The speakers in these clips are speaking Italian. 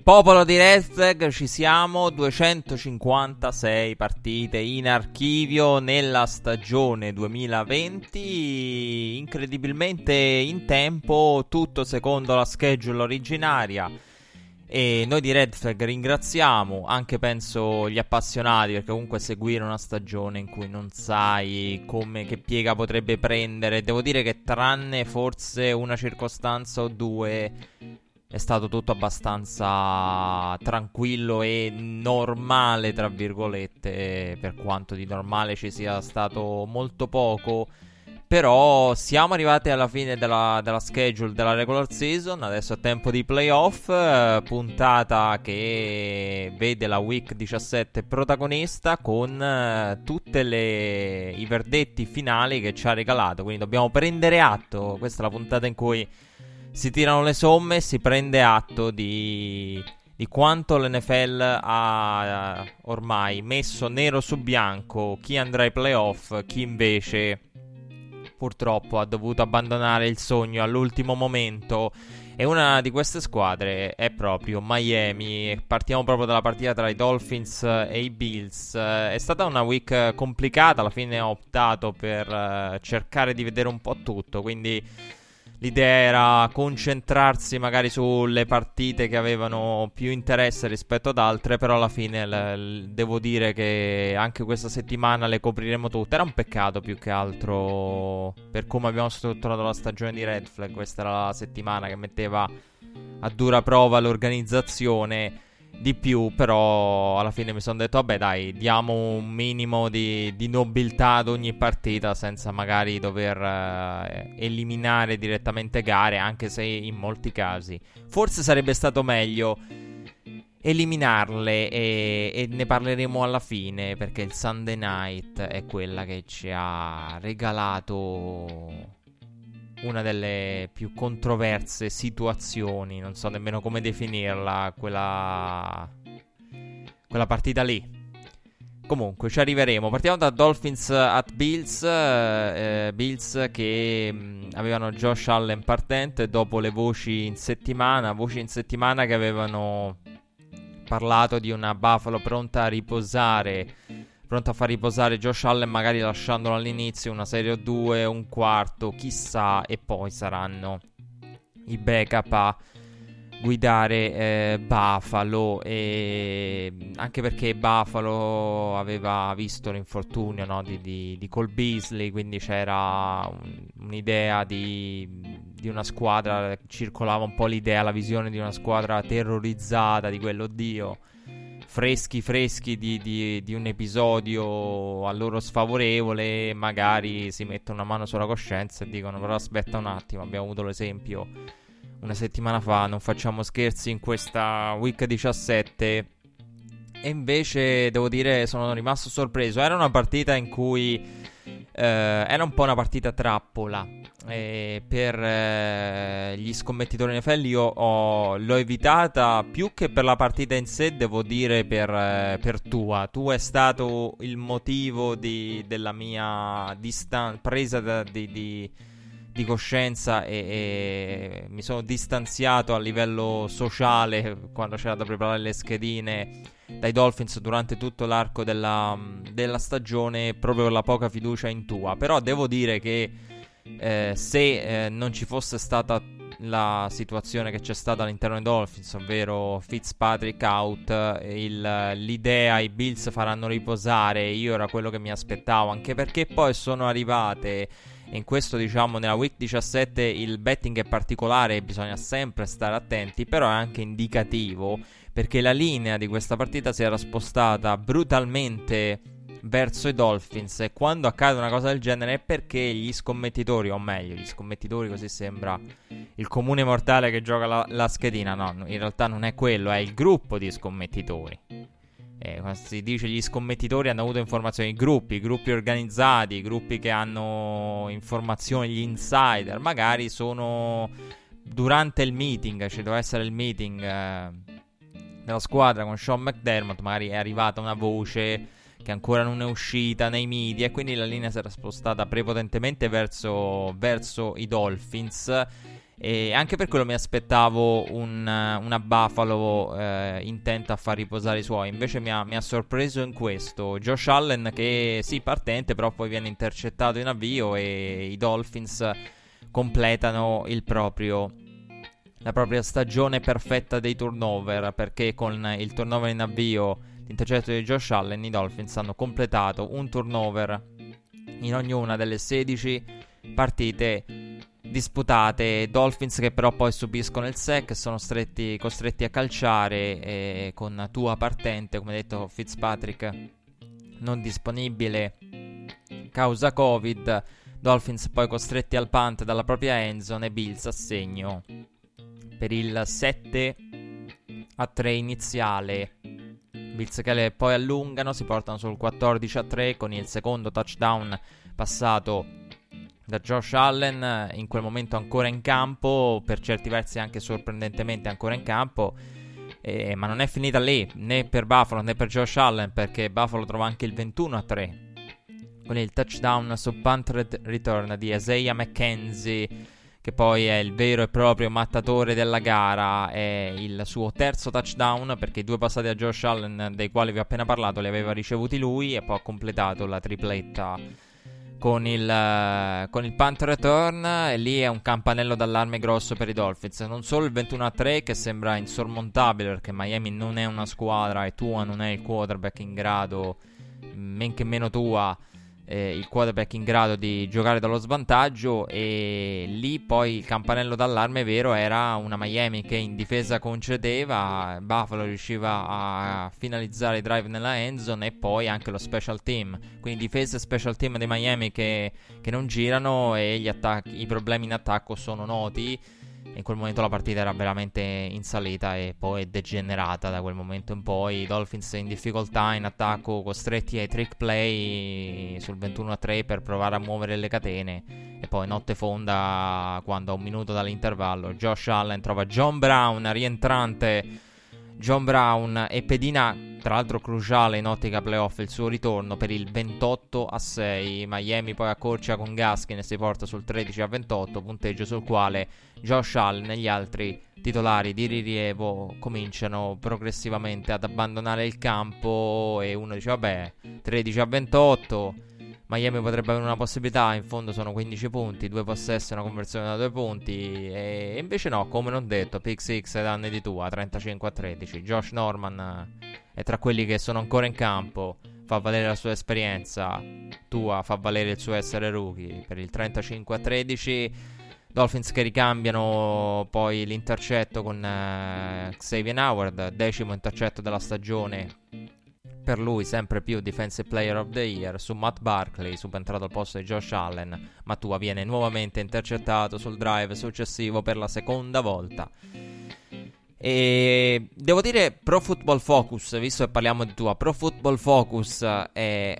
Popolo di Red Flag, ci siamo, 256 partite in archivio nella stagione 2020, incredibilmente in tempo, tutto secondo la schedule originaria. E noi di Red Flag ringraziamo anche, penso, gli appassionati, perché comunque seguire una stagione in cui non sai come, che piega potrebbe prendere, devo dire che tranne forse una circostanza o due è stato tutto abbastanza tranquillo e normale, tra virgolette, per quanto di normale ci sia stato molto poco. Però siamo arrivati alla fine della schedule della regular season, adesso è tempo di playoff, puntata che vede la week 17 protagonista con tutti i verdetti finali che ci ha regalato, quindi dobbiamo prendere atto, questa è la puntata in cui si tirano le somme e si prende atto di quanto l'NFL ha ormai messo nero su bianco chi andrà ai playoff, chi invece purtroppo ha dovuto abbandonare il sogno all'ultimo momento. E una di queste squadre è proprio Miami. Partiamo proprio dalla partita tra i Dolphins e i Bills. È stata una week complicata, alla fine ho optato per cercare di vedere un po' tutto, quindi l'idea era concentrarsi magari sulle partite che avevano più interesse rispetto ad altre, però alla fine devo dire che anche questa settimana le copriremo tutte. Era un peccato più che altro per come abbiamo strutturato la stagione di Red Flag. Questa era la settimana che metteva a dura prova l'organizzazione di più, però alla fine mi sono detto vabbè dai, diamo un minimo di nobiltà ad ogni partita senza magari dover eliminare direttamente gare, anche se in molti casi forse sarebbe stato meglio eliminarle, e ne parleremo alla fine, perché il Sunday Night è quella che ci ha regalato una delle più controverse situazioni, non so nemmeno come definirla, quella partita lì. Comunque ci arriveremo. Partiamo da Dolphins at Bills. Bills che avevano Josh Allen partente dopo le voci in settimana che avevano parlato di una Buffalo pronta a far riposare Josh Allen, magari lasciandolo all'inizio una serie o due, un quarto, chissà, e poi saranno i backup a guidare Buffalo. E anche perché Buffalo aveva visto l'infortunio, no, di Cole Beasley, quindi c'era un'idea di una squadra, circolava un po' l'idea, la visione di una squadra terrorizzata, di quello, oddio, freschi di un episodio a loro sfavorevole, magari si mettono una mano sulla coscienza e dicono però aspetta un attimo, abbiamo avuto l'esempio una settimana fa, non facciamo scherzi in questa week 17. E invece devo dire sono rimasto sorpreso. Era una partita in cui era un po' una partita trappola per gli scommettitori NFL. Io l'ho evitata più che per la partita in sé, devo dire, per Tua. Tu è stato il motivo della mia presa di coscienza, e mi sono distanziato a livello sociale quando c'era da preparare le schedine dai Dolphins durante tutto l'arco della stagione, proprio per la poca fiducia in Tua. Però devo dire che se non ci fosse stata la situazione che c'è stata all'interno dei Dolphins, ovvero Fitzpatrick out, l'idea i Bills faranno riposare, io era quello che mi aspettavo, anche perché poi sono arrivate, e in questo diciamo nella week 17 il betting è particolare e bisogna sempre stare attenti, però è anche indicativo, perché la linea di questa partita si era spostata brutalmente verso i Dolphins, e quando accade una cosa del genere è perché gli scommettitori, o meglio gli scommettitori, così sembra il comune mortale che gioca la schedina, no, in realtà non è quello, è il gruppo di scommettitori. Quando si dice gli scommettitori hanno avuto informazioni, i gruppi organizzati, i gruppi che hanno informazioni, gli insider, magari sono durante il meeting, ci doveva essere il meeting della squadra con Sean McDermott, magari è arrivata una voce che ancora non è uscita nei media, e quindi la linea si era spostata prepotentemente verso i Dolphins. E anche per quello mi aspettavo una Buffalo intenta a far riposare i suoi. Invece mi ha sorpreso in questo Josh Allen, che sì, partente, però poi viene intercettato in avvio e i Dolphins completano la propria stagione perfetta dei turnover, perché con il turnover in avvio, l'intercetto di Josh Allen, i Dolphins hanno completato un turnover in ognuna delle 16 partite disputate. Dolphins che però poi subiscono il sack, sono costretti a calciare, con Tua partente, come detto Fitzpatrick non disponibile causa Covid. Dolphins poi costretti al punt dalla propria endzone e Bills a segno per il 7-3 iniziale. Bills che poi allungano, si portano sul 14-3 con il secondo touchdown passato da Josh Allen, in quel momento ancora in campo, per certi versi anche sorprendentemente ancora in campo, ma non è finita lì, né per Buffalo né per Josh Allen, perché Buffalo trova anche il 21-3 con il touchdown su punt return di Isaiah McKenzie, che poi è il vero e proprio mattatore della gara. È il suo terzo touchdown, perché i due passati a Josh Allen, dei quali vi ho appena parlato, li aveva ricevuti lui, e poi ha completato la tripletta con il punt return, e lì è un campanello d'allarme grosso per i Dolphins. Non solo il 21-3, che sembra insormontabile, perché Miami non è una squadra e Tua non è il quarterback in grado, men che meno Tua, il quarterback in grado di giocare dallo svantaggio. E lì poi il campanello d'allarme vero era una Miami che in difesa concedeva, Buffalo riusciva a finalizzare i drive nella endzone, e poi anche lo special team, quindi difesa e special team dei Miami che non girano, e i problemi in attacco sono noti. In quel momento la partita era veramente in salita e poi è degenerata da quel momento in poi. I Dolphins in difficoltà in attacco, costretti ai trick play sul 21-3 per provare a muovere le catene, e poi notte fonda quando a un minuto dall'intervallo Josh Allen trova John Brown, rientrante John Brown, e pedina, tra l'altro cruciale in ottica playoff, il suo ritorno per il 28-6. Miami poi accorcia con Gaskin e si porta sul 13-28, punteggio sul quale Josh Allen e gli altri titolari di rilievo cominciano progressivamente ad abbandonare il campo, e uno dice vabbè, 13-28, Miami potrebbe avere una possibilità, in fondo sono 15 punti, 2 possessi, una conversione da 2 punti, e invece no, come non detto, pick 6 ai danni di Tua, 35-13. Josh Norman è tra quelli che sono ancora in campo, fa valere la sua esperienza, Tua fa valere il suo essere rookie per il 35-13. Dolphins che ricambiano poi l'intercetto con Xavier Howard, 10° intercetto della stagione per lui, sempre più Defensive Player of the Year, su Matt Barkley, subentrato al posto di Josh Allen, ma Tua viene nuovamente intercettato sul drive successivo per la seconda volta. E devo dire, Pro Football Focus, visto che parliamo di Tua, Pro Football Focus è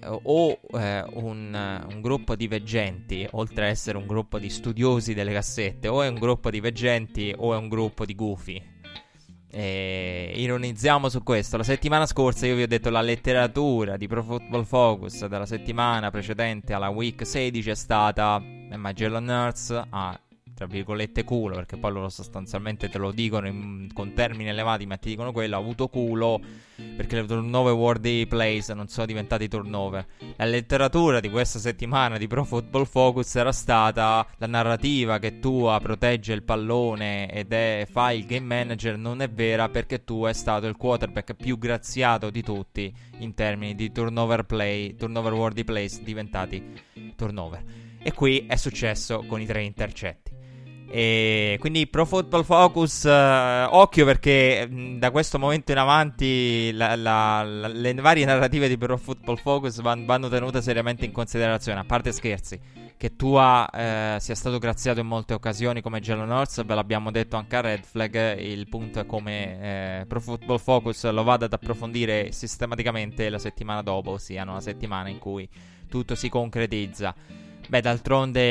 un gruppo di veggenti, oltre a essere un gruppo di studiosi delle cassette, o è un gruppo di veggenti o è un gruppo di gufi. Ironizziamo su questo. La settimana scorsa io vi ho detto la letteratura di Pro Football Focus della settimana precedente alla Week 16 è stata Jalen Hurts tra virgolette culo, perché poi loro sostanzialmente te lo dicono con termini elevati, ma ti dicono quello, ha avuto culo perché le turnover worthy plays non sono diventati turnover. La letteratura di questa settimana di Pro Football Focus era stata la narrativa che Tua protegge il pallone fa il game manager non è vera, perché Tua è stato il quarterback più graziato di tutti in termini di turnover worthy plays diventati turnover. E qui è successo con i 3 intercetti. E quindi Pro Football Focus, occhio, perché da questo momento in avanti le varie narrative di Pro Football Focus vanno tenute seriamente in considerazione. A parte scherzi, che Tua sia stato graziato in molte occasioni come Jalen Hurts, ve l'abbiamo detto anche a Red Flag. Il punto è come Pro Football Focus lo vada ad approfondire sistematicamente la settimana dopo, ossia una settimana in cui tutto si concretizza. Beh, d'altronde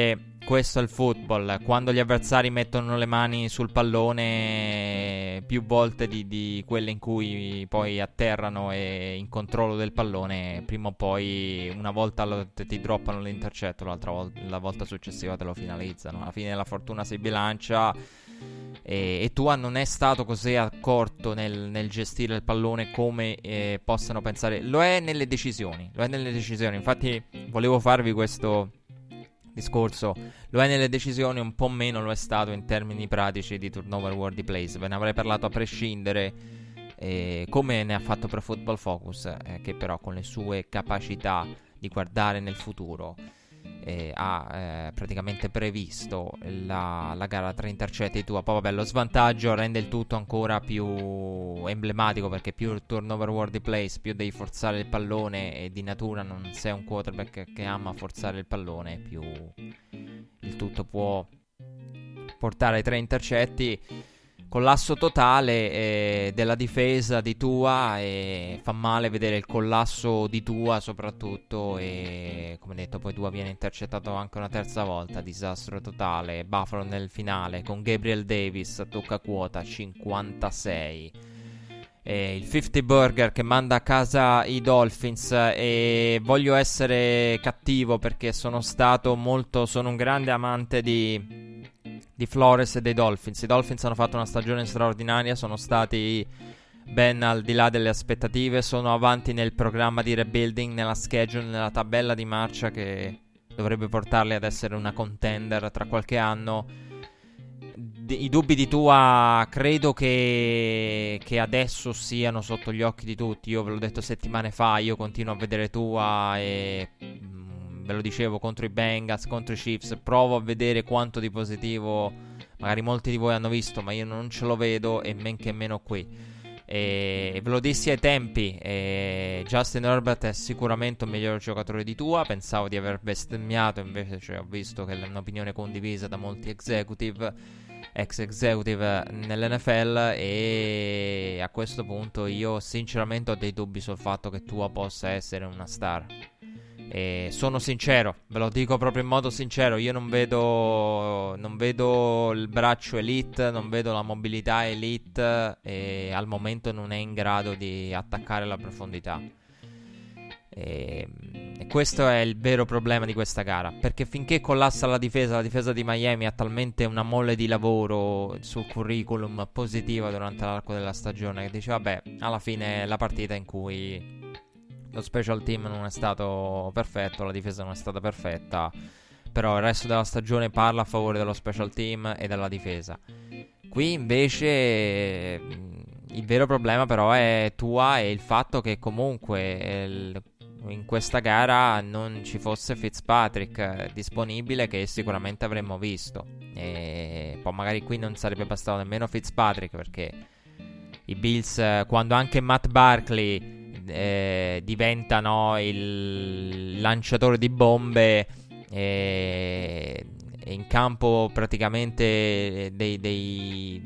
questo è il football. Quando gli avversari mettono le mani sul pallone più volte di quelle in cui poi atterrano e in controllo del pallone, prima o poi una volta ti droppano l'intercetto, la volta successiva te lo finalizzano. Alla fine la fortuna si bilancia e Tua non è stato così accorto nel gestire il pallone come possano pensare. Lo è nelle decisioni. Infatti volevo farvi questo discorso. Lo è nelle decisioni, un po' meno lo è stato in termini pratici di turnover worthy plays. Ve ne avrei parlato a prescindere, come ne ha fatto Pro Football Focus, che però con le sue capacità di guardare nel futuro ha praticamente previsto la gara tra intercetti e Tua. Poi vabbè, lo svantaggio rende il tutto ancora più emblematico, perché più turnover worthy plays, più devi forzare il pallone, e di natura non sei un quarterback che ama forzare il pallone, più il tutto può portare ai 3 intercetti. Collasso totale della difesa di Tua, e fa male vedere il collasso di Tua soprattutto, e come detto poi Tua viene intercettato anche una terza volta. Disastro totale. Buffalo nel finale con Gabriel Davis a tocca quota 56. Il 50 burger che manda a casa i Dolphins, e voglio essere cattivo perché sono un grande amante di Flores e dei Dolphins. I Dolphins hanno fatto una stagione straordinaria, sono stati ben al di là delle aspettative, sono avanti nel programma di rebuilding, nella schedule, nella tabella di marcia che dovrebbe portarli ad essere una contender tra qualche anno. I dubbi di Tua credo che adesso siano sotto gli occhi di tutti. Io ve l'ho detto settimane fa, io continuo a vedere Tua e ve lo dicevo contro i Bengals, contro i Chiefs, provo a vedere quanto di positivo magari molti di voi hanno visto, ma io non ce lo vedo, e men che meno qui. E ve lo dissi ai tempi, Justin Herbert è sicuramente un miglior giocatore di Tua. Pensavo di aver bestemmiato, invece ho visto che è un'opinione condivisa da molti ex executive nell'NFL, e a questo punto io sinceramente ho dei dubbi sul fatto che Tua possa essere una star. E sono sincero, ve lo dico proprio in modo sincero, io non vedo il braccio elite, non vedo la mobilità elite, e al momento non è in grado di attaccare la profondità. E questo è il vero problema di questa gara, perché finché collassa la difesa di Miami ha talmente una mole di lavoro sul curriculum positiva durante l'arco della stagione, che dice vabbè, alla fine è la partita in cui lo special team non è stato perfetto, la difesa non è stata perfetta, però il resto della stagione parla a favore dello special team e della difesa. Qui invece il vero problema però è Tua, e il fatto che comunque in questa gara non ci fosse Fitzpatrick disponibile, che sicuramente avremmo visto, e poi magari qui non sarebbe bastato nemmeno Fitzpatrick, perché i Bills, quando anche Matt Barkley diventa il lanciatore di bombe, e in campo praticamente dei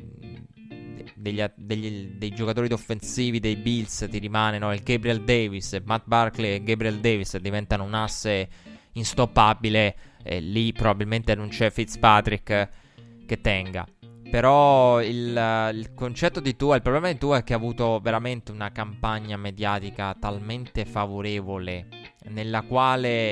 giocatori offensivi dei Bills ti rimane il Gabriel Davis, Matt Barkley e Gabriel Davis diventano un asse instoppabile, e lì probabilmente non c'è Fitzpatrick che tenga. Però il concetto di Tua, il problema di Tua è che ha avuto veramente una campagna mediatica talmente favorevole, nella quale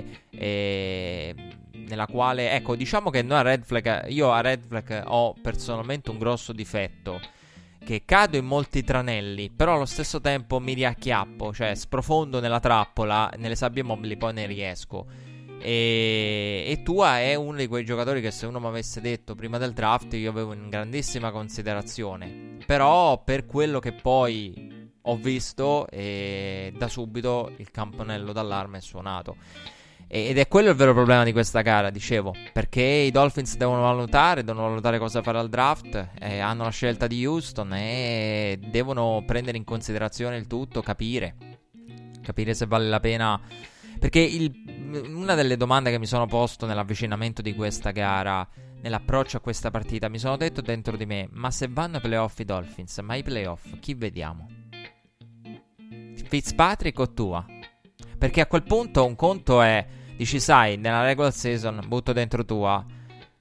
ecco, diciamo che io a Red Flag ho personalmente un grosso difetto, che cado in molti tranelli, però allo stesso tempo mi riacchiappo, cioè sprofondo nella trappola, nelle sabbie mobili, poi ne riesco. E Tua è uno di quei giocatori che, se uno mi avesse detto prima del draft, io avevo in grandissima considerazione. Però per quello che poi ho visto, da subito il campanello d'allarme è suonato. Ed è quello il vero problema di questa gara, dicevo, perché i Dolphins devono valutare cosa fare al draft, hanno la scelta di Houston e devono prendere in considerazione il tutto, capire se vale la pena. Perché una delle domande che mi sono posto nell'avvicinamento di questa gara, nell'approccio a questa partita, mi sono detto dentro di me: ma se vanno ai playoff i Dolphins, ma i playoff chi vediamo? Fitzpatrick o Tua? Perché a quel punto un conto è, dici, sai, nella regular season butto dentro Tua,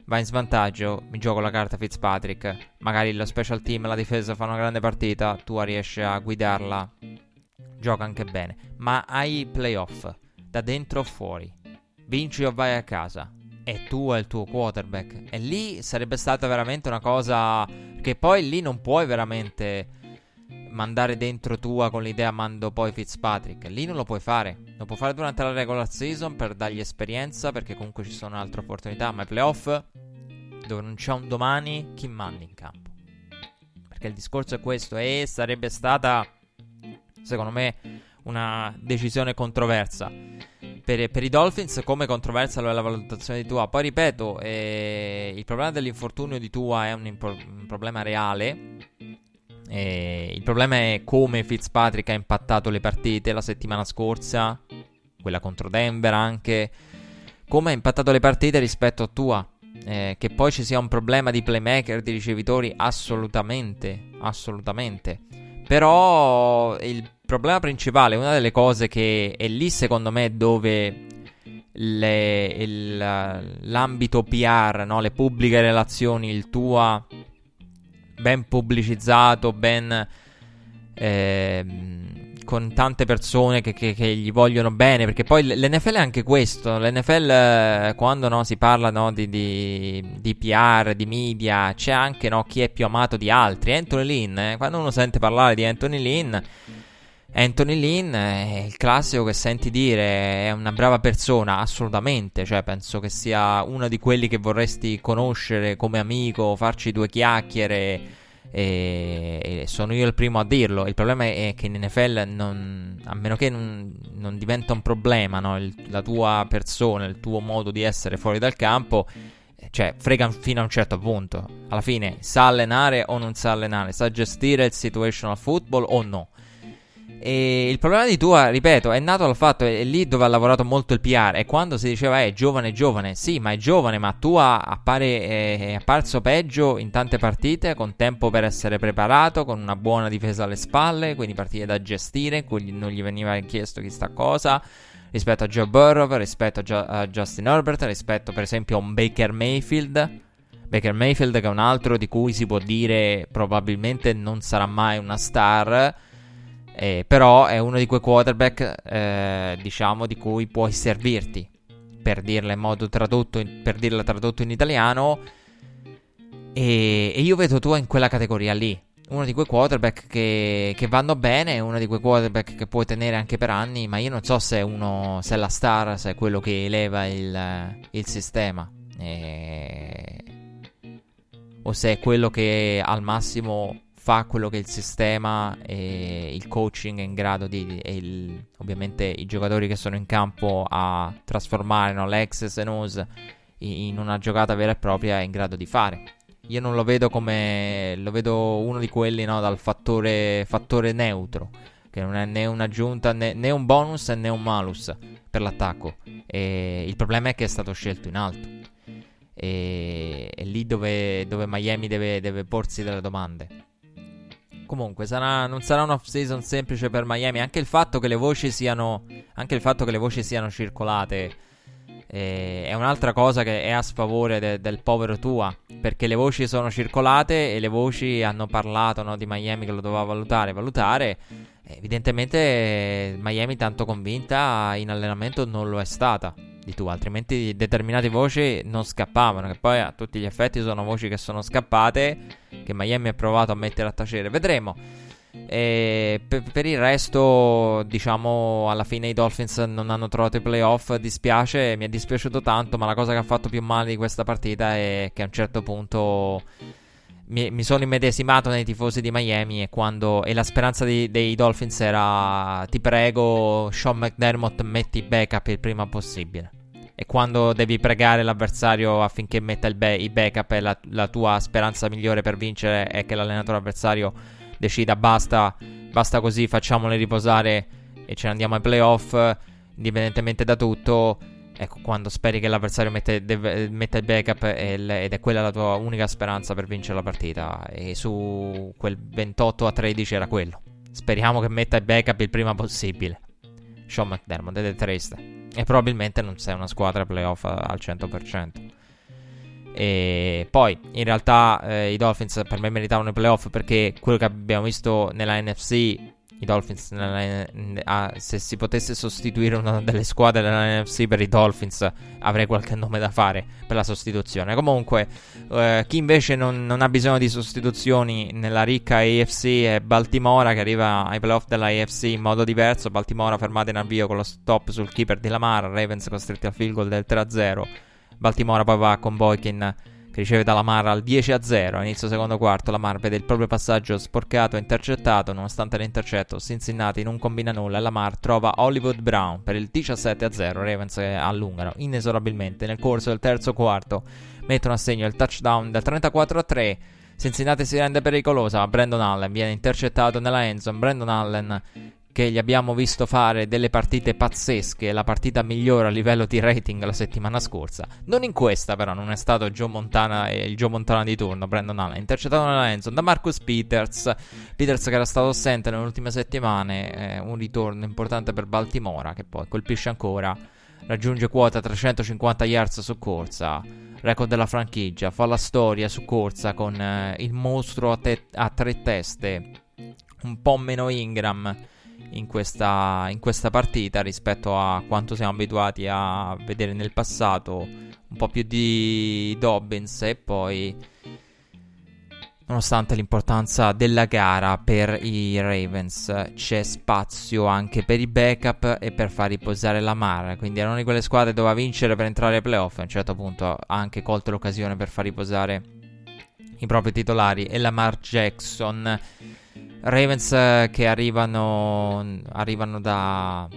va in svantaggio, mi gioco la carta Fitzpatrick, magari lo special team, la difesa fa una grande partita, Tua riesce a guidarla, gioca anche bene, ma hai playoff, da dentro o fuori, vinci o vai a casa, e tu è il tuo quarterback, e lì sarebbe stata veramente una cosa che poi lì non puoi veramente mandare dentro Tua con l'idea mando poi Fitzpatrick, lì non lo puoi fare, lo puoi fare durante la regular season per dargli esperienza, perché comunque ci sono altre opportunità, ma i playoff dove non c'è un domani, chi manda in campo? Perché il discorso è questo, e sarebbe stata secondo me una decisione controversa per i Dolphins, come controversa lo è la valutazione di Tua. Poi ripeto, il problema dell'infortunio di Tua è un problema reale. Il problema è come Fitzpatrick ha impattato le partite la settimana scorsa, quella contro Denver anche, come ha impattato le partite rispetto a Tua. Che poi ci sia un problema di playmaker, di ricevitori, assolutamente. Però il problema principale, una delle cose che è lì secondo me dove l'ambito PR, no? Le pubbliche relazioni, il Tua ben pubblicizzato, ben con tante persone che gli vogliono bene, perché poi l'NFL è anche questo. L'NFL quando si parla di PR, di media, c'è anche chi è più amato di altri. Anthony Lynn, quando uno sente parlare di Anthony Lynn è il classico che senti dire è una brava persona, assolutamente, cioè penso che sia uno di quelli che vorresti conoscere come amico, farci due chiacchiere, e sono io il primo a dirlo. Il problema è che in NFL a meno che non diventa un problema, la tua persona, il tuo modo di essere fuori dal campo, cioè frega fino a un certo punto. Alla fine sa allenare o non sa allenare, sa gestire il situational football o no. E il problema di Tua, ripeto, è nato dal fatto, è lì dove ha lavorato molto il PR, e quando si diceva è giovane, sì, ma è giovane, ma Tua è apparso peggio in tante partite, con tempo per essere preparato, con una buona difesa alle spalle, quindi partite da gestire, quindi non gli veniva chiesto chissà cosa, rispetto a Joe Burrow, rispetto a Justin Herbert, rispetto per esempio a un Baker Mayfield che è un altro di cui si può dire probabilmente non sarà mai una star, però è uno di quei quarterback, diciamo, di cui puoi servirti, per dirla in modo tradotto in italiano. E io vedo Tua in quella categoria lì, uno di quei quarterback che vanno bene, uno di quei quarterback che puoi tenere anche per anni, ma io non so se è la star, se è quello che eleva il sistema, o se è quello che al massimo fa quello che il sistema e il coaching è in grado ovviamente i giocatori che sono in campo a trasformare, l'X's and O's in una giocata vera e propria è in grado di fare. Io non lo vedo lo vedo uno di quelli, dal fattore neutro, che non è né un'aggiunta né un bonus né un malus per l'attacco. E il problema è che è stato scelto in alto, e è lì dove Miami deve porsi delle domande. Comunque non sarà un off-season semplice per Miami. Anche il fatto che le voci siano circolate è un'altra cosa che è a sfavore del povero Tua, perché le voci sono circolate e le voci hanno parlato, di Miami che lo doveva valutare. Evidentemente Miami tanto convinta in allenamento non lo è stata di Tua, altrimenti determinate voci non scappavano, che poi a tutti gli effetti sono voci che sono scappate, che Miami ha provato a mettere a tacere. Vedremo. Per il resto, diciamo, alla fine i Dolphins non hanno trovato i playoff. Dispiace, mi è dispiaciuto tanto, ma la cosa che ha fatto più male di questa partita è che a un certo punto mi sono immedesimato nei tifosi di Miami, e la speranza dei Dolphins era: ti prego, Sean McDermott, metti i backup il prima possibile. E quando devi pregare l'avversario affinché metta i backup, e la tua speranza migliore per vincere è che l'allenatore avversario decida basta così, facciamoli riposare e ce ne andiamo ai playoff, indipendentemente da tutto. Ecco, quando speri che l'avversario metta il backup ed è quella la tua unica speranza per vincere la partita. E su quel 28-13 era quello: speriamo che metta il backup il prima possibile. Sean McDermott, ed è triste, e probabilmente non sei una squadra playoff al 100%. E poi in realtà i Dolphins per me meritavano i playoff, perché quello che abbiamo visto nella NFC, i Dolphins se si potesse sostituire una delle squadre della NFC per i Dolphins, avrei qualche nome da fare per la sostituzione. Comunque chi invece non ha bisogno di sostituzioni nella ricca AFC è Baltimora, che arriva ai playoff della AFC in modo diverso. Baltimora fermata in avvio con lo stop sul keeper di Lamar, Ravens costretti al field goal del 3-0. Baltimora poi va con Boykin che riceve da Lamar al 10-0. A inizio secondo quarto Lamar vede il proprio passaggio sporcato e intercettato. Nonostante l'intercetto, Cincinnati non combina nulla e Lamar trova Hollywood Brown per il 17-0. Ravens allungano inesorabilmente. Nel corso del terzo quarto mettono a segno il touchdown del 34-3. Cincinnati si rende pericolosa, ma Brandon Allen viene intercettato nella endzone. Brandon Allen, che gli abbiamo visto fare delle partite pazzesche, la partita migliore a livello di rating la settimana scorsa. Non in questa, però, non è stato Joe Montana e il Joe Montana di turno. Brandon Allen intercettato nella endzone da Marcus Peters che era stato assente nelle ultime settimane. Un ritorno importante per Baltimora, che poi colpisce ancora, raggiunge quota 350 yards su corsa, record della franchigia, fa la storia su corsa con il mostro a tre teste, un po' meno Ingram in questa partita rispetto a quanto siamo abituati a vedere nel passato, un po' più di Dobbins. E poi, nonostante l'importanza della gara per i Ravens, c'è spazio anche per i backup e per far riposare Lamar, quindi era una di quelle squadre che doveva vincere per entrare ai playoff. A un certo punto ha anche colto l'occasione per far riposare i propri titolari e Lamar Jackson. Ravens che arrivano da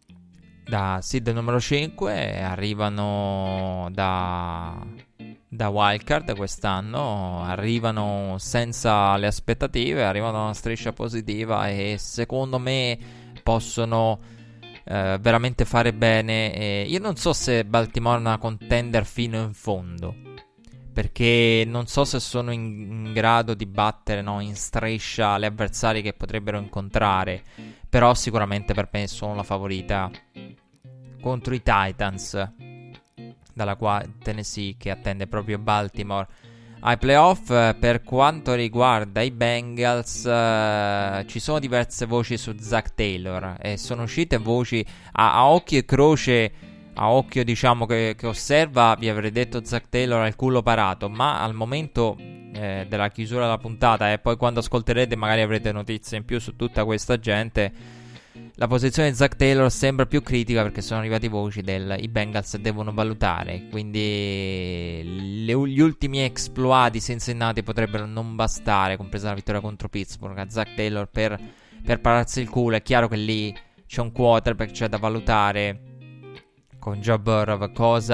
seed numero 5, arrivano da wildcard quest'anno, arrivano senza le aspettative, arrivano a una striscia positiva e secondo me possono veramente fare bene. Io non so se Baltimore è una contender fino in fondo, perché non so se sono in grado di battere in striscia le avversari che potrebbero incontrare, però sicuramente per me sono la favorita contro i Titans dalla Tennessee, che attende proprio Baltimore ai playoff. Per quanto riguarda i Bengals, ci sono diverse voci su Zach Taylor e sono uscite voci a occhio e croce. A occhio, diciamo, che osserva, vi avrei detto Zach Taylor ha il culo parato, ma al momento della chiusura della puntata, e poi quando ascolterete magari avrete notizie in più su tutta questa gente, la posizione di Zach Taylor sembra più critica, perché sono arrivati voci i Bengals devono valutare, quindi gli ultimi exploit di Cincinnati potrebbero non bastare, compresa la vittoria contro Pittsburgh, a Zach Taylor per pararsi il culo. È chiaro che lì c'è un quarterback, c'è da valutare con Joe Burrow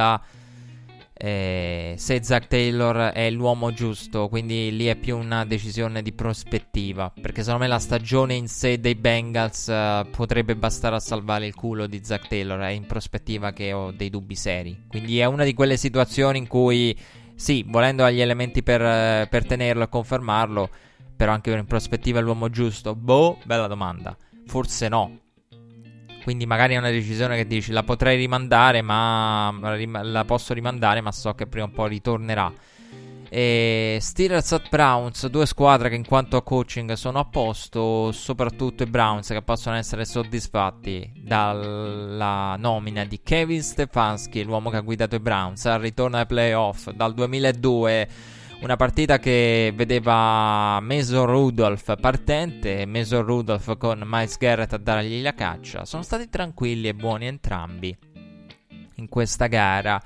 se Zach Taylor è l'uomo giusto, quindi lì è più una decisione di prospettiva, perché secondo me la stagione in sé dei Bengals potrebbe bastare a salvare il culo di Zach Taylor. È in prospettiva che ho dei dubbi seri, quindi è una di quelle situazioni in cui sì, volendo agli elementi per tenerlo e confermarlo, però anche in prospettiva è l'uomo giusto. Bella domanda, forse no. Quindi magari è una decisione che dici la potrei rimandare, ma la posso rimandare, ma so che prima o poi ritornerà. Steelers at Browns, due squadre che in quanto a coaching sono a posto, soprattutto i Browns che possono essere soddisfatti dalla nomina di Kevin Stefanski, l'uomo che ha guidato i Browns al ritorno ai playoff dal 2002. Una partita che vedeva Mason Rudolph partente, Mason Rudolph con Myles Garrett a dargli la caccia. Sono stati tranquilli e buoni entrambi in questa gara.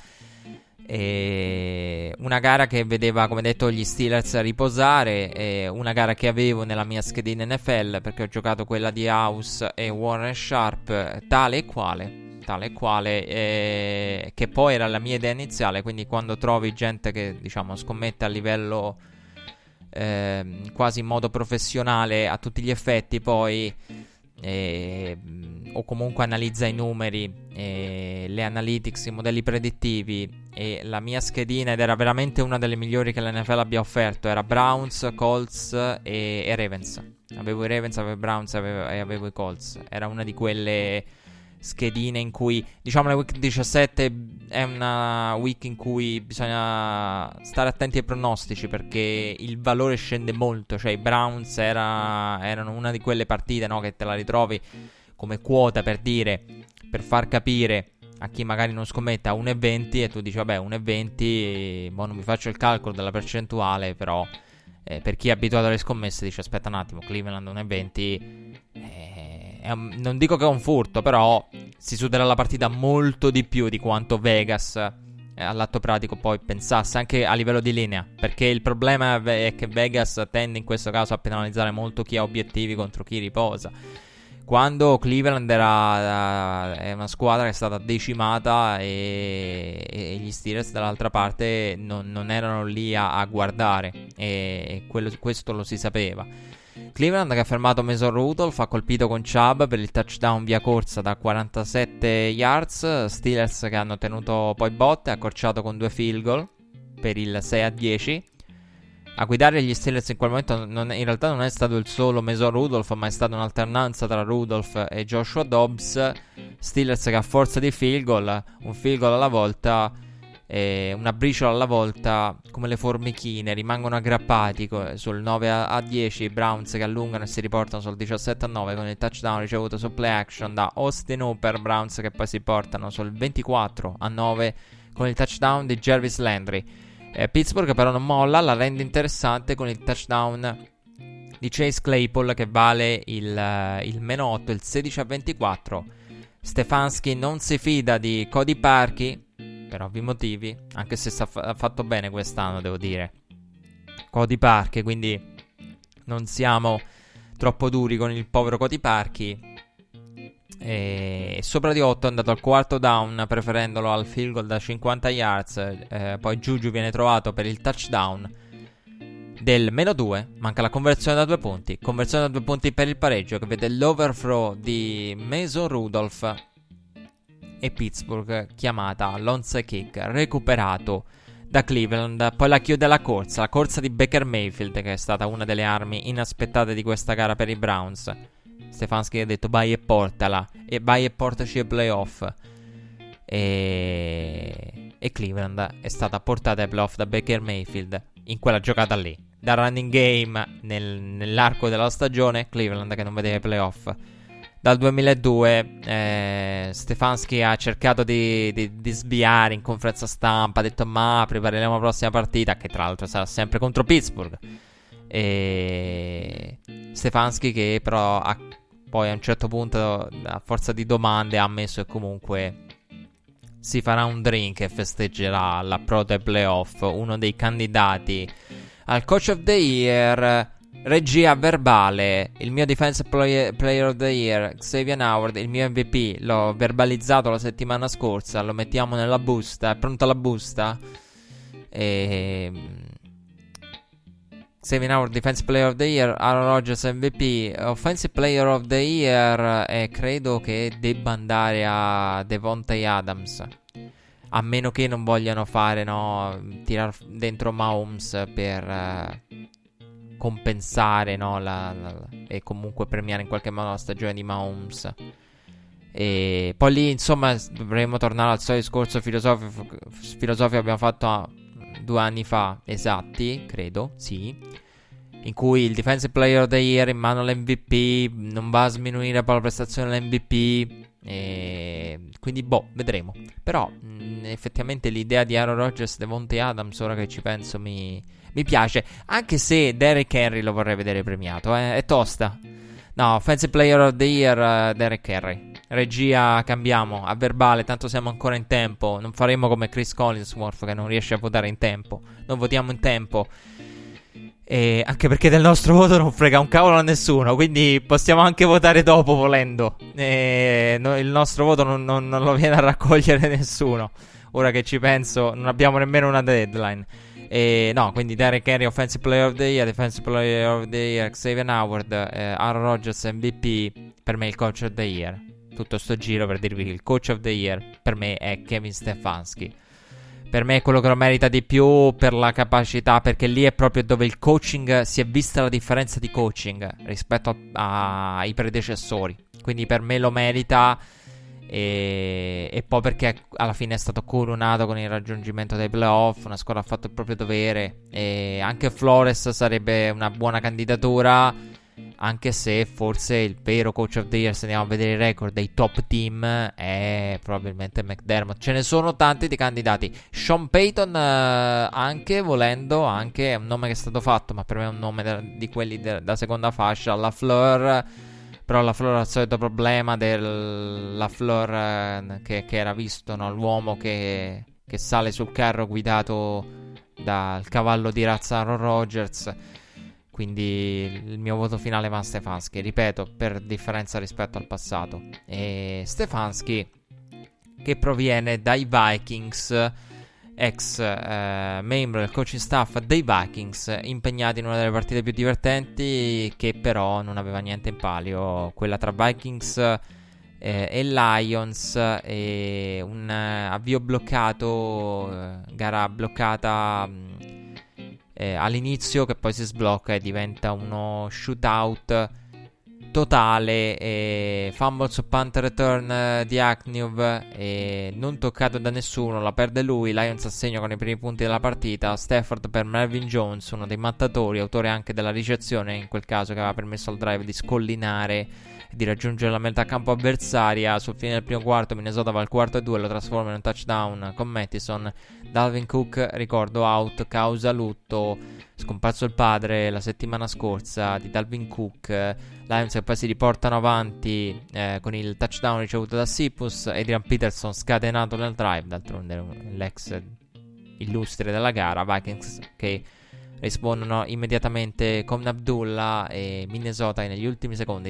Una gara che vedeva, come detto, gli Steelers riposare. Una gara che avevo nella mia schedina NFL, perché ho giocato quella di House e Warren Sharp, tale e quale, che poi era la mia idea iniziale. Quindi quando trovi gente che, diciamo, scommette a livello quasi in modo professionale a tutti gli effetti, poi o comunque analizza i numeri, le analytics, i modelli predittivi, e la mia schedina, ed era veramente una delle migliori che l'NFL abbia offerto, era Browns, Colts e Ravens. Avevo i Ravens, avevo i Browns e avevo i Colts. Era una di quelle schedine in cui, diciamo, la week 17 è una week in cui bisogna stare attenti ai pronostici, perché il valore scende molto. Cioè i Browns erano una di quelle partite, no, che te la ritrovi come quota, per dire, per far capire a chi magari non scommette a 1,20, e tu dici vabbè 1,20, boh, non mi faccio il calcolo della percentuale, però per chi è abituato alle scommesse dice aspetta un attimo, Cleveland 1,20, non dico che è un furto, però si suderà la partita molto di più di quanto Vegas all'atto pratico poi pensasse, anche a livello di linea, perché il problema è che Vegas tende in questo caso a penalizzare molto chi ha obiettivi contro chi riposa, quando Cleveland è una squadra che è stata decimata e gli Steelers dall'altra parte non erano lì a guardare, e questo lo si sapeva. Cleveland che ha fermato Mason Rudolph, ha colpito con Chubb per il touchdown via corsa da 47 yards. Steelers che hanno tenuto poi botte, accorciato con 2 field goal per il 6-10. A guidare gli Steelers in quel momento in realtà non è stato il solo Mason Rudolph, ma è stata un'alternanza tra Rudolph e Joshua Dobbs. Steelers che a forza di field goal, un field goal alla volta, una briciola alla volta, come le formichine, rimangono aggrappati sul 9-10. Browns che allungano e si riportano sul 17-9 con il touchdown ricevuto su play action da Austin Hooper. Browns che poi si portano sul 24-9 con il touchdown di Jarvis Landry. Pittsburgh però non molla, la rende interessante con il touchdown di Chase Claypool che vale il meno 8, il 16-24. Stefanski non si fida di Cody Parkey per ovvi motivi, anche se ha fatto bene quest'anno, devo dire, Cody Parkey, quindi non siamo troppo duri con il povero Cody Parkey. E sopra di 8 è andato al quarto down, preferendolo al field goal da 50 yards. Poi Juju viene trovato per il touchdown del meno 2. Manca la conversione da 2 punti. Conversione da 2 punti per il pareggio, che vede l'overthrow di Mason Rudolph. E Pittsburgh chiamata l'onside kick, recuperato da Cleveland. Poi la chiude la corsa di Baker Mayfield, che è stata una delle armi inaspettate di questa gara per i Browns. Stefanski ha detto vai e portala, e vai e portaci ai playoff, e Cleveland è stata portata ai playoff da Baker Mayfield in quella giocata lì, da running game nell'arco della stagione. Cleveland che non vedeva i playoff dal 2002. Stefanski ha cercato di sviare in conferenza stampa, ha detto ma prepariamo la prossima partita, che tra l'altro sarà sempre contro Pittsburgh. E Stefanski che però poi a un certo punto, a forza di domande, ha ammesso che comunque si farà un drink e festeggerà l'approdo ai playoff. Uno dei candidati al Coach of the Year, regia verbale, il mio Defensive Player of the Year, Xavier Howard, il mio MVP, l'ho verbalizzato la settimana scorsa, lo mettiamo nella busta, è pronta la busta. Xavier Howard Defensive Player of the Year, Aaron Rodgers MVP, Offensive Player of the Year, e credo che debba andare a Devontae Adams, a meno che non vogliano fare, no, tirar dentro Mahomes per compensare, no, e comunque premiare in qualche modo la stagione di Mahomes. E poi lì insomma dovremmo tornare al solito discorso filosofico che abbiamo fatto 2 anni fa esatti, credo, sì, in cui il Defensive Player of the Year in mano all'MVP non va a sminuire poi la prestazione dell'MVP, e quindi vedremo. Però effettivamente l'idea di Aaron Rodgers, Devontae Adams, ora che ci penso mi piace, anche se Derrick Henry lo vorrei vedere premiato, è tosta. No, Offensive Player of the Year, Derrick Henry. Regia, cambiamo a verbale, tanto siamo ancora in tempo. Non faremo come Chris Collinsworth che non riesce a votare in tempo. Non votiamo in tempo. E anche perché del nostro voto non frega un cavolo a nessuno, quindi possiamo anche votare dopo volendo. Il nostro voto non lo viene a raccogliere nessuno. Ora che ci penso, non abbiamo nemmeno una deadline. No, quindi Derrick Henry Offensive Player of the Year, Defensive Player of the Year Xavier Howard, Aaron Rodgers MVP. Per me il Coach of the Year, tutto sto giro per dirvi che il Coach of the Year per me è Kevin Stefanski. Per me è quello che lo merita di più per la capacità, perché lì è proprio dove il coaching, si è vista la differenza di coaching rispetto ai predecessori. Quindi per me lo merita, e poi perché alla fine è stato coronato con il raggiungimento dei playoff. Una squadra ha fatto il proprio dovere, e anche Flores sarebbe una buona candidatura, anche se forse il vero coach of the year, se andiamo a vedere i record dei top team, è probabilmente McDermott. Ce ne sono tanti di candidati. Sean Payton, anche volendo, anche è un nome che è stato fatto, ma per me è un nome di quelli da seconda fascia. LaFleur, però LaFleur ha il solito problema del LaFleur, che era visto, no? L'uomo che sale sul carro guidato dal cavallo di razza Aaron Rodgers. Quindi il mio voto finale va a Stefanski, ripeto, per differenza rispetto al passato. E Stefanski, che proviene dai Vikings, ex membro del coaching staff dei Vikings, impegnato in una delle partite più divertenti, che però non aveva niente in palio, quella tra Vikings e Lions, e un avvio bloccato, gara bloccata all'inizio, che poi si sblocca e diventa uno shootout totale. Fumble su punt return di Agnew, non toccato da nessuno, la perde lui. Lions assegna con i primi punti della partita. Stafford per Marvin Jones, uno dei mattatori, autore anche della ricezione in quel caso, che aveva permesso al drive di scollinare, di raggiungere la metà campo avversaria. Sul fine del primo quarto Minnesota va al 4-2, lo trasforma in un touchdown con Mattison. Dalvin Cook, ricordo, out causa lutto, scomparso il padre la settimana scorsa di Dalvin Cook. Lions che poi si riportano avanti con il touchdown ricevuto da Sipus. Adrian Peterson scatenato nel drive, d'altronde l'ex illustre della gara. Vikings che rispondono immediatamente con Abdullah, e Minnesota negli ultimi secondi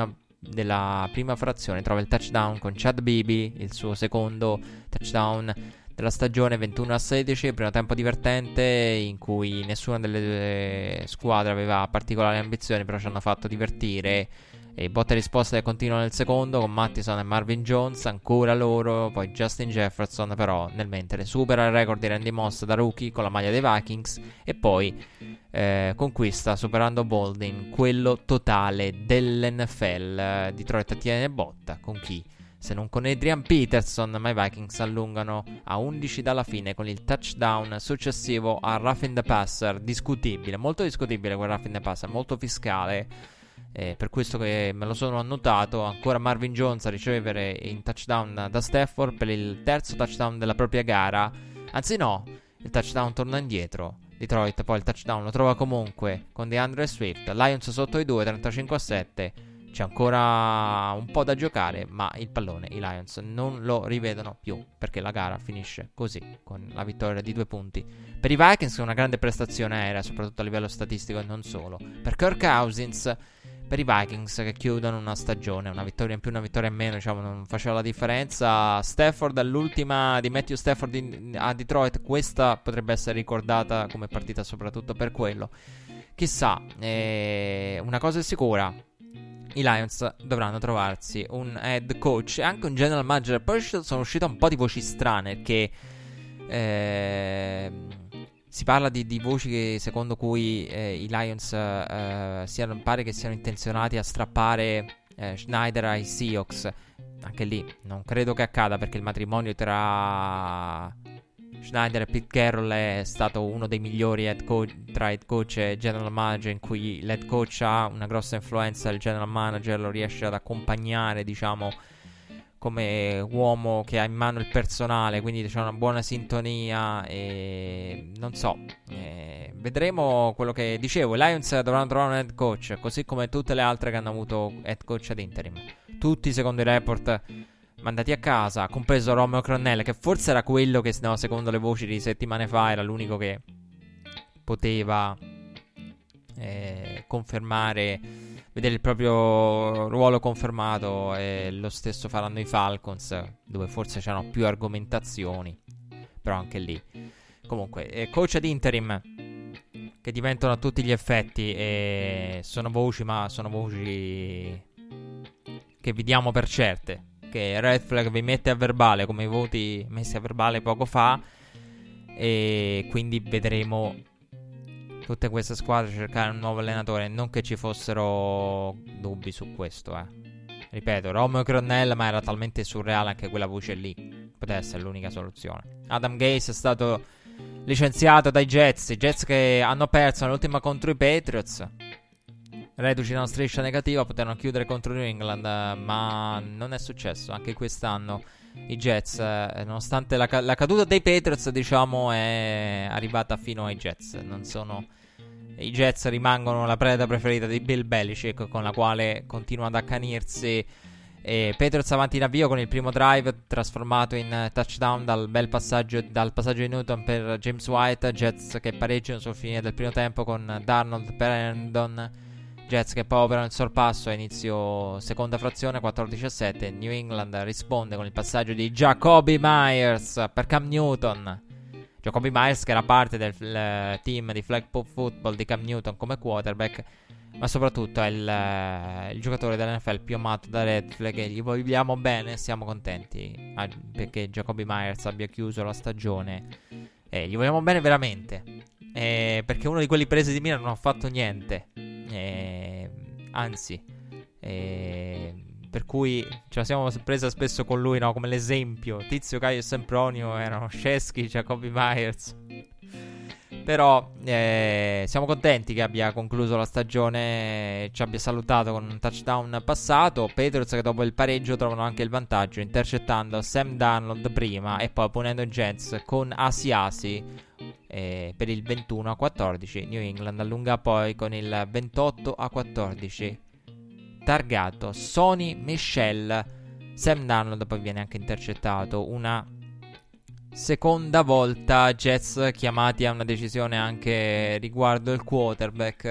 della prima frazione trova il touchdown con Chad Beebe, il suo secondo touchdown della stagione. 21-16, primo tempo divertente in cui nessuna delle due squadre aveva particolari ambizioni, però ci hanno fatto divertire, e botta e risposta che continua nel secondo con Mattison e Marvin Jones, ancora loro, poi Justin Jefferson però nel mentre supera il record di Randy Moss da rookie con la maglia dei Vikings, e poi conquista, superando Baldwin, quello totale dell'NFL. Detroit tiene botta con chi? Se non con Adrian Peterson, ma i Vikings allungano a 11 dalla fine con il touchdown successivo a Roughing the Passer. Discutibile, molto discutibile quel Roughing the Passer, molto fiscale, per questo che me lo sono annotato. Ancora Marvin Jones a ricevere in touchdown da Stafford per il terzo touchdown della propria gara. Anzi no, il touchdown torna indietro. Detroit poi il touchdown lo trova comunque con DeAndre Swift. Lions sotto i 2, 35-7. C'è ancora un po' da giocare, ma il pallone i Lions non lo rivedono più, perché la gara finisce così, con la vittoria di 2 punti. Per i Vikings una grande prestazione aerea, soprattutto a livello statistico e non solo. Per Kirk Cousins, per i Vikings che chiudono una stagione, una vittoria in più, una vittoria in meno, diciamo, non faceva la differenza. Stafford, l'ultima di Matthew Stafford a Detroit, questa potrebbe essere ricordata come partita soprattutto per quello. Chissà, una cosa è sicura: i Lions dovranno trovarsi un head coach e anche un general manager. Poi sono uscite un po' di voci strane, perché si parla di voci che, secondo cui i Lions pare che siano intenzionati a strappare Schneider ai Seahawks. Anche lì non credo che accada, perché il matrimonio tra Schneider e Pete Carroll è stato uno dei migliori tra head coach e general manager, in cui l'head coach ha una grossa influenza, il general manager lo riesce ad accompagnare, diciamo, come uomo che ha in mano il personale, quindi c'è una buona sintonia. E non so, vedremo. Quello che dicevo, i Lions dovranno trovare un head coach, così come tutte le altre che hanno avuto head coach ad interim, tutti secondo i report mandati a casa, compreso Romeo Crennel, che forse era quello che, no, secondo le voci di settimane fa, era l'unico che poteva confermare, vedere il proprio ruolo confermato. E lo stesso faranno i Falcons, dove forse c'erano più argomentazioni, però anche lì comunque coach ad interim che diventano a tutti gli effetti, e sono voci, ma sono voci che vi diamo per certe, che Red Flag vi mette a verbale come i voti messi a verbale poco fa, e quindi vedremo tutte queste squadre cercare un nuovo allenatore. Non che ci fossero dubbi su questo, Ripeto, Romeo Crennel, ma era talmente surreale anche quella voce lì. Poteva essere l'unica soluzione. Adam Gase è stato licenziato dai Jets. I Jets che hanno perso nell'ultima contro i Patriots, reduci da una striscia negativa, potevano chiudere contro New England, ma non è successo. Anche quest'anno i Jets, nonostante la caduta dei Patriots, diciamo, è arrivata fino ai Jets. Non sono... I Jets rimangono la preda preferita di Bill Belichick, con la quale continua ad accanirsi. Patriots avanti in avvio con il primo drive trasformato in touchdown dal passaggio di Newton per James White. Jets che pareggiano sul fine del primo tempo con Darnold per Herndon. Jets che poi operano il sorpasso a inizio seconda frazione, 14-7. New England risponde con il passaggio di Jacoby Myers per Cam Newton. Jacoby Myers che era parte del team di flag football di Cam Newton come quarterback, ma soprattutto è il giocatore dell'NFL più amato da Red Flag, e gli vogliamo bene, siamo contenti perché Jacoby Myers abbia chiuso la stagione, gli vogliamo bene veramente, perché uno di quelli presi di mira non ha fatto niente, anzi, per cui ce la siamo presa spesso con lui, no? Come l'esempio. Tizio, Caio e Sempronio erano Sceschi, Jacoby Myers. Però siamo contenti che abbia concluso la stagione, ci abbia salutato con un touchdown passato. Patriots che dopo il pareggio trovano anche il vantaggio, intercettando Sam Darnold prima e poi ponendo i Jets con Asiasi per il 21-14. New England allunga poi con il 28-14. Targato Sony Michel. Sam Darnold poi viene anche intercettato una seconda volta. Jets chiamati a una decisione anche riguardo il quarterback,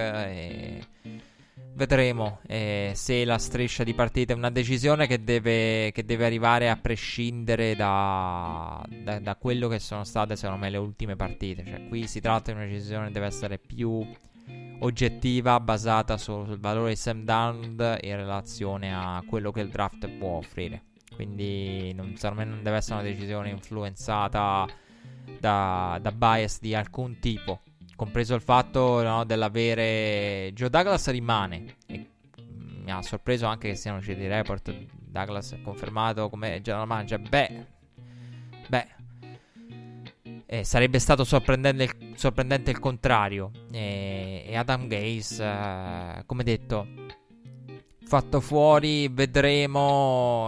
vedremo se la striscia di partita è una decisione che deve arrivare a prescindere da quello che sono state, secondo me, le ultime partite. Cioè, qui si tratta di una decisione che deve essere più oggettiva, basata sul valore di Sam Darnold in relazione a quello che il draft può offrire. Quindi secondo me non deve essere una decisione influenzata da bias di alcun tipo, compreso il fatto, no, dell'avere Joe Douglas rimane, e mi ha sorpreso anche che siano usciti i report. Douglas è confermato come general manager. Sarebbe stato sorprendente il contrario. E Adam Gase, come detto, fatto fuori, vedremo.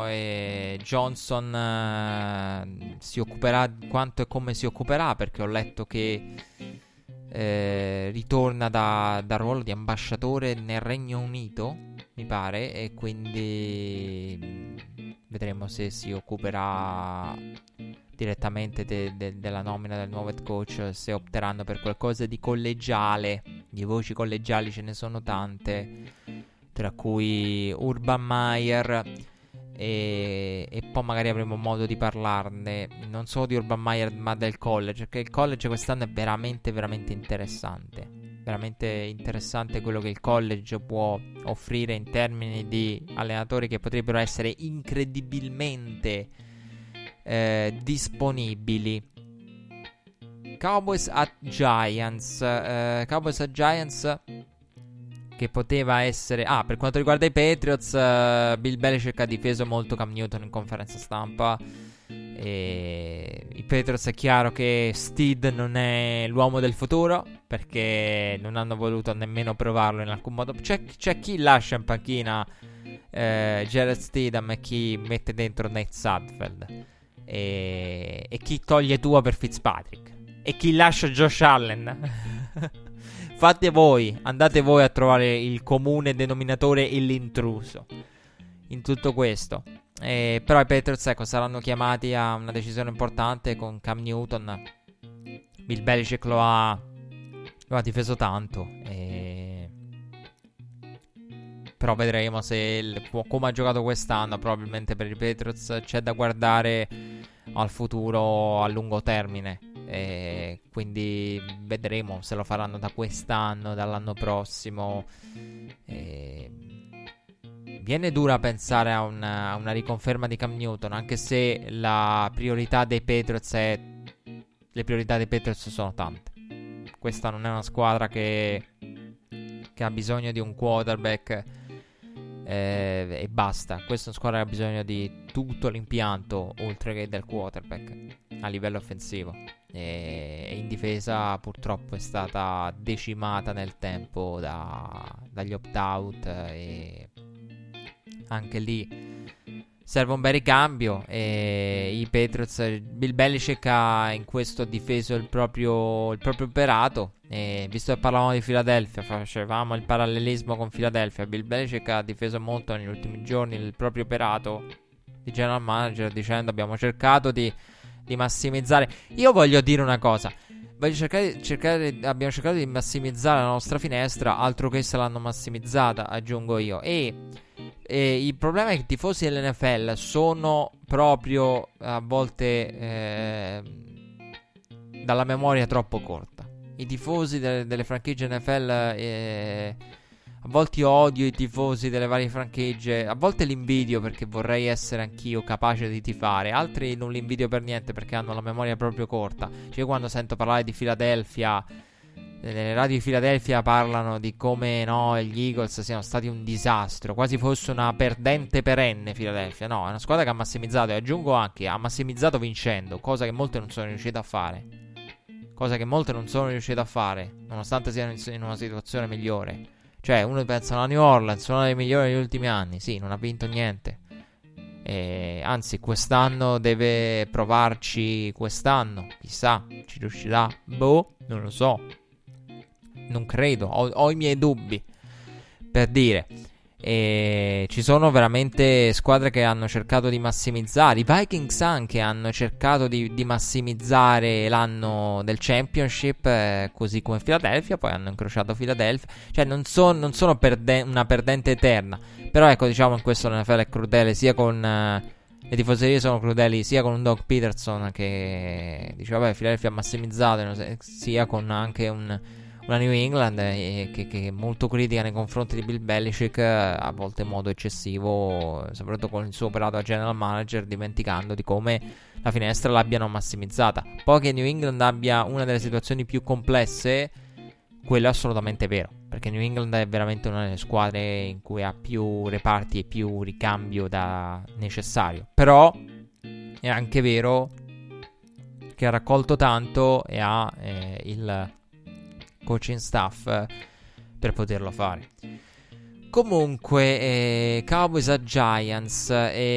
Johnson si occuperà quanto e come si occuperà, perché ho letto che ritorna dal ruolo di ambasciatore nel Regno Unito, mi pare, e quindi vedremo se si occuperà direttamente della nomina del nuovo head coach, se opteranno per qualcosa di collegiale. Di voci collegiali ce ne sono tante, tra cui Urban Meyer, e poi magari avremo modo di parlarne non solo di Urban Meyer ma del college, perché il college quest'anno è veramente veramente interessante. Veramente interessante quello che il college può offrire in termini di allenatori che potrebbero essere incredibilmente disponibili. Cowboys at Giants. Che poteva essere... per quanto riguarda i Patriots, Bill Belichick ha difeso molto Cam Newton in conferenza stampa. I Patriots, è chiaro che Steed non è l'uomo del futuro, perché non hanno voluto nemmeno provarlo in alcun modo. C'è chi lascia in panchina Jared Stidham e chi mette dentro Nate Sudfeld, e chi toglie Tua per Fitzpatrick, e chi lascia Josh Allen. Fate voi, andate voi a trovare il comune denominatore e l'intruso in tutto questo. Però i Patriots, ecco, saranno chiamati a una decisione importante con Cam Newton. Bill Belichick lo ha difeso tanto, però vedremo se come ha giocato quest'anno. Probabilmente per i Patriots c'è da guardare al futuro a lungo termine, quindi vedremo se lo faranno da quest'anno, dall'anno prossimo. Viene dura pensare a una riconferma di Cam Newton, anche se le priorità dei Patriots sono tante. Questa non è una squadra che ha bisogno di un quarterback e basta. Questa è una squadra che ha bisogno di tutto l'impianto oltre che del quarterback a livello offensivo, e in difesa purtroppo è stata decimata nel tempo dagli opt-out, e anche lì serve un bel ricambio. E i Patriots, Bill Belichick ha in questo difeso il proprio operato, e visto che parlavamo di Philadelphia, facevamo il parallelismo con Philadelphia, Bill Belichick ha difeso molto negli ultimi giorni il proprio operato di general manager, dicendo abbiamo cercato di massimizzare. Io voglio dire una cosa, abbiamo cercato di massimizzare la nostra finestra, altro che se l'hanno massimizzata, aggiungo io. E il problema è che i tifosi dell'NFL sono proprio a volte dalla memoria troppo corta. I tifosi delle franchigie NFL, a volte odio i tifosi delle varie franchigie, a volte li invidio perché vorrei essere anch'io capace di tifare, altri non li invidio per niente perché hanno la memoria proprio corta. Cioè, quando sento parlare di Philadelphia, nelle radio di Philadelphia parlano di come gli Eagles siano stati un disastro, quasi fosse una perdente perenne Philadelphia. No, è una squadra che ha massimizzato, e aggiungo anche ha massimizzato vincendo, cosa che molte non sono riuscite a fare. Nonostante siano in una situazione migliore. Cioè, uno pensa alla New Orleans, una delle migliori degli ultimi anni. Sì, non ha vinto niente. Anzi, quest'anno deve provarci. Quest'anno, chissà, ci riuscirà. Boh, non lo so. Non credo, ho i miei dubbi, per dire. Ci sono veramente squadre che hanno cercato di massimizzare. I Vikings anche hanno cercato di massimizzare l'anno del championship, così come Philadelphia. Poi hanno incrociato Philadelphia. Cioè non sono una perdente eterna. Però ecco, diciamo, in questo l'NFL è crudele sia con le tifoserie sono crudeli sia con un Doug Peterson che dice vabbè, Philadelphia ha massimizzato, sia con anche una New England che è molto critica nei confronti di Bill Belichick, a volte in modo eccessivo, soprattutto con il suo operato a general manager, dimenticando di come la finestra l'abbiano massimizzata. Poi che New England abbia una delle situazioni più complesse, quello è assolutamente vero, perché New England è veramente una delle squadre in cui ha più reparti e più ricambio da necessario. Però è anche vero che ha raccolto tanto e ha il coaching staff per poterlo fare. Comunque, Cowboys a Giants,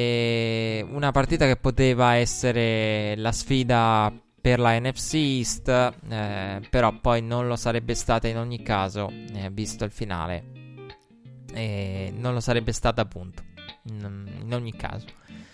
una partita che poteva essere la sfida per la NFC East, però poi non lo sarebbe stata in ogni caso, visto il finale, non lo sarebbe stata appunto in ogni caso.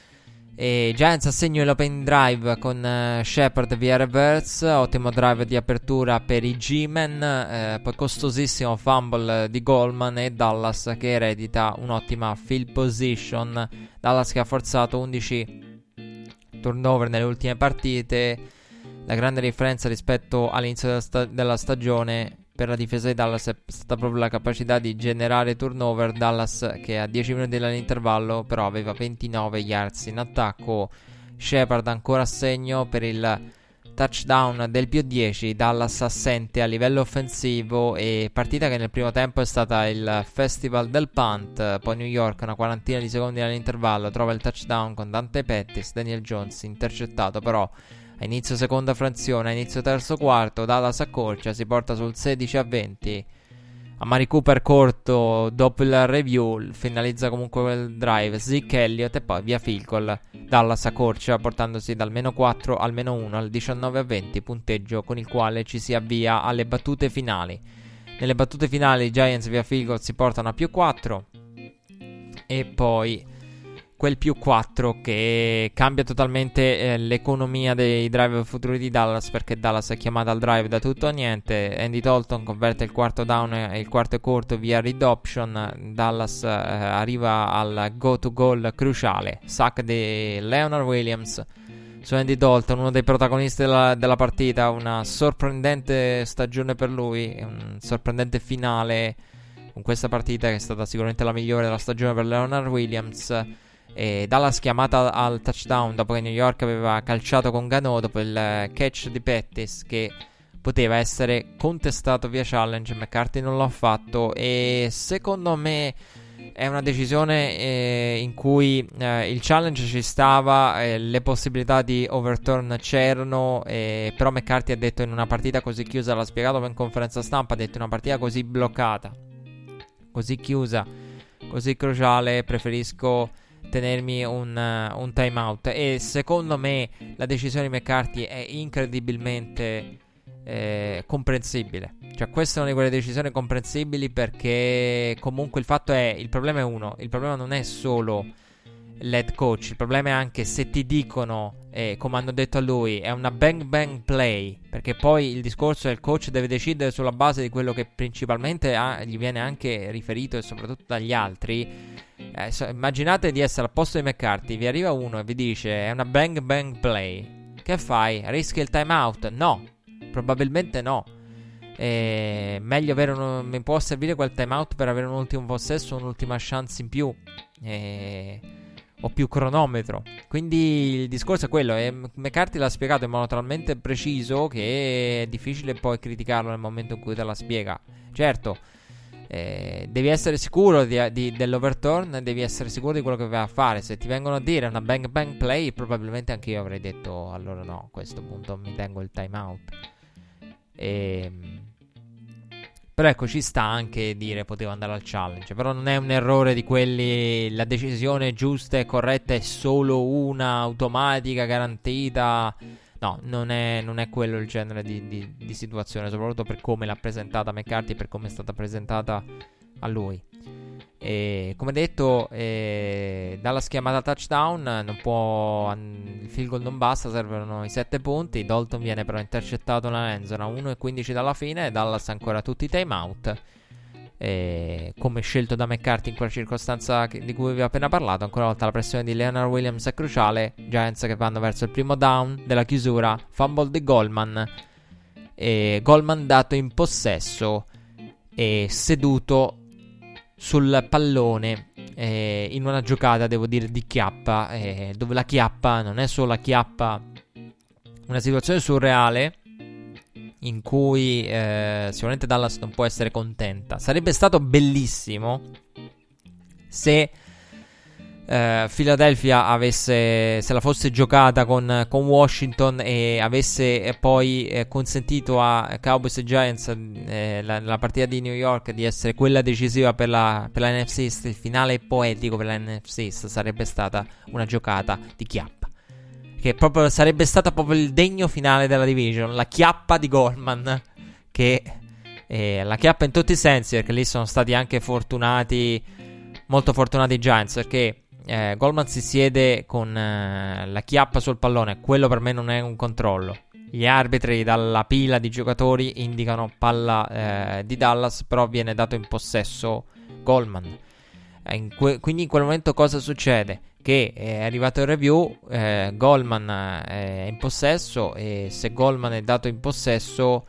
Giants assegno l'open drive con Shepard via reverse, ottimo drive di apertura per i G-Men, poi costosissimo fumble di Goldman, e Dallas che eredita un'ottima field position. Dallas che ha forzato 11 turnover nelle ultime partite. La grande differenza rispetto all'inizio della stagione per la difesa di Dallas è stata proprio la capacità di generare turnover. Dallas che a 10 minuti dall'intervallo però aveva 29 yards in attacco. Shepard ancora a segno per il touchdown del più 10. Dallas assente a livello offensivo, e partita che nel primo tempo è stata il festival del punt. Poi New York, una quarantina di secondi dall'intervallo, trova il touchdown con Dante Pettis. Daniel Jones intercettato però a inizio seconda frazione, a inizio terzo quarto. Dallas accorcia, si porta sul 16-20. Amari Cooper corto dopo il review finalizza comunque quel drive. Zeke Elliott e poi via field goal. Dallas accorcia portandosi dal meno 4 al meno 1 al 19-20, punteggio con il quale ci si avvia alle battute finali. Nelle battute finali i Giants via field goal si portano a più 4, e poi quel più 4 che cambia totalmente l'economia dei drive futuri di Dallas, perché Dallas è chiamata al drive da tutto o niente. Andy Dalton converte il quarto down e il quarto e corto via read option. Dallas arriva al go to goal cruciale, sack di Leonard Williams su Andy Dalton, uno dei protagonisti della partita. Una sorprendente stagione per lui, un sorprendente finale con questa partita che è stata sicuramente la migliore della stagione per Leonard Williams. Dallas chiamata al touchdown dopo che New York aveva calciato con Gano dopo il catch di Pettis che poteva essere contestato via challenge. McCarthy non l'ha fatto, e secondo me è una decisione in cui il challenge ci stava, le possibilità di overturn c'erano, però McCarthy ha detto in una partita così chiusa, l'ha spiegato in conferenza stampa, ha detto in una partita così bloccata, così chiusa, così cruciale, preferisco tenermi un timeout. E secondo me la decisione di McCarthy è incredibilmente comprensibile. Cioè, questa è una di quelle decisioni comprensibili, perché comunque il problema è uno. Il problema non è solo l'head coach, il problema è anche se ti dicono, come hanno detto a lui, è una bang bang play, perché poi il discorso è il coach deve decidere sulla base di quello che principalmente gli viene anche riferito, e soprattutto dagli altri. Immaginate di essere al posto di McCarthy, vi arriva uno e vi dice è una bang bang play, che fai? Rischi il timeout? No, probabilmente no. Meglio avere mi può servire quel timeout per avere un ultimo possesso, un'ultima chance in più, o più cronometro. Quindi il discorso è quello, e McCarthy l'ha spiegato in modo talmente preciso che è difficile poi criticarlo nel momento in cui te la spiega. Certo, devi essere sicuro dell'overturn, devi essere sicuro di quello che vai a fare. Se ti vengono a dire una bang bang play, probabilmente anche io avrei detto allora no, a questo punto mi tengo il timeout. Però ecco, ci sta anche dire poteva andare al challenge. Però non è un errore di quelli, la decisione giusta e corretta è solo una, automatica, garantita. No, non è quello il genere di situazione, soprattutto per come l'ha presentata McCarthy e per come è stata presentata a lui. E come detto, dalla schiamata touchdown non può, il field goal non basta, servono i 7 punti. Dalton viene però intercettato nella endzone a 1:15 dalla fine, e Dallas ancora tutti i timeout, come scelto da McCarthy in quella circostanza di cui vi ho appena parlato. Ancora una volta la pressione di Leonard Williams è cruciale. Giants che vanno verso il primo down della chiusura, fumble di Goldman, Goldman dato in possesso e seduto sul pallone, in una giocata, devo dire, di chiappa, dove la chiappa non è solo la chiappa, una situazione surreale in cui sicuramente Dallas non può essere contenta. Sarebbe stato bellissimo se Philadelphia se la fosse giocata con Washington e avesse poi consentito a Cowboys e Giants la partita di New York di essere quella decisiva per la NFC East. Il finale poetico per la NFC East sarebbe stata una giocata di chiappa, che proprio sarebbe stata proprio il degno finale della division, la chiappa di Goldman, che la chiappa in tutti i sensi, perché lì sono stati anche fortunati, molto fortunati i Giants, perché Goldman si siede con la chiappa sul pallone. Quello per me non è un controllo. Gli arbitri dalla pila di giocatori indicano palla di Dallas, però viene dato in possesso Goldman. Quindi in quel momento cosa succede? Che è arrivato il review, Goldman è in possesso, e se Goldman è dato in possesso,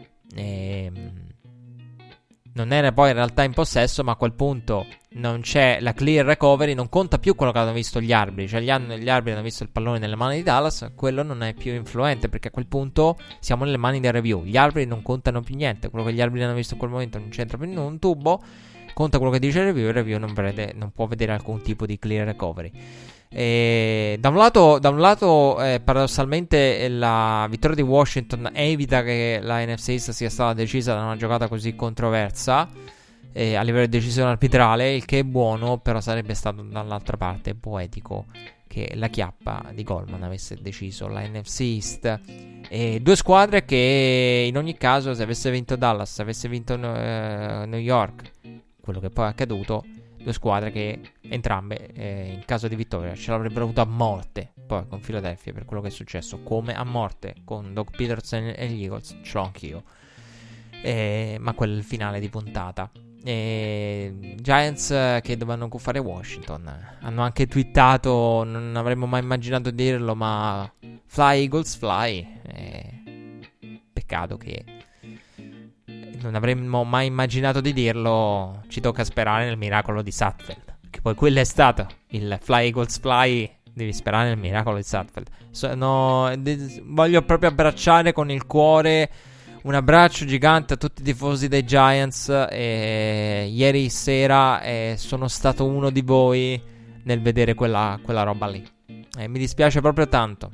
non era poi in realtà in possesso, ma a quel punto non c'è la clear recovery, non conta più quello che hanno visto gli arbitri. Cioè gli arbitri hanno visto il pallone nelle mani di Dallas, quello non è più influente, perché a quel punto siamo nelle mani del review. Gli arbitri non contano più niente, quello che gli arbitri hanno visto in quel momento non c'entra più in un tubo, conta quello che dice il review non può vedere alcun tipo di clear recovery. Da un lato paradossalmente la vittoria di Washington evita che la NFC East sia stata decisa da una giocata così controversa a livello di decisione arbitrale, il che è buono. Però sarebbe stato dall'altra parte poetico che la chiappa di Goldman avesse deciso la NFC East. Due squadre che in ogni caso, se avesse vinto Dallas, se avesse vinto New York, quello che poi è accaduto, due squadre che entrambe in caso di vittoria ce l'avrebbero avuto a morte poi con Philadelphia, per quello che è successo, come a morte con Doug Peterson e gli Eagles ce l'ho anch'io, ma quello è il finale di puntata. Giants che dovevano fare Washington hanno anche twittato, non avremmo mai immaginato di dirlo, ma fly Eagles fly. Peccato che non avremmo mai immaginato di dirlo. Ci tocca sperare nel miracolo di Sudfeld, che poi quello è stato il fly Eagles fly. Devi sperare nel miracolo di Sudfeld. Voglio proprio abbracciare con il cuore Un abbraccio gigante a tutti i tifosi dei Giants. Ieri sera sono stato uno di voi nel vedere quella roba lì. Mi dispiace proprio tanto.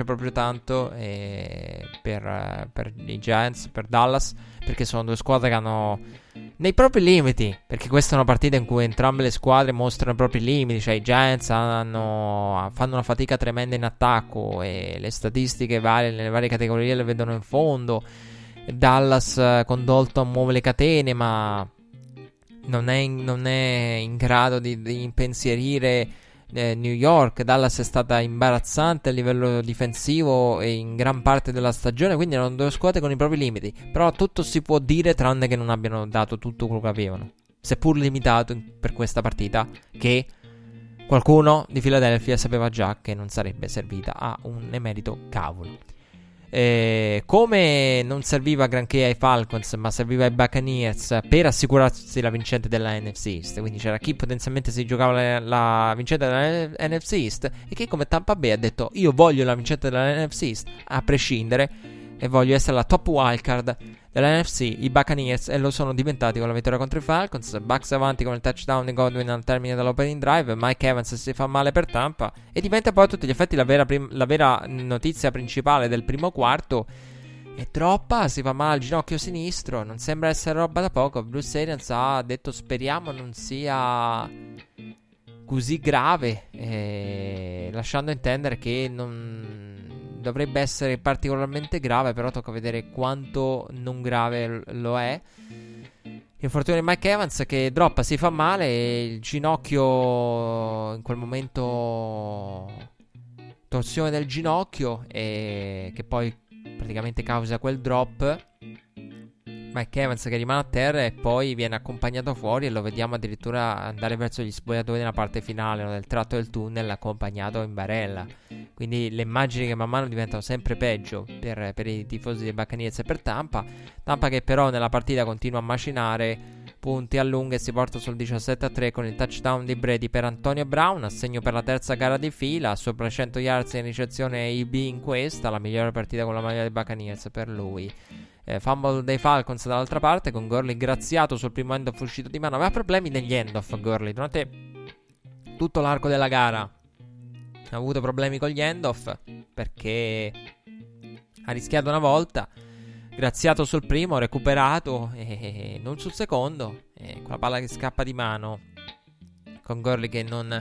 Per i Giants, per Dallas, perché sono due squadre che hanno nei propri limiti. Perché questa è una partita in cui entrambe le squadre mostrano i propri limiti. Cioè i Giants fanno una fatica tremenda in attacco e le statistiche nelle varie categorie le vedono in fondo. Dallas con Dalton muove le catene, ma non è in grado di impensierire New York. Dallas è stata imbarazzante a livello difensivo e in gran parte della stagione, quindi erano due squadre con i propri limiti. Però tutto si può dire tranne che non abbiano dato tutto quello che avevano, seppur limitato per questa partita, che qualcuno di Philadelphia sapeva già che non sarebbe servita a un emerito cavolo. Come non serviva granché ai Falcons, ma serviva ai Buccaneers per assicurarsi la vincente della NFC East. Quindi c'era chi potenzialmente si giocava la vincente della NFC East e chi come Tampa Bay ha detto: io voglio la vincente della NFC East a prescindere e voglio essere la top wildcard della NFC. I Buccaneers e lo sono diventati con la vittoria contro i Falcons. Bucks avanti con il touchdown di Godwin al termine dell'opening drive. Mike Evans si fa male per Tampa e diventa poi a tutti gli effetti la vera notizia principale del primo quarto. È troppa, si fa male al ginocchio sinistro, non sembra essere roba da poco. Bruce Arians ha detto speriamo non sia così grave, lasciando intendere che non dovrebbe essere particolarmente grave, però tocca vedere quanto non grave lo è. Infortunio di Mike Evans che droppa, si fa male e il ginocchio in quel momento, torsione del ginocchio, che poi praticamente causa quel drop. Mike Evans che rimane a terra e poi viene accompagnato fuori e lo vediamo addirittura andare verso gli spogliatoi nella parte finale, no, del tratto del tunnel, accompagnato in barella. Quindi le immagini che man mano diventano sempre peggio per i tifosi dei Buccaneers e per Tampa che però nella partita continua a macinare punti a lungo e si porta sul 17-3 con il touchdown di Brady per Antonio Brown, assegno per la terza gara di fila, sopra 100 yards in ricezione IB in questa, la migliore partita con la maglia dei Buccaneers per lui. Fumble dei Falcons dall'altra parte con Gurley graziato sul primo end-off uscito di mano. Aveva problemi negli end-off Gurley durante tutto l'arco della gara, ha avuto problemi con gli end-off perché ha rischiato una volta, graziato sul primo, recuperato e non sul secondo, con la palla che scappa di mano, con Gurley che non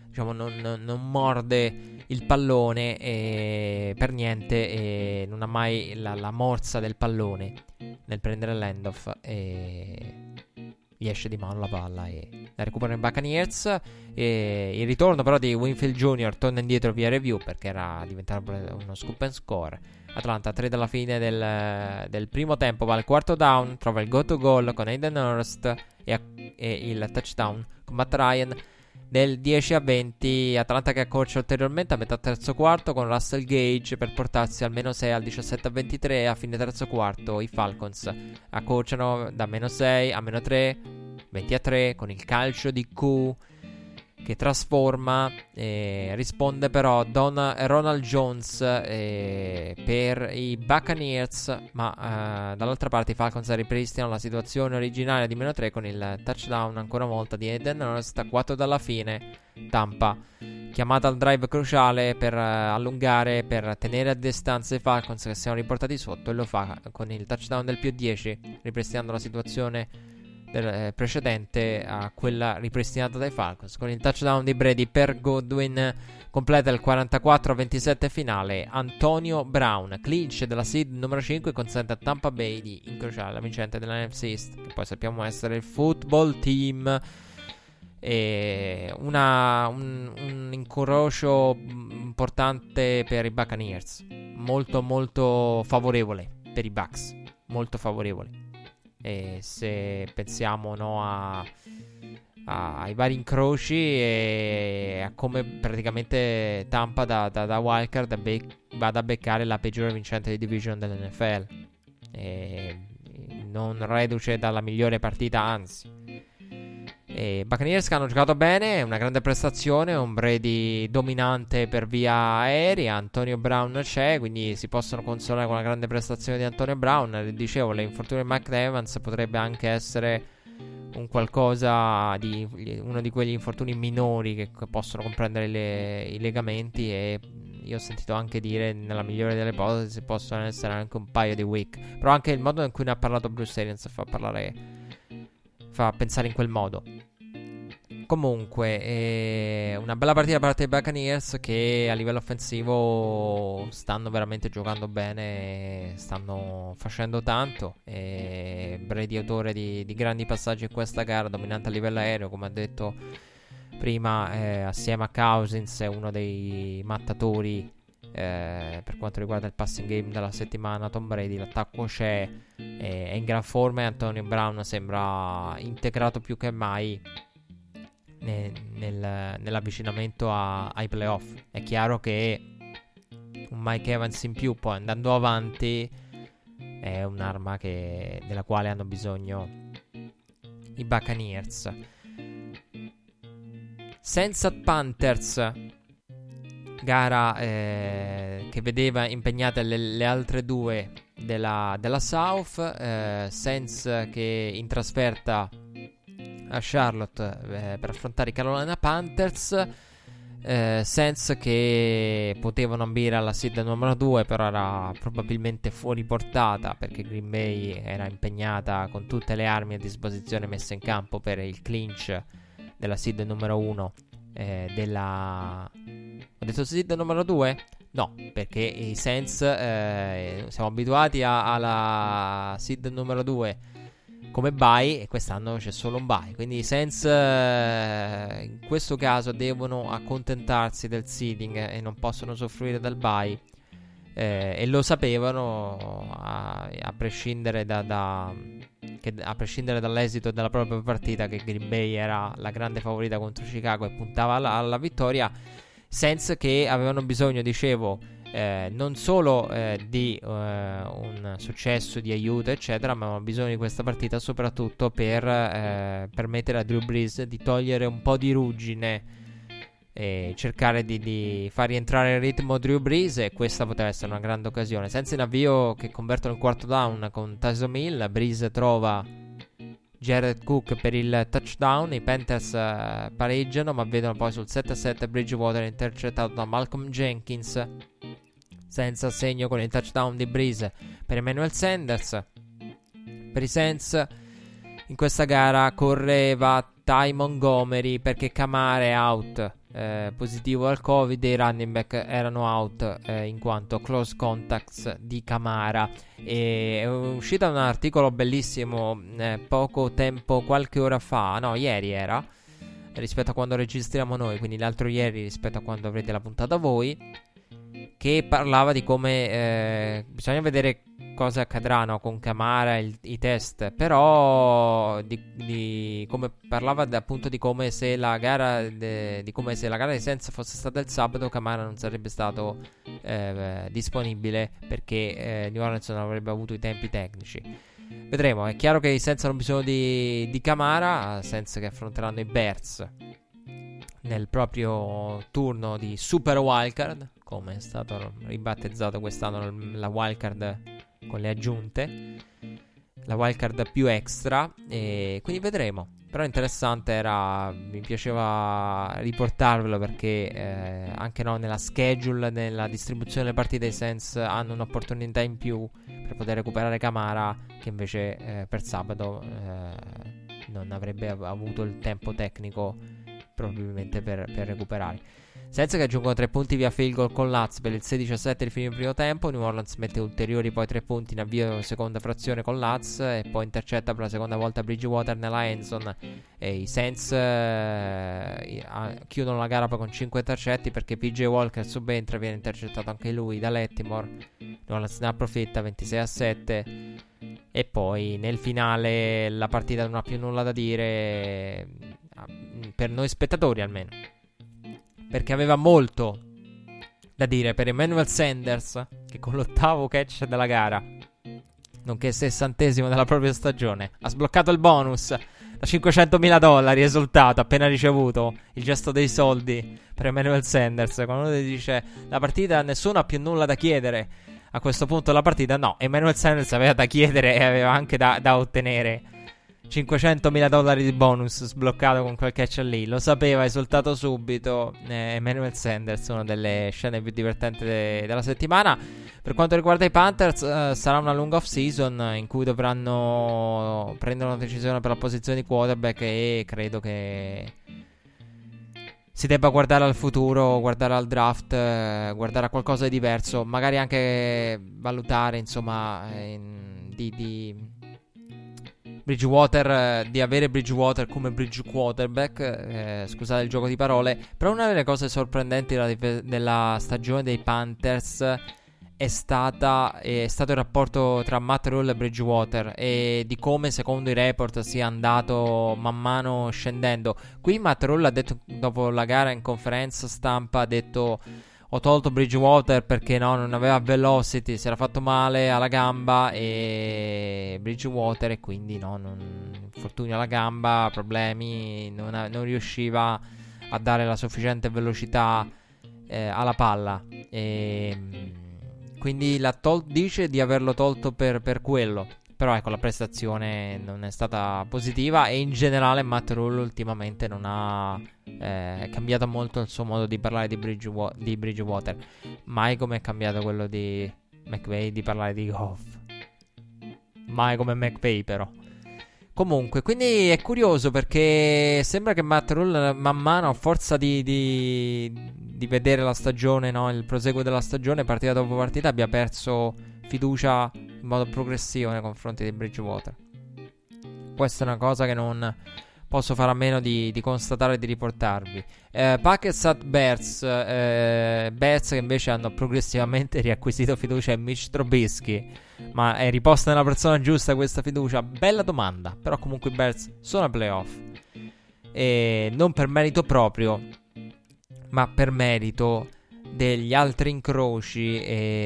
morde il pallone per niente e non ha mai la morsa del pallone nel prendere l'handoff e gli esce di mano la palla e la recupera in Buccaneers. Il ritorno però di Winfield Jr. torna indietro via review perché era diventato uno scoop and score. Atlanta 3 dalla fine del primo tempo, va al quarto down, trova il go to goal con Hayden Hurst e il touchdown con Matt Ryan del 10-20. Atlanta che accorcia ulteriormente a metà terzo quarto con Russell Gage per portarsi almeno 6 al 17-23. A fine terzo quarto i Falcons accorciano da meno 6 a meno 3, 20-3 con il calcio di Q che trasforma, risponde però Ronald Jones per i Buccaneers, ma dall'altra parte i Falcons ripristinano la situazione originaria di meno 3 con il touchdown ancora una volta di Hayden Hurst a 4 dalla fine. Tampa chiamata al drive cruciale per allungare, per tenere a distanza i Falcons che siano riportati sotto, e lo fa con il touchdown del più 10, ripristinando la situazione precedente a quella ripristinata dai Falcons. Con il touchdown di Brady per Godwin completa il 44-27 finale. Antonio Brown, clinch della seed numero 5, consente a Tampa Bay di incrociare la vincente della NFC East, che poi sappiamo essere il football team. E un incrocio importante per i Buccaneers, molto molto favorevole per i Bucks, molto favorevole. E se pensiamo ai vari incroci e a come praticamente Tampa da wildcard vada a beccare la peggiore vincente di division dell'NFL, non reduce dalla migliore partita, anzi. E Buccaneers che hanno giocato bene, una grande prestazione, un Brady dominante per via aerea, Antonio Brown c'è, quindi si possono consolare con la grande prestazione di Antonio Brown. Dicevo, l'infortunio di Mike Evans potrebbe anche essere un qualcosa di uno di quegli infortuni minori che possono comprendere i legamenti, e io ho sentito anche dire, nella migliore delle ipotesi, possono essere anche un paio di week. Però anche il modo in cui ne ha parlato Bruce Arians fa pensare in quel modo. Comunque una bella partita da parte dei Buccaneers, che a livello offensivo stanno veramente giocando bene, stanno facendo tanto, e Brady autore di grandi passaggi in questa gara, dominante a livello aereo, come ha detto prima, assieme a Cousins è uno dei mattatori per quanto riguarda il passing game della settimana. Tom Brady, l'attacco c'è, è in gran forma, e Antonio Brown sembra integrato più che mai nell'avvicinamento ai playoff. È chiaro che un Mike Evans in più, poi andando avanti, è un'arma della quale hanno bisogno i Buccaneers. Senza Panthers, gara che vedeva impegnate le altre due della South. Saints che in trasferta a Charlotte per affrontare i Carolina Panthers. Saints che potevano ambire alla seed numero 2, però era probabilmente fuori portata, perché Green Bay era impegnata con tutte le armi a disposizione messe in campo per il clinch della seed numero 1 Ho detto seed numero 2? No, perché i Saints siamo abituati alla seed numero 2 come bye, e quest'anno c'è solo un bye, quindi i Saints in questo caso devono accontentarsi del seeding e non possono soffrire dal bye, e lo sapevano, a prescindere a prescindere dall'esito della propria partita, che Green Bay era la grande favorita contro Chicago e puntava alla vittoria. Saints che avevano bisogno, dicevo, non solo di un successo di aiuto eccetera, ma avevano bisogno di questa partita soprattutto per permettere a Drew Brees di togliere un po' di ruggine e cercare di far rientrare il ritmo Drew Brees, e questa poteva essere una grande occasione. Senza in avvio che convertono il quarto down con Taysom Hill, Brees trova Jared Cook per il touchdown, i Panthers pareggiano, ma vedono poi sul 7-7 Bridgewater intercettato da Malcolm Jenkins, senza segno con il touchdown di Brees per Emmanuel Sanders. Per i Saints in questa gara correva Ty Montgomery perché Kamara è out, positivo al Covid, e i running back erano out in quanto close contacts di Kamara. E è uscito un articolo bellissimo qualche ora fa, no, ieri era, rispetto a quando registriamo noi, quindi l'altro ieri rispetto a quando avrete la puntata voi, che parlava di come bisogna vedere cosa accadranno con Kamara, i test, però di come parlava appunto di come se la gara di Saints fosse stata il sabato, Kamara non sarebbe stato disponibile perché New Orleans non avrebbe avuto i tempi tecnici. Vedremo. È chiaro che i Saints hanno bisogno di Kamara, Saints che affronteranno i Bears nel proprio turno di Super Wildcard, come è stato ribattezzato quest'anno, la Wildcard con le aggiunte, la wildcard più extra, e quindi vedremo. Però interessante mi piaceva riportarvelo perché anche nella schedule, nella distribuzione delle partite, i Saints hanno un'opportunità in più per poter recuperare Kamara, che invece per sabato non avrebbe avuto il tempo tecnico probabilmente per recuperare. Senza che aggiungono 3 punti via field goal con Lutz per il 16-7 di fine del primo tempo. New Orleans mette ulteriori poi 3 punti in avvio seconda frazione con Lutz, e poi intercetta per la seconda volta Bridgewater nella endzone, e i Saints chiudono la gara poi con 5 intercetti perché PJ Walker subentra, viene intercettato anche lui da Lattimore. New Orleans ne approfitta, 26-7, e poi nel finale la partita non ha più nulla da dire, per noi spettatori almeno, perché aveva molto da dire per Emmanuel Sanders, che con l'8º catch della gara, nonché 60° della propria stagione, ha sbloccato il bonus da $500.000 è esultato appena ricevuto il gesto dei soldi per Emmanuel Sanders. Quando uno dice la partita, nessuno ha più nulla da chiedere a questo punto della partita, no, Emmanuel Sanders aveva da chiedere e aveva anche da ottenere $500.000 di bonus sbloccato con quel catch lì. Lo sapeva, ha esultato subito. Emmanuel Sanders, una delle scene più divertenti della settimana. Per quanto riguarda i Panthers, sarà una lunga off-season in cui dovranno prendere una decisione per la posizione di quarterback, e credo che si debba guardare al futuro, guardare al draft, guardare a qualcosa di diverso, magari anche valutare, insomma, di Bridgewater, di avere Bridgewater come bridge quarterback, scusate il gioco di parole. Però una delle cose sorprendenti della stagione dei Panthers è stato il rapporto tra Matt Rhule e Bridgewater, e di come secondo i report sia andato man mano scendendo. Qui Matt Rhule ha detto, dopo la gara in conferenza stampa, ha detto: ho tolto Bridgewater perché non aveva velocity, si era fatto male alla gamba, e Bridgewater, e quindi infortunio alla gamba, problemi, non riusciva a dare la sufficiente velocità alla palla, e quindi dice di averlo tolto per quello. Però ecco, la prestazione non è stata positiva, e in generale Matt Rhule ultimamente non ha cambiato molto il suo modo di parlare di Bridgewater. Mai come è cambiato quello di McVay di parlare di Goff. Mai come McVay, però. Comunque, quindi è curioso, perché sembra che Matt Rhule man mano, a forza di vedere la stagione, no, il proseguo della stagione, partita dopo partita, abbia perso fiducia in modo progressivo nei confronti di Bridgewater. Questa è una cosa che non posso fare a meno di constatare e di riportarvi. Packers at Bears, Bears che invece hanno progressivamente riacquisito fiducia in Mitch Trubisky. Ma è riposta nella persona giusta questa fiducia? Bella domanda. Però comunque i Bears sono ai playoff, e non per merito proprio, ma per merito degli altri incroci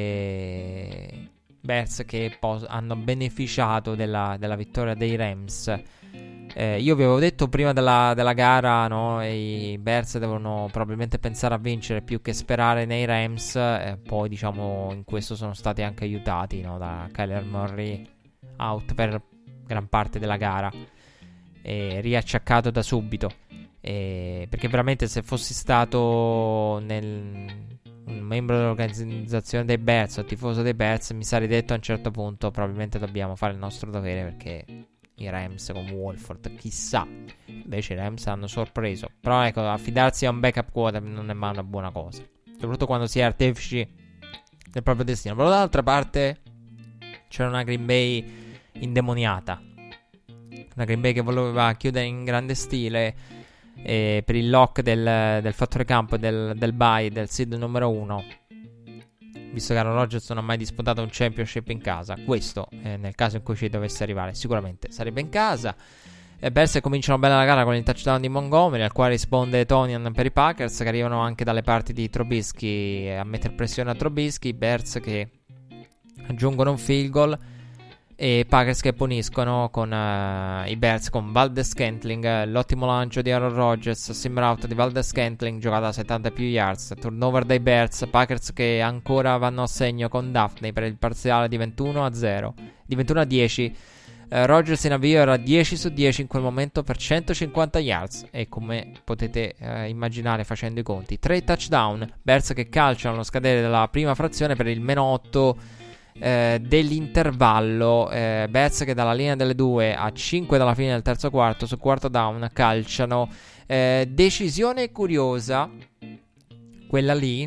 e Bears che hanno beneficiato della vittoria dei Rams. Io vi avevo detto prima della gara, no, i Bears devono probabilmente pensare a vincere più che sperare nei Rams. Poi diciamo in questo sono stati anche aiutati, no, da Kyler Murray out per gran parte della gara, riacciaccato da subito, perché veramente se fossi stato un membro dell'organizzazione dei Bears o tifoso dei Bears, mi sarei detto a un certo punto probabilmente dobbiamo fare il nostro dovere, perché i Rams con Wolford, chissà. Invece i Rams hanno sorpreso. Però ecco, affidarsi a un backup quarterback non è mai una buona cosa, soprattutto quando si è artefici del proprio destino. Però dall'altra parte c'era una Green Bay indemoniata, una Green Bay che voleva chiudere in grande stile, per il lock del fattore campo, del bye, del seed numero 1, visto che Aaron Rodgers non ha mai disputato un championship in casa. Questo, nel caso in cui ci dovesse arrivare, sicuramente sarebbe in casa. Bears cominciano bene la gara con il touchdown di Montgomery, al quale risponde Tonyan per i Packers, che arrivano anche dalle parti di Trubisky a mettere pressione a Trubisky. Bears che aggiungono un field goal, e Packers che puniscono con i Bears con Valdes-Scantling, l'ottimo lancio di Aaron Rodgers, sim route di Valdes-Scantling, giocata a 70 più yards, turnover dai Bears. Packers che ancora vanno a segno con Daphne per il parziale di 21-0, di 21-10. Rodgers in avvio era 10 su 10 in quel momento per 150 yards, e come potete immaginare facendo i conti, 3 touchdown. Bears che calciano allo scadere della prima frazione per il -8 dell'intervallo. Bears che dalla linea delle 2 a 5 dalla fine del terzo quarto, su quarto down, calciano. Decisione curiosa quella lì,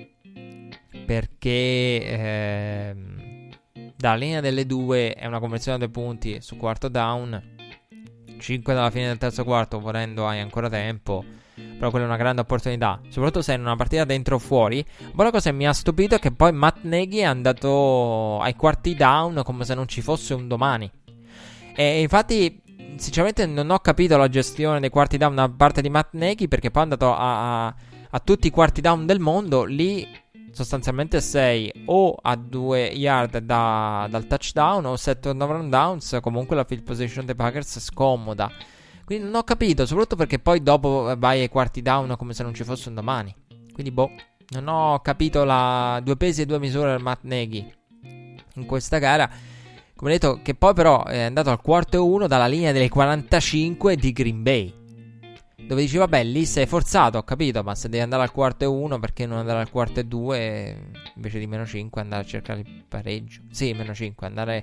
perché dalla linea delle 2 è una conversione a 2 punti su quarto down, 5 dalla fine del terzo quarto, volendo hai ancora tempo, però quella è una grande opportunità, soprattutto se è in una partita dentro o fuori. Ma la cosa che mi ha stupito è che poi Matt Nagy è andato ai quarti down come se non ci fosse un domani, e infatti sinceramente non ho capito la gestione dei quarti down da parte di Matt Nagy, perché poi è andato a tutti i quarti down del mondo. Lì sostanzialmente sei o a 2 yard dal touchdown, o se turnover on downs, comunque la field position dei Packers è scomoda. Quindi non ho capito, soprattutto perché poi dopo vai ai quarti down come se non ci fosse un domani. Quindi non ho capito la due pesi e due misure del Matt Nagy in questa gara. Come detto, che poi però è andato al quarto e uno dalla linea delle 45 di Green Bay, dove dici vabbè, lì sei forzato, ho capito, ma se devi andare al quarto e uno, perché non andare al quarto e due invece di meno 5 andare a cercare il pareggio? Sì, meno 5, andare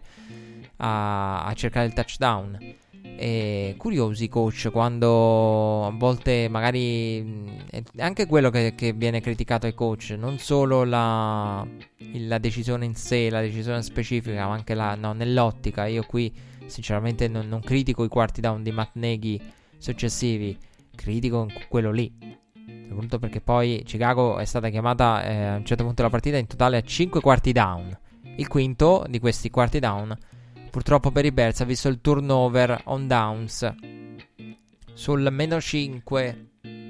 a cercare il touchdown. E curiosi coach, quando a volte magari anche quello che viene criticato ai coach, non solo la decisione in sé, la decisione specifica, ma anche nell'ottica. Io qui sinceramente non critico i quarti down di Matt Nagy successivi, critico quello lì, soprattutto perché poi Chicago è stata chiamata a un certo punto della partita in totale a 5 quarti down. Il quinto di questi quarti down, purtroppo per i Bears, ha visto il turnover on downs sul meno 5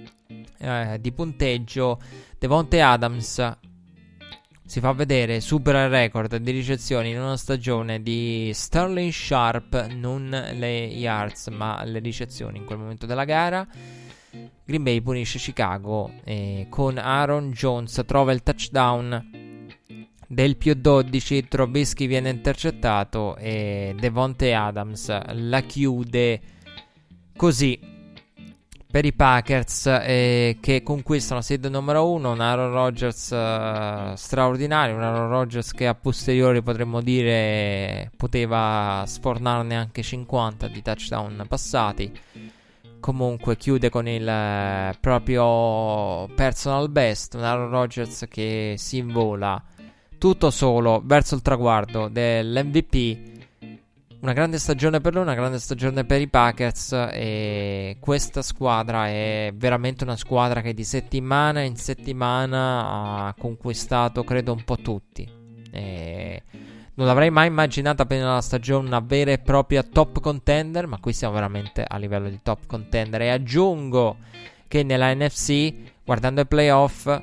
di punteggio. Devontae Adams si fa vedere, supera il record di ricezioni in una stagione di Sterling Sharp, non le yards ma le ricezioni in quel momento della gara. Green Bay punisce Chicago con Aaron Jones, trova il touchdown del più 12, Trubisky viene intercettato e Devontae Adams la chiude così per i Packers, che conquistano seed numero 1. Un Aaron Rodgers straordinario, un Aaron Rodgers che a posteriori potremmo dire poteva sfornarne anche 50 di touchdown passati. Comunque chiude con il proprio personal best, un Aaron Rodgers che si invola tutto solo verso il traguardo dell'MVP. Una grande stagione per lui, una grande stagione per i Packers, e questa squadra è veramente una squadra che di settimana in settimana ha conquistato credo un po' tutti. Non l'avrei mai immaginata appena la stagione una vera e propria top contender, ma qui siamo veramente a livello di top contender. E aggiungo che nella NFC, guardando i playoff,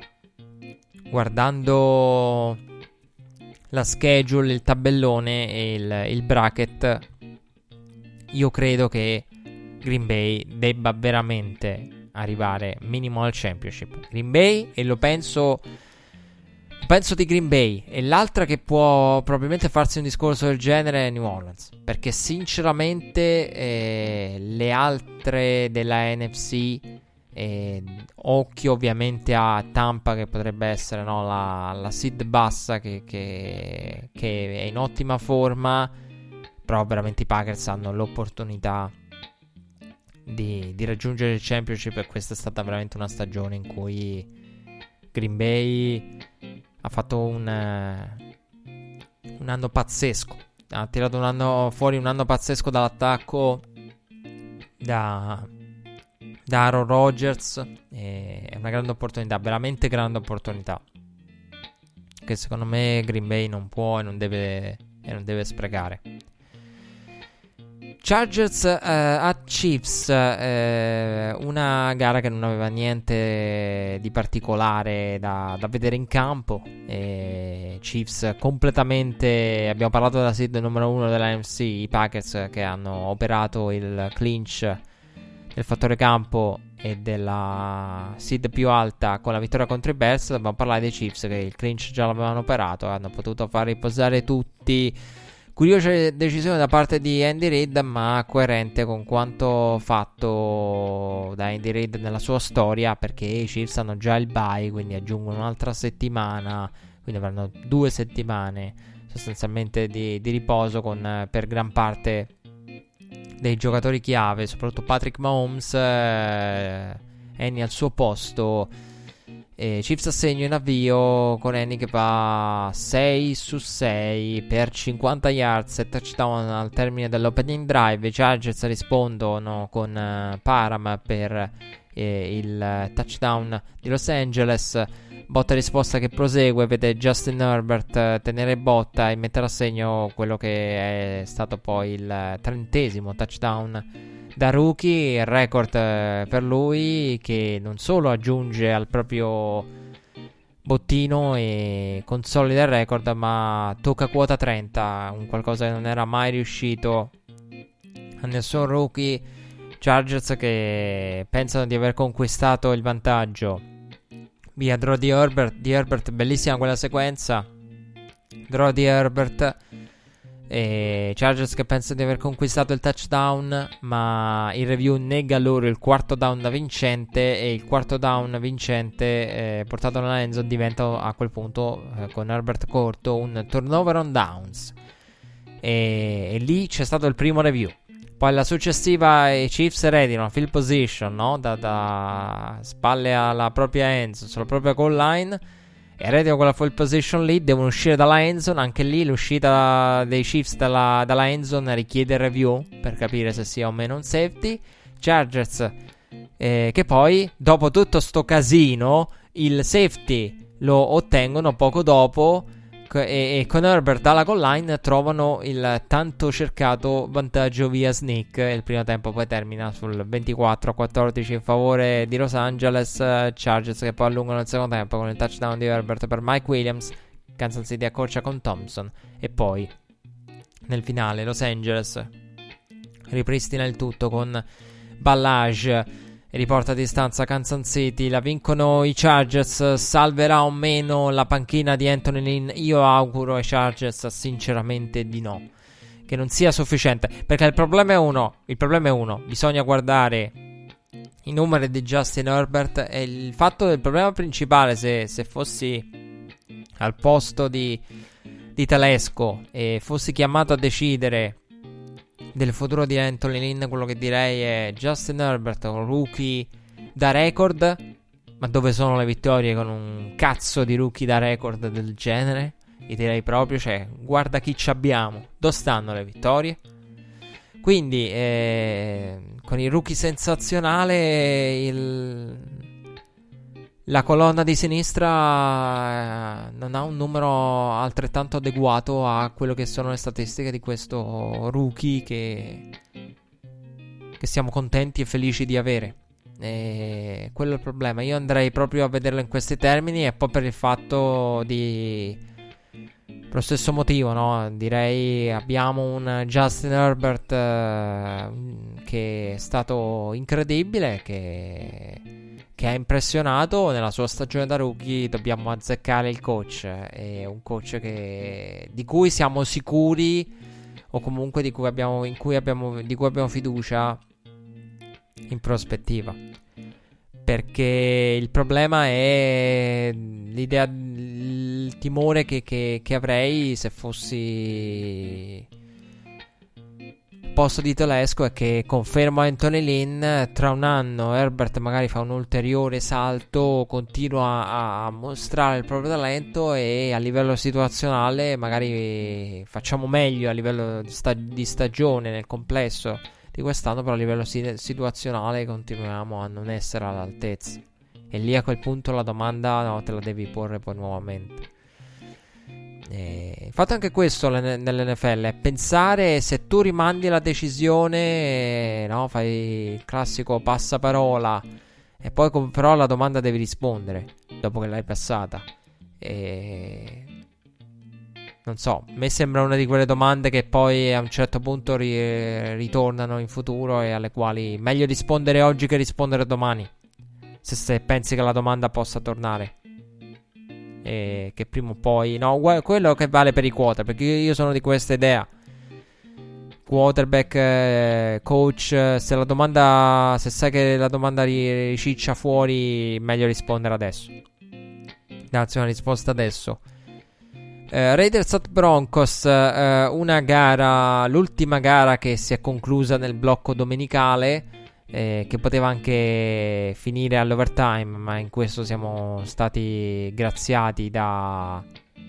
guardando la schedule, il tabellone e il bracket, io credo che Green Bay debba veramente arrivare minimo al championship. Green Bay, e lo penso di Green Bay, e l'altra che può probabilmente farsi un discorso del genere è New Orleans, perché sinceramente le altre della NFC, occhio ovviamente a Tampa, che potrebbe essere la seed bassa che è in ottima forma, però veramente i Packers hanno l'opportunità di raggiungere il championship, e questa è stata veramente una stagione in cui Green Bay ha fatto un anno pazzesco, ha tirato fuori un anno pazzesco dall'attacco da Aaron Rodgers. È una grande opportunità, veramente grande opportunità, che secondo me Green Bay non può e non deve sprecare. Chargers a Chiefs, una gara che non aveva niente di particolare da vedere in campo. Chiefs completamente, abbiamo parlato della seed numero 1 della NFC, i Packers che hanno operato il clinch del fattore campo e della seed più alta con la vittoria contro i Bears. Dobbiamo parlare dei Chiefs che il clinch già l'avevano operato, hanno potuto far riposare tutti. Curiosa decisione da parte di Andy Reid, ma coerente con quanto fatto da Andy Reid nella sua storia, perché i Chiefs hanno già il bye, quindi aggiungono un'altra settimana, quindi avranno 2 settimane sostanzialmente di riposo per gran parte dei giocatori chiave, soprattutto Patrick Mahomes, Andy al suo posto. Chiefs a segno in avvio con Andy che va 6 su 6 per 50 yards e touchdown al termine dell'opening drive. I Chargers rispondono con Parham per il touchdown di Los Angeles. Botta e risposta che prosegue, vede Justin Herbert tenere botta e mettere a segno quello che è stato poi il 30° touchdown da rookie, il record per lui, che non solo aggiunge al proprio bottino e consolida il record, ma tocca quota 30, un qualcosa che non era mai riuscito a nessun rookie Chargers che pensano di aver conquistato il vantaggio via draw di Herbert, bellissima quella sequenza, draw di Herbert, e Chargers che pensano di aver conquistato il touchdown, ma il review nega loro il quarto down vincente, e il quarto down vincente portato nella end zone diventa a quel punto, con Herbert corto, un turnover on downs, e lì c'è stato il primo review. Poi la successiva i Chiefs readyno field position, no? Da spalle alla propria end zone, sulla propria goal line, e readyno quella field position lì, devono uscire dalla end zone. Anche lì l'uscita dei Chiefs dalla end zone richiede il review per capire se sia o meno un safety. Chargers che poi, dopo tutto sto casino, il safety lo ottengono poco dopo, e con Herbert dalla goal line trovano il tanto cercato vantaggio via sneak. Il primo tempo poi termina sul 24-14 in favore di Los Angeles Chargers, che poi allungano il secondo tempo con il touchdown di Herbert per Mike Williams. Kansas City accorcia con Thompson, e poi nel finale Los Angeles ripristina il tutto con Ballage e riporta a distanza Kansas City. La vincono i Chargers. Salverà o meno la panchina di Anthony Lynn? Io auguro ai Chargers sinceramente di no, che non sia sufficiente, perché il problema è uno, bisogna guardare i numeri di Justin Herbert, e il fatto del problema principale, se fossi al posto di Telesco e fossi chiamato a decidere del futuro di Anthony Lynn, quello che direi è: Justin Herbert, un rookie da record, ma dove sono le vittorie con un cazzo di rookie da record del genere? Io direi proprio, cioè, guarda chi ci abbiamo, dove stanno le vittorie? Quindi con il rookie sensazionale la colonna di sinistra non ha un numero altrettanto adeguato a quello che sono le statistiche di questo rookie che siamo contenti e felici di avere. E quello è il problema. Io andrei proprio a vederlo in questi termini, e poi per il fatto per lo stesso motivo, no? Direi abbiamo un Justin Herbert che è stato incredibile, che ha impressionato nella sua stagione da rookie. Dobbiamo azzeccare il coach, è un coach di cui siamo sicuri, o comunque di cui abbiamo fiducia in prospettiva, perché il problema è il timore che avrei se fossi posto di Telesco, è che confermo Anthony Lynn, tra un anno Herbert magari fa un ulteriore salto, continua a mostrare il proprio talento, e a livello situazionale magari facciamo meglio a livello di stagione nel complesso di quest'anno, però a livello situazionale continuiamo a non essere all'altezza, e lì a quel punto la domanda te la devi porre poi nuovamente. Fatto anche questo nell'NFL è pensare, se tu rimandi la decisione, no, fai il classico passaparola, e poi però la domanda devi rispondere dopo che l'hai passata. Non so, a me sembra una di quelle domande che poi a un certo punto ritornano in futuro, e alle quali meglio rispondere oggi che rispondere domani, se pensi che la domanda possa tornare. E che prima o poi, no, quello che vale per i quarterback, perché io sono di questa idea: quarterback, coach, se sai che la domanda riciccia fuori, meglio rispondere adesso, darsi una risposta adesso. Raiders at Broncos, una gara, l'ultima gara che si è conclusa nel blocco domenicale, che poteva anche finire all'overtime, ma in questo siamo stati graziati da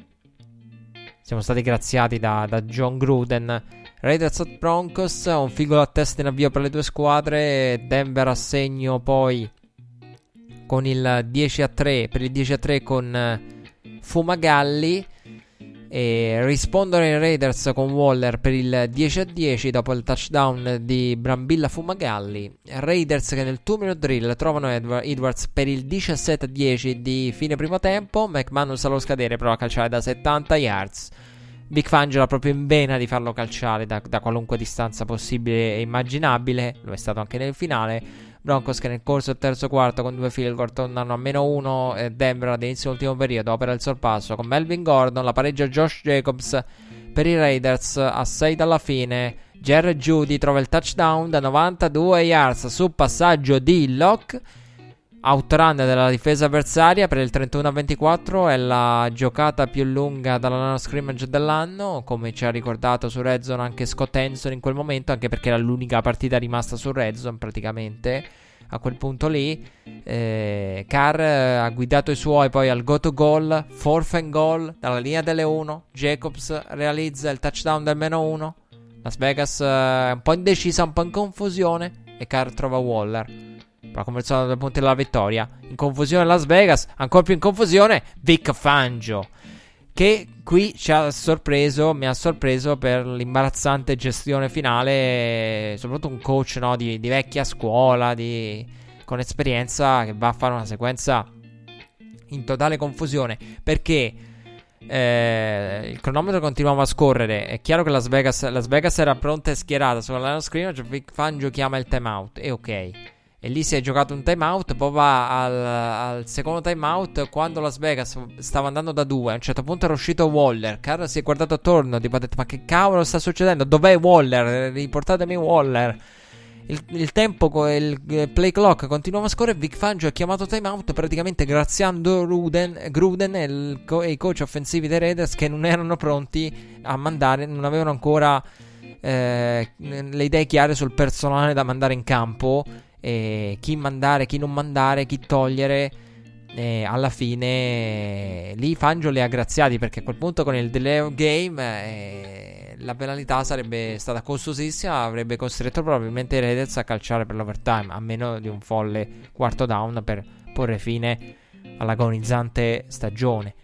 John Gruden. Raiders at Broncos, un field goal a testa in avvio per le due squadre. Denver a segno poi con il 10-3, per il 10-3 con Fumagalli, e rispondono i Raiders con Waller per il 10-10 dopo il touchdown di Brambilla Fumagalli. Raiders che nel 2-minute drill trovano Edwards per il 17-10 di fine primo tempo. McManus allo scadere prova a calciare da 70 yards. Vic Fangio era proprio in vena di farlo calciare da qualunque distanza possibile e immaginabile. Lo è stato anche nel finale. Broncos che nel corso del terzo quarto con 2 field goal tornano a -1. Denver ad inizio dell'ultimo periodo opera il sorpasso con Melvin Gordon, la pareggia Josh Jacobs per i Raiders a 6 dalla fine. Jerry Jeudy trova il touchdown da 92 yards su passaggio di Locke. Outrun della difesa avversaria per il 31-24. È la giocata più lunga dalla line of scrimmage dell'anno, come ci ha ricordato su Red Zone anche Scott Henson in quel momento, anche perché era l'unica partita rimasta su Red Zone praticamente a quel punto lì. Carr ha guidato i suoi poi al go to goal, 4th and goal dalla linea delle 1. Jacobs realizza il touchdown del -1. Las Vegas è un po' indecisa, un po' in confusione, e Carr trova Waller. La conversione dai punti della vittoria. In confusione Las Vegas, ancora più in confusione Vic Fangio, che qui mi ha sorpreso per l'imbarazzante gestione finale. Soprattutto un coach, no, di vecchia scuola, con esperienza, che va a fare una sequenza in totale confusione, perché il cronometro continuava a scorrere. È chiaro che Las Vegas era pronta e schierata sulla line of scrimmage. Vic Fangio chiama il timeout e ok, e lì si è giocato un timeout. Poi va al secondo timeout, quando Las Vegas stava andando da 2. A un certo punto era uscito Waller. Carr si è guardato attorno, tipo ha detto: ma che cavolo sta succedendo? Dov'è Waller? Riportatemi Waller. Il tempo, il play clock continuava a scorrere. Vic Fangio ha chiamato timeout, praticamente graziando Gruden e i coach offensivi dei Raiders, che non erano pronti a mandare, non avevano ancora le idee chiare sul personale da mandare in campo. Chi mandare, chi non mandare, chi togliere. Alla fine lì Fangio li ha graziati, perché a quel punto con il delay of game la penalità sarebbe stata costosissima, avrebbe costretto probabilmente i Raiders a calciare per l'overtime, a meno di un folle quarto down per porre fine all'agonizzante stagione.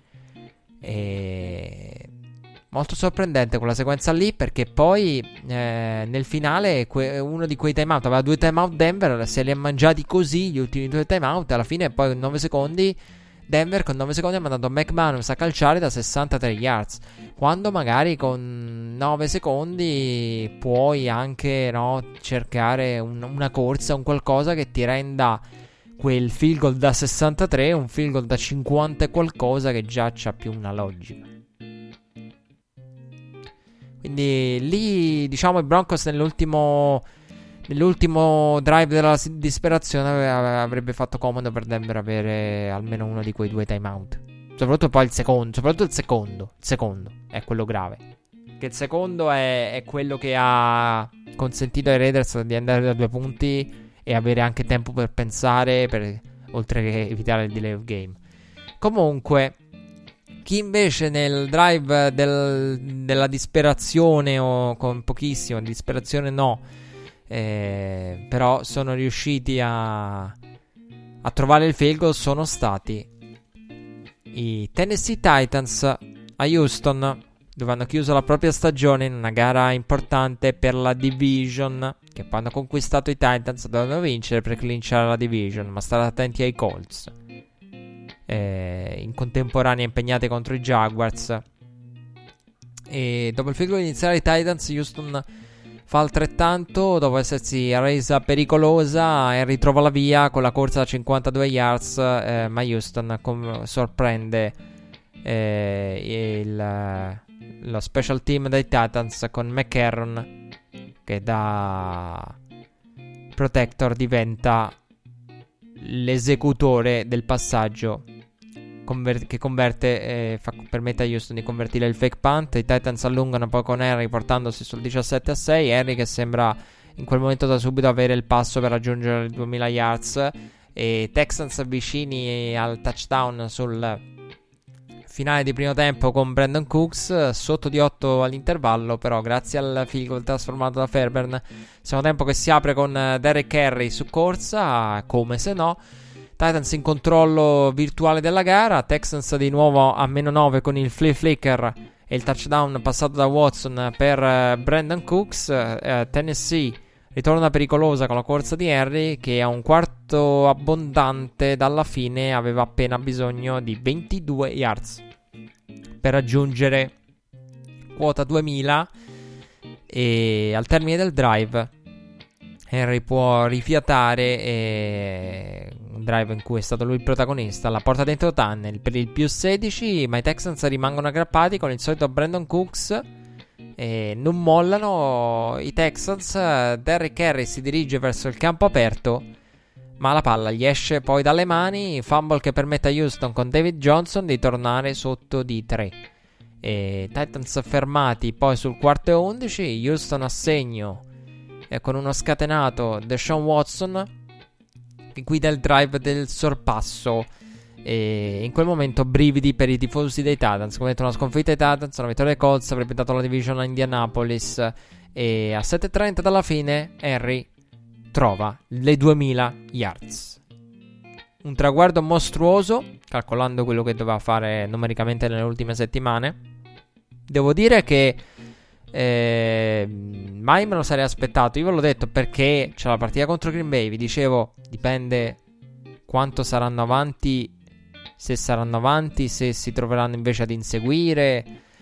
Molto sorprendente quella sequenza lì, perché poi nel finale uno di quei timeout aveva 2 timeout. Denver se li ha mangiati così gli ultimi 2 timeout. Alla fine poi con 9 secondi Denver con 9 secondi ha mandato McManus a calciare da 63 yards, quando magari con 9 secondi puoi anche, no, cercare una corsa, un qualcosa che ti renda quel field goal da 63 un field goal da 50 e qualcosa, che già c'ha più una logica. Quindi lì, diciamo, i Broncos nell'ultimo drive della disperazione avrebbe fatto comodo per Denver avere almeno uno di quei 2 timeout. Soprattutto poi il secondo è quello grave, che il secondo è quello che ha consentito ai Raiders di andare da 2 punti e avere anche tempo per pensare, oltre che evitare il delay of game. Comunque, chi invece nel drive della disperazione, o con pochissimo disperazione no, però sono riusciti a trovare il field goal, sono stati i Tennessee Titans a Houston, dove hanno chiuso la propria stagione in una gara importante per la division, che poi hanno conquistato i Titans, dovevano vincere per clinciare la division, ma state attenti ai Colts, in contemporanea impegnate contro i Jaguars. E dopo il field goal iniziale i Titans, Houston fa altrettanto. Dopo essersi resa pericolosa e ritrova la via con la corsa da 52 yards, ma Houston sorprende lo special team dei Titans con McCarron, che da protector diventa l'esecutore del passaggio che permette a Houston di convertire il fake punt. I Titans allungano poi con Henry, portandosi sul 17-6. Henry che sembra in quel momento da subito avere il passo per raggiungere i 2000 yards, e Texans vicini al touchdown sul finale di primo tempo con Brandon Cooks, sotto di 8 all'intervallo, però grazie al field goal trasformato da Fairbairn, secondo tempo che si apre con Derek Henry su corsa, come se no. Titans in controllo virtuale della gara. Texans di nuovo a -9 con il flea flicker e il touchdown passato da Watson per Brandon Cooks. Tennessee ritorna pericolosa con la corsa di Henry, che a un quarto abbondante dalla fine aveva appena bisogno di 22 yards per raggiungere quota 2000 e al termine del drive Henry può rifiatare un drive in cui è stato lui il protagonista, la porta dentro tunnel per il più 16, ma i Texans rimangono aggrappati con il solito Brandon Cooks e non mollano i Texans. Derrick Henry si dirige verso il campo aperto, ma la palla gli esce poi dalle mani, fumble che permette a Houston con David Johnson di tornare sotto di 3. Titans fermati poi sul 4-11, Houston a segno con uno scatenato Deshaun Watson che guida il drive del sorpasso, e in quel momento brividi per i tifosi dei Titans. Come detto, una sconfitta dei Titans, una vittoria dei Colts avrebbe dato la division a Indianapolis, e a 7:30 dalla fine Henry trova le 2000 yards, un traguardo mostruoso calcolando quello che doveva fare numericamente nelle ultime settimane. Devo dire che mai me lo sarei aspettato. Io ve l'ho detto, perché c'è la partita contro Green Bay. Vi dicevo, dipende quanto saranno avanti, se saranno avanti, se si troveranno invece ad inseguire.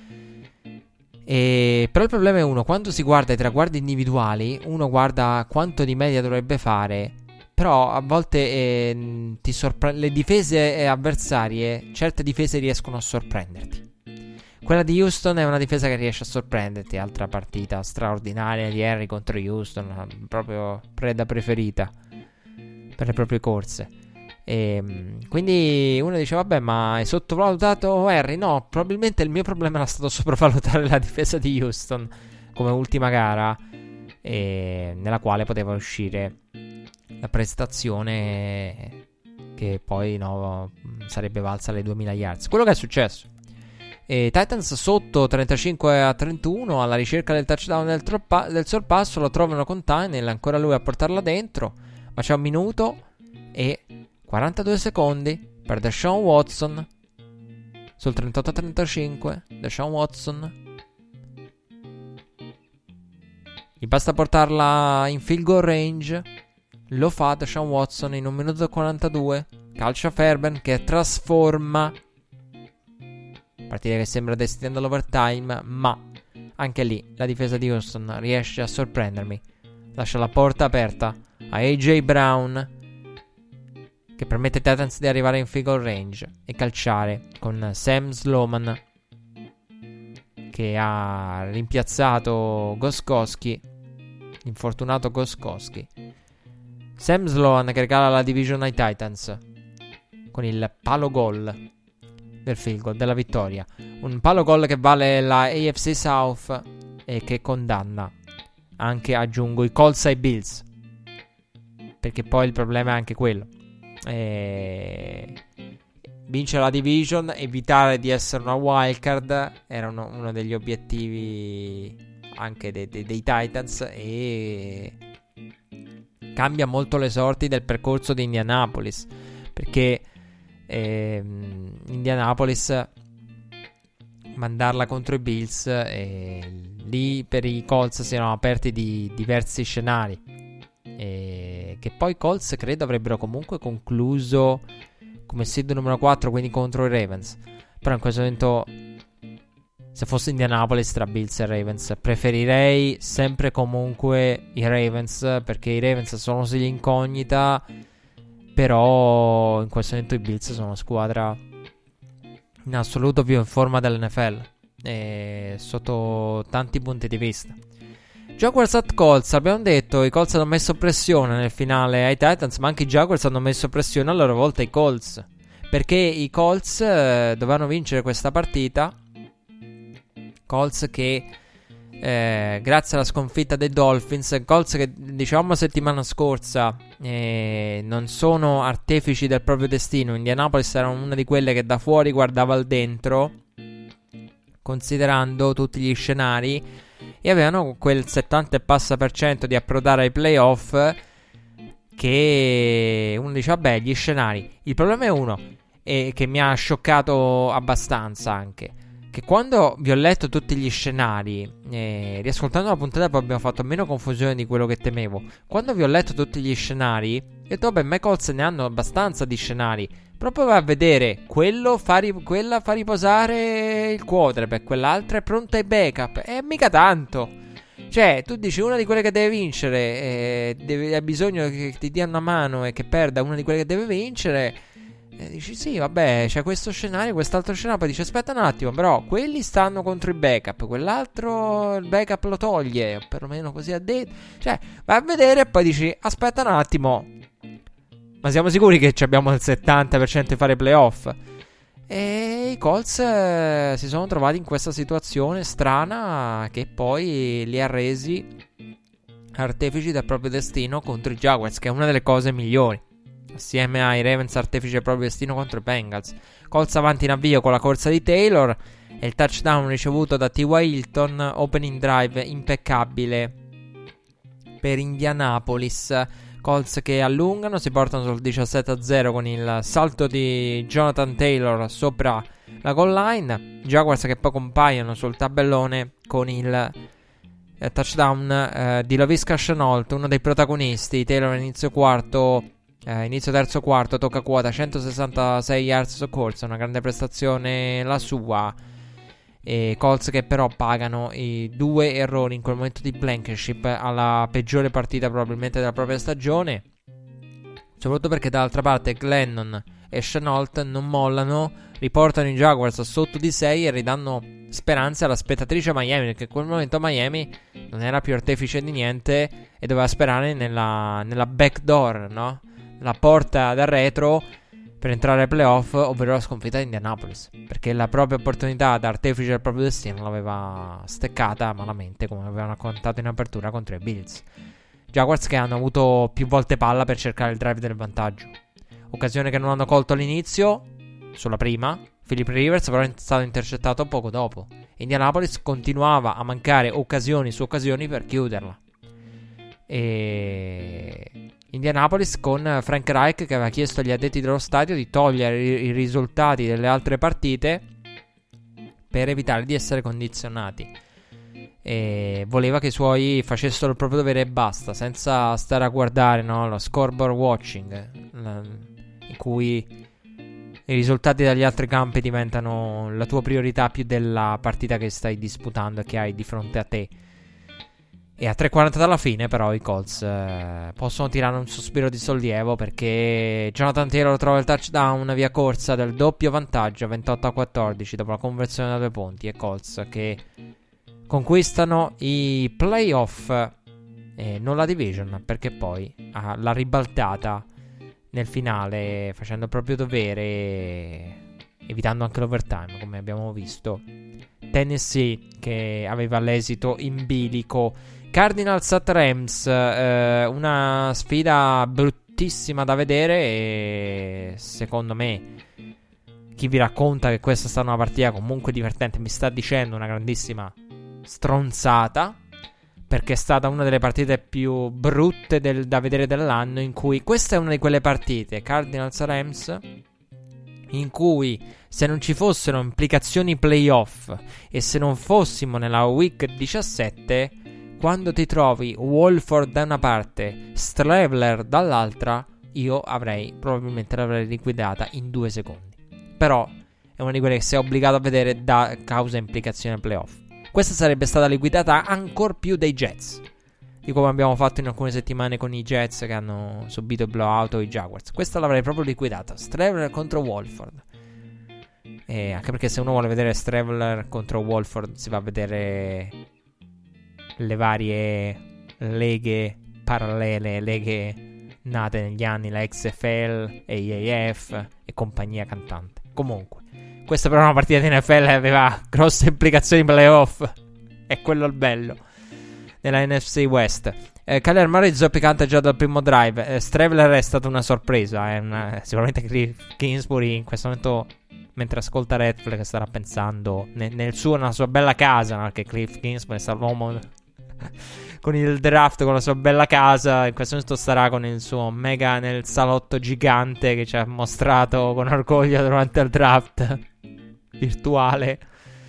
Però il problema è uno, quando si guarda i traguardi individuali, uno guarda quanto di media dovrebbe fare, però a volte le difese avversarie, certe difese riescono a sorprenderti. Quella di Houston è una difesa che riesce a sorprenderti. Altra partita straordinaria di Henry contro Houston, proprio preda preferita per le proprie corse. Quindi uno dice vabbè, ma hai sottovalutato Henry? No, probabilmente il mio problema era stato sopravvalutare la difesa di Houston come ultima gara, nella quale poteva uscire la prestazione che poi sarebbe valsa le 2000 yards. Quello che è successo: Titans sotto 35-31 alla ricerca del touchdown del sorpasso, lo trovano con Tynnell, ancora lui a portarla dentro, ma c'è un minuto e 42 secondi per Deshaun Watson sul 38-35. Deshaun Watson, gli basta portarla in field goal range, lo fa Deshaun Watson in 1 minuto e 42. Calcia Fairbairn che trasforma, partita che sembra destinata all'overtime, ma anche lì la difesa di Houston riesce a sorprendermi, lascia la porta aperta a AJ Brown, che permette ai Titans di arrivare in field goal range e calciare con Sam Sloman, che ha rimpiazzato Gostkowski, infortunato Gostkowski. Sam Sloan che regala la division ai Titans con il palo gol del field goal della vittoria, un palo gol che vale la AFC South e che condanna anche, aggiungo, i Colts ai Bills, perché poi il problema è anche quello: vincere la division, evitare di essere una wildcard era uno degli obiettivi anche dei Titans, e cambia molto le sorti del percorso di Indianapolis, perché Indianapolis mandarla contro i Bills, lì per i Colts si erano aperti di diversi scenari, che poi i Colts credo avrebbero comunque concluso come seed numero 4, quindi contro i Ravens. Però in questo momento, se fosse Indianapolis tra Bills e Ravens, preferirei sempre comunque i Ravens, perché i Ravens sono sì l'incognita, però in questo momento i Bills sono una squadra in assoluto più in forma dell'NFL, sotto tanti punti di vista. Jaguars at Colts, abbiamo detto, i Colts hanno messo pressione nel finale ai Titans, ma anche i Jaguars hanno messo pressione a loro volta ai Colts, perché i Colts dovevano vincere questa partita. Colts che grazie alla sconfitta dei Dolphins, Colts che dicevamo settimana scorsa non sono artefici del proprio destino. Indianapolis era una di quelle che da fuori guardava al dentro, considerando tutti gli scenari, e avevano quel 70 e passa per cento di approdare ai playoff, che uno dice vabbè, gli scenari. Il problema è uno, che mi ha scioccato abbastanza anche, che quando vi ho letto tutti gli scenari, riascoltando la puntata poi abbiamo fatto meno confusione di quello che temevo. Quando vi ho letto tutti gli scenari, ho detto vabbè, ma i Colts ne hanno abbastanza di scenari, Proprio vai a vedere, quella fa riposare il quarterback, quell'altra è pronta ai backup. E mica tanto. Cioè, tu dici una di quelle che deve vincere, ha bisogno che ti dia una mano e che perda una di quelle che deve vincere. Dici sì, vabbè, c'è questo scenario, quest'altro scenario. Poi dici aspetta un attimo, però quelli stanno contro i backup, quell'altro il backup lo toglie, o perlomeno così ha detto. Cioè, vai a vedere e poi dici aspetta un attimo, ma siamo sicuri che abbiamo il 70% di fare playoff? E i Colts si sono trovati in questa situazione strana che poi li ha resi artefici del proprio destino contro i Jaguars, che è una delle cose migliori. Assieme ai Ravens artefici del proprio destino contro i Bengals. Colts avanti in avvio con la corsa di Taylor e il touchdown ricevuto da T.Y. Hilton. Opening drive impeccabile per Indianapolis. Colts che allungano, si portano sul 17-0 con il salto di Jonathan Taylor sopra la goal line. Jaguars che poi compaiono sul tabellone con il touchdown di Laviska Shenault, uno dei protagonisti. Taylor inizio terzo quarto tocca quota 166 yards soccorso, una grande prestazione la sua. E Colts che però pagano i 2 errori in quel momento di Blankenship alla peggiore partita probabilmente della propria stagione, soprattutto perché dall'altra parte Glennon e Shenault non mollano, riportano i Jaguars sotto di 6 e ridanno speranze alla spettatrice Miami, perché in quel momento Miami non era più artefice di niente e doveva sperare nella backdoor, no? La porta da retro per entrare ai playoff, ovvero la sconfitta di Indianapolis, perché la propria opportunità da artefice del proprio destino l'aveva steccata malamente, come avevano raccontato in apertura contro i Bills. Jaguars che hanno avuto più volte palla per cercare il drive del vantaggio, occasione che non hanno colto all'inizio, sulla prima. Philip Rivers però è stato intercettato poco dopo. Indianapolis continuava a mancare occasioni su occasioni per chiuderla. E Indianapolis con Frank Reich che aveva chiesto agli addetti dello stadio di togliere i risultati delle altre partite per evitare di essere condizionati, e voleva che i suoi facessero il proprio dovere e basta, senza stare a guardare, no, lo scoreboard watching, in cui i risultati dagli altri campi diventano la tua priorità più della partita che stai disputando e che hai di fronte a te. E a 3:40 dalla fine però i Colts possono tirare un sospiro di sollievo, perché Jonathan Taylor trova il touchdown via corsa del doppio vantaggio 28-14 dopo la conversione da 2 punti. E Colts che conquistano i playoff e non la division, perché poi l'ha ribaltata nel finale facendo il proprio dovere, evitando anche l'overtime come abbiamo visto. Tennessee che aveva l'esito in bilico. Cardinals at Rams, una sfida bruttissima da vedere, e secondo me chi vi racconta che questa è stata una partita comunque divertente mi sta dicendo una grandissima stronzata, perché è stata una delle partite più brutte da vedere dell'anno, in cui questa è una di quelle partite, Cardinals Rams, in cui se non ci fossero implicazioni playoff e se non fossimo nella week 17, quando ti trovi Wolford da una parte, Stravler dall'altra, io probabilmente l'avrei liquidata in 2 secondi. Però è una di quelle che sei obbligato a vedere da causa implicazione playoff. Questa sarebbe stata liquidata ancor più dai Jets, di come abbiamo fatto in alcune settimane con i Jets che hanno subito il blowout o i Jaguars. Questa l'avrei proprio liquidata, Stravler contro Wolford. E anche perché se uno vuole vedere Stravler contro Wolford si va a vedere le varie leghe parallele, leghe nate negli anni, la XFL, AAF e compagnia cantante. Comunque, questa però è una partita di NFL che aveva grosse implicazioni playoff, è quello il bello nella NFC West. Kyler Murray zoppicante già dal primo drive. Stravler è stata una sorpresa, sicuramente Cliff Kingsbury in questo momento, mentre ascolta Redfall, che starà pensando nella sua bella casa, no? Che Cliff Kingsbury sta l'uomo con il draft, con la sua bella casa, in questo momento starà con il suo mega nel salotto gigante che ci ha mostrato con orgoglio durante il draft virtuale,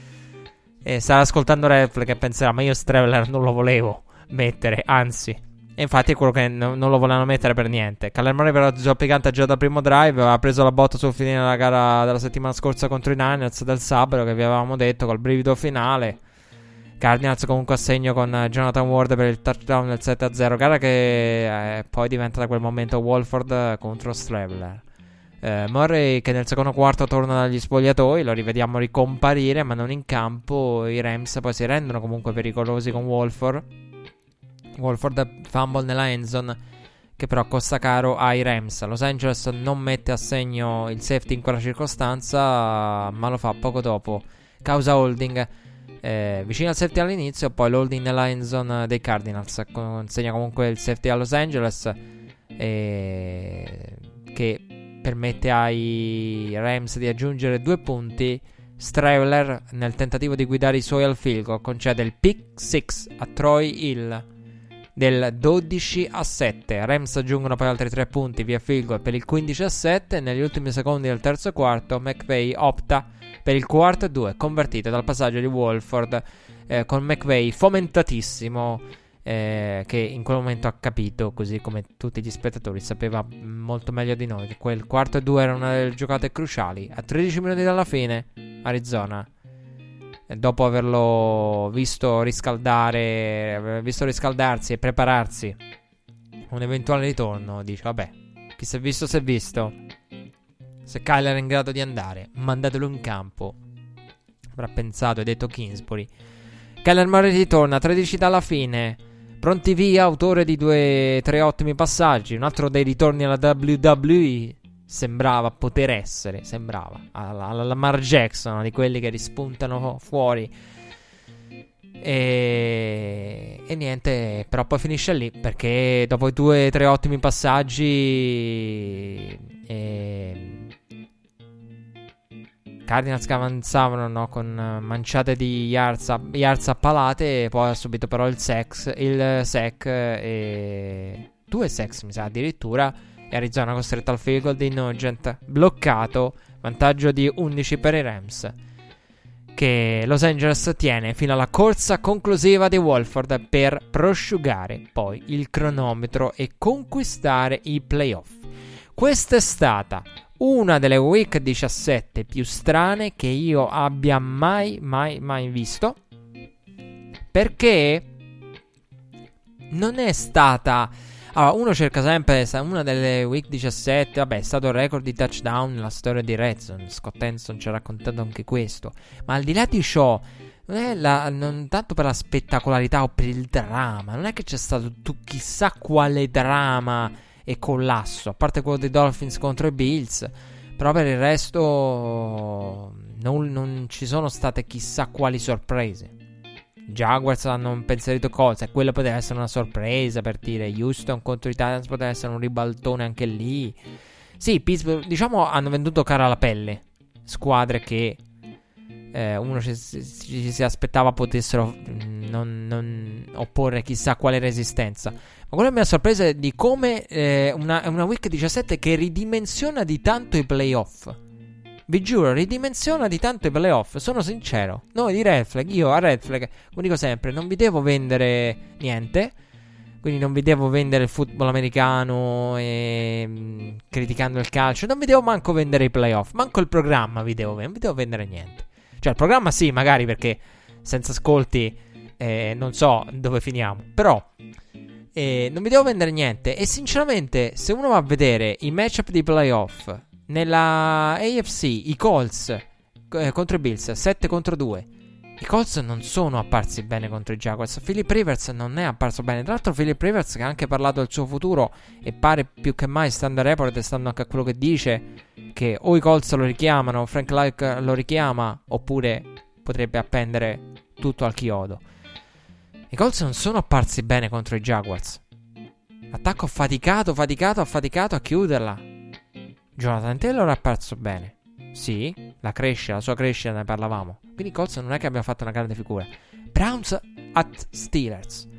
e starà ascoltando Redfall che penserà: ma io Stravler non lo volevo mettere, anzi E infatti è quello che non lo volevano mettere per niente. Kyler Murray però zoppicante già dal primo drive, aveva preso la botta sul finire della gara della settimana scorsa contro i Niners del sabato, che vi avevamo detto, col brivido finale. Cardinals comunque a segno con Jonathan Ward per il touchdown del 7-0, gara che poi diventa da quel momento Wolford contro Straveler. Murray che nel secondo quarto torna dagli spogliatoi, lo rivediamo ricomparire ma non in campo. I Rams poi si rendono comunque pericolosi con Wolford fumble nella endzone, che però costa caro ai Rams. Los Angeles non mette a segno il safety in quella circostanza, ma lo fa poco dopo, causa holding vicino al safety all'inizio, poi l'holding nella endzone dei Cardinals consegna comunque il safety a Los Angeles, che permette ai Rams di aggiungere 2 punti. Straveler, nel tentativo di guidare i suoi al field goal, concede il pick 6 a Troy Hill del 12-7. Rams aggiungono poi altri 3 punti via field goal per il 15-7. Negli ultimi secondi del terzo quarto McVay opta per il 4-2, convertito dal passaggio di Wolford, con McVay fomentatissimo, che in quel momento ha capito, così come tutti gli spettatori, sapeva molto meglio di noi, che quel 4-2 era una delle giocate cruciali. A 13 minuti dalla fine Arizona, dopo averlo visto riscaldarsi e prepararsi un eventuale ritorno, dice vabbè, chi si è visto si è visto. Se Kyler è in grado di andare, mandatelo in campo, avrà pensato e detto Kingsbury. Kyler Murray ritorna 13 dalla fine, pronti via, autore di 2-3 ottimi passaggi. Un altro dei ritorni alla WWE sembrava poter essere, alla Lamar Jackson, di quelli che rispuntano fuori. E niente, però poi finisce lì, perché dopo i 2-3 ottimi passaggi Cardinals che avanzavano, no, con manciate di yards a palate, poi ha subito però il sack e 2 sacks mi sa addirittura, e Arizona costretta al field goal di Nugent, bloccato, vantaggio di 11 per i Rams, che Los Angeles tiene fino alla corsa conclusiva di Wolford per prosciugare poi il cronometro e conquistare i playoff. Questa è stata una delle week 17 più strane che io abbia mai visto, perché non è stata... Allora, uno cerca sempre una delle week 17, vabbè, è stato il record di touchdown nella storia di Red Zone, Scott Henson ci ha raccontato anche questo, ma al di là di ciò non è non tanto per la spettacolarità o per il dramma, non è che c'è stato chissà quale dramma e collasso, a parte quello dei Dolphins contro i Bills, però per il resto non ci sono state chissà quali sorprese. Jaguars hanno impensierito Colts, e quello poteva essere una sorpresa, per dire. Houston contro i Titans poteva essere un ribaltone anche lì. Sì, Pittsburgh, diciamo, hanno venduto cara alla pelle squadre che uno ci si aspettava potessero non opporre chissà quale resistenza. Ma quello che mi ha sorpreso è di come una week 17 che ridimensiona di tanto i playoff. Vi giuro, ridimensiona di tanto i playoff. Sono sincero. Noi di Red Flag, io a Red Flag, come dico sempre, non vi devo vendere niente. Quindi non vi devo vendere il football americano criticando il calcio. Non vi devo manco vendere i playoff. Manco il programma vi devo vendere. Non vi devo vendere niente. Cioè il programma sì, magari, perché senza ascolti non so dove finiamo. Però non vi devo vendere niente. E sinceramente, se uno va a vedere i matchup di playoff nella AFC, i Colts contro i Bills 7-2, i Colts non sono apparsi bene contro i Jaguars. Philip Rivers non è apparso bene. Tra l'altro Philip Rivers, che ha anche parlato del suo futuro, e pare più che mai, stando a report e stando anche a quello che dice, che o i Colts lo richiamano, Frank Reich lo richiama, oppure potrebbe appendere tutto al chiodo. I Colts non sono apparsi bene contro i Jaguars. Attacco faticato a chiuderla. Jonathan Taylor è apparso bene. Sì, la sua crescita ne parlavamo. Quindi Colts non è che abbia fatto una grande figura. Browns at Steelers,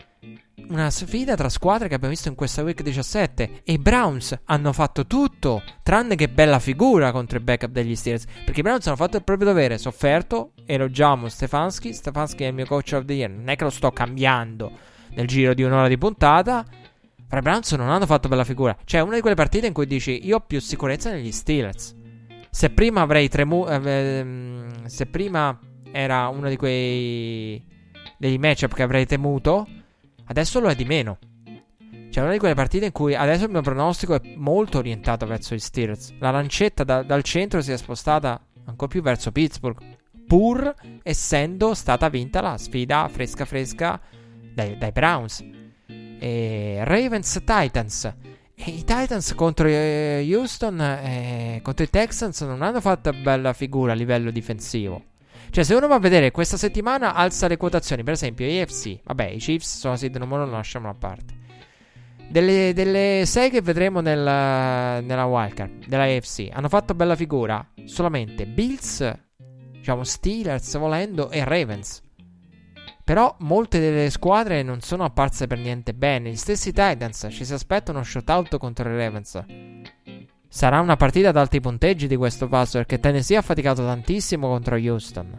una sfida tra squadre che abbiamo visto in questa week 17, e i Browns hanno fatto tutto tranne che bella figura contro i backup degli Steelers, perché i Browns hanno fatto il proprio dovere, sofferto. Elogiamo Stefanski è il mio coach of the year, non è che lo sto cambiando, nel giro di un'ora di puntata. Fra i Browns non hanno fatto bella figura. Cioè, una di quelle partite in cui dici: io ho più sicurezza negli Steelers. Se prima avrei se prima era uno di quei dei matchup che avrei temuto, adesso lo è di meno. Cioè, una di quelle partite in cui adesso il mio pronostico è molto orientato verso gli Steelers. La lancetta dal centro si è spostata ancora più verso Pittsburgh, pur essendo stata vinta la sfida fresca dai Browns. E Ravens Titans. E i Titans contro Houston, contro i Texans non hanno fatto bella figura a livello difensivo. Cioè, se uno va a vedere questa settimana, alza le quotazioni. Per esempio AFC, vabbè, i Chiefs sono seed numero 1, lasciamolo a parte. Delle 6 che vedremo nella wildcard della AFC hanno fatto bella figura solamente Bills, diciamo Steelers volendo, e Ravens. Però molte delle squadre non sono apparse per niente bene. Gli stessi Titans, ci si aspetta uno shootout contro i Ravens. Sarà una partita ad alti punteggi di questo passo, perché Tennessee ha faticato tantissimo contro Houston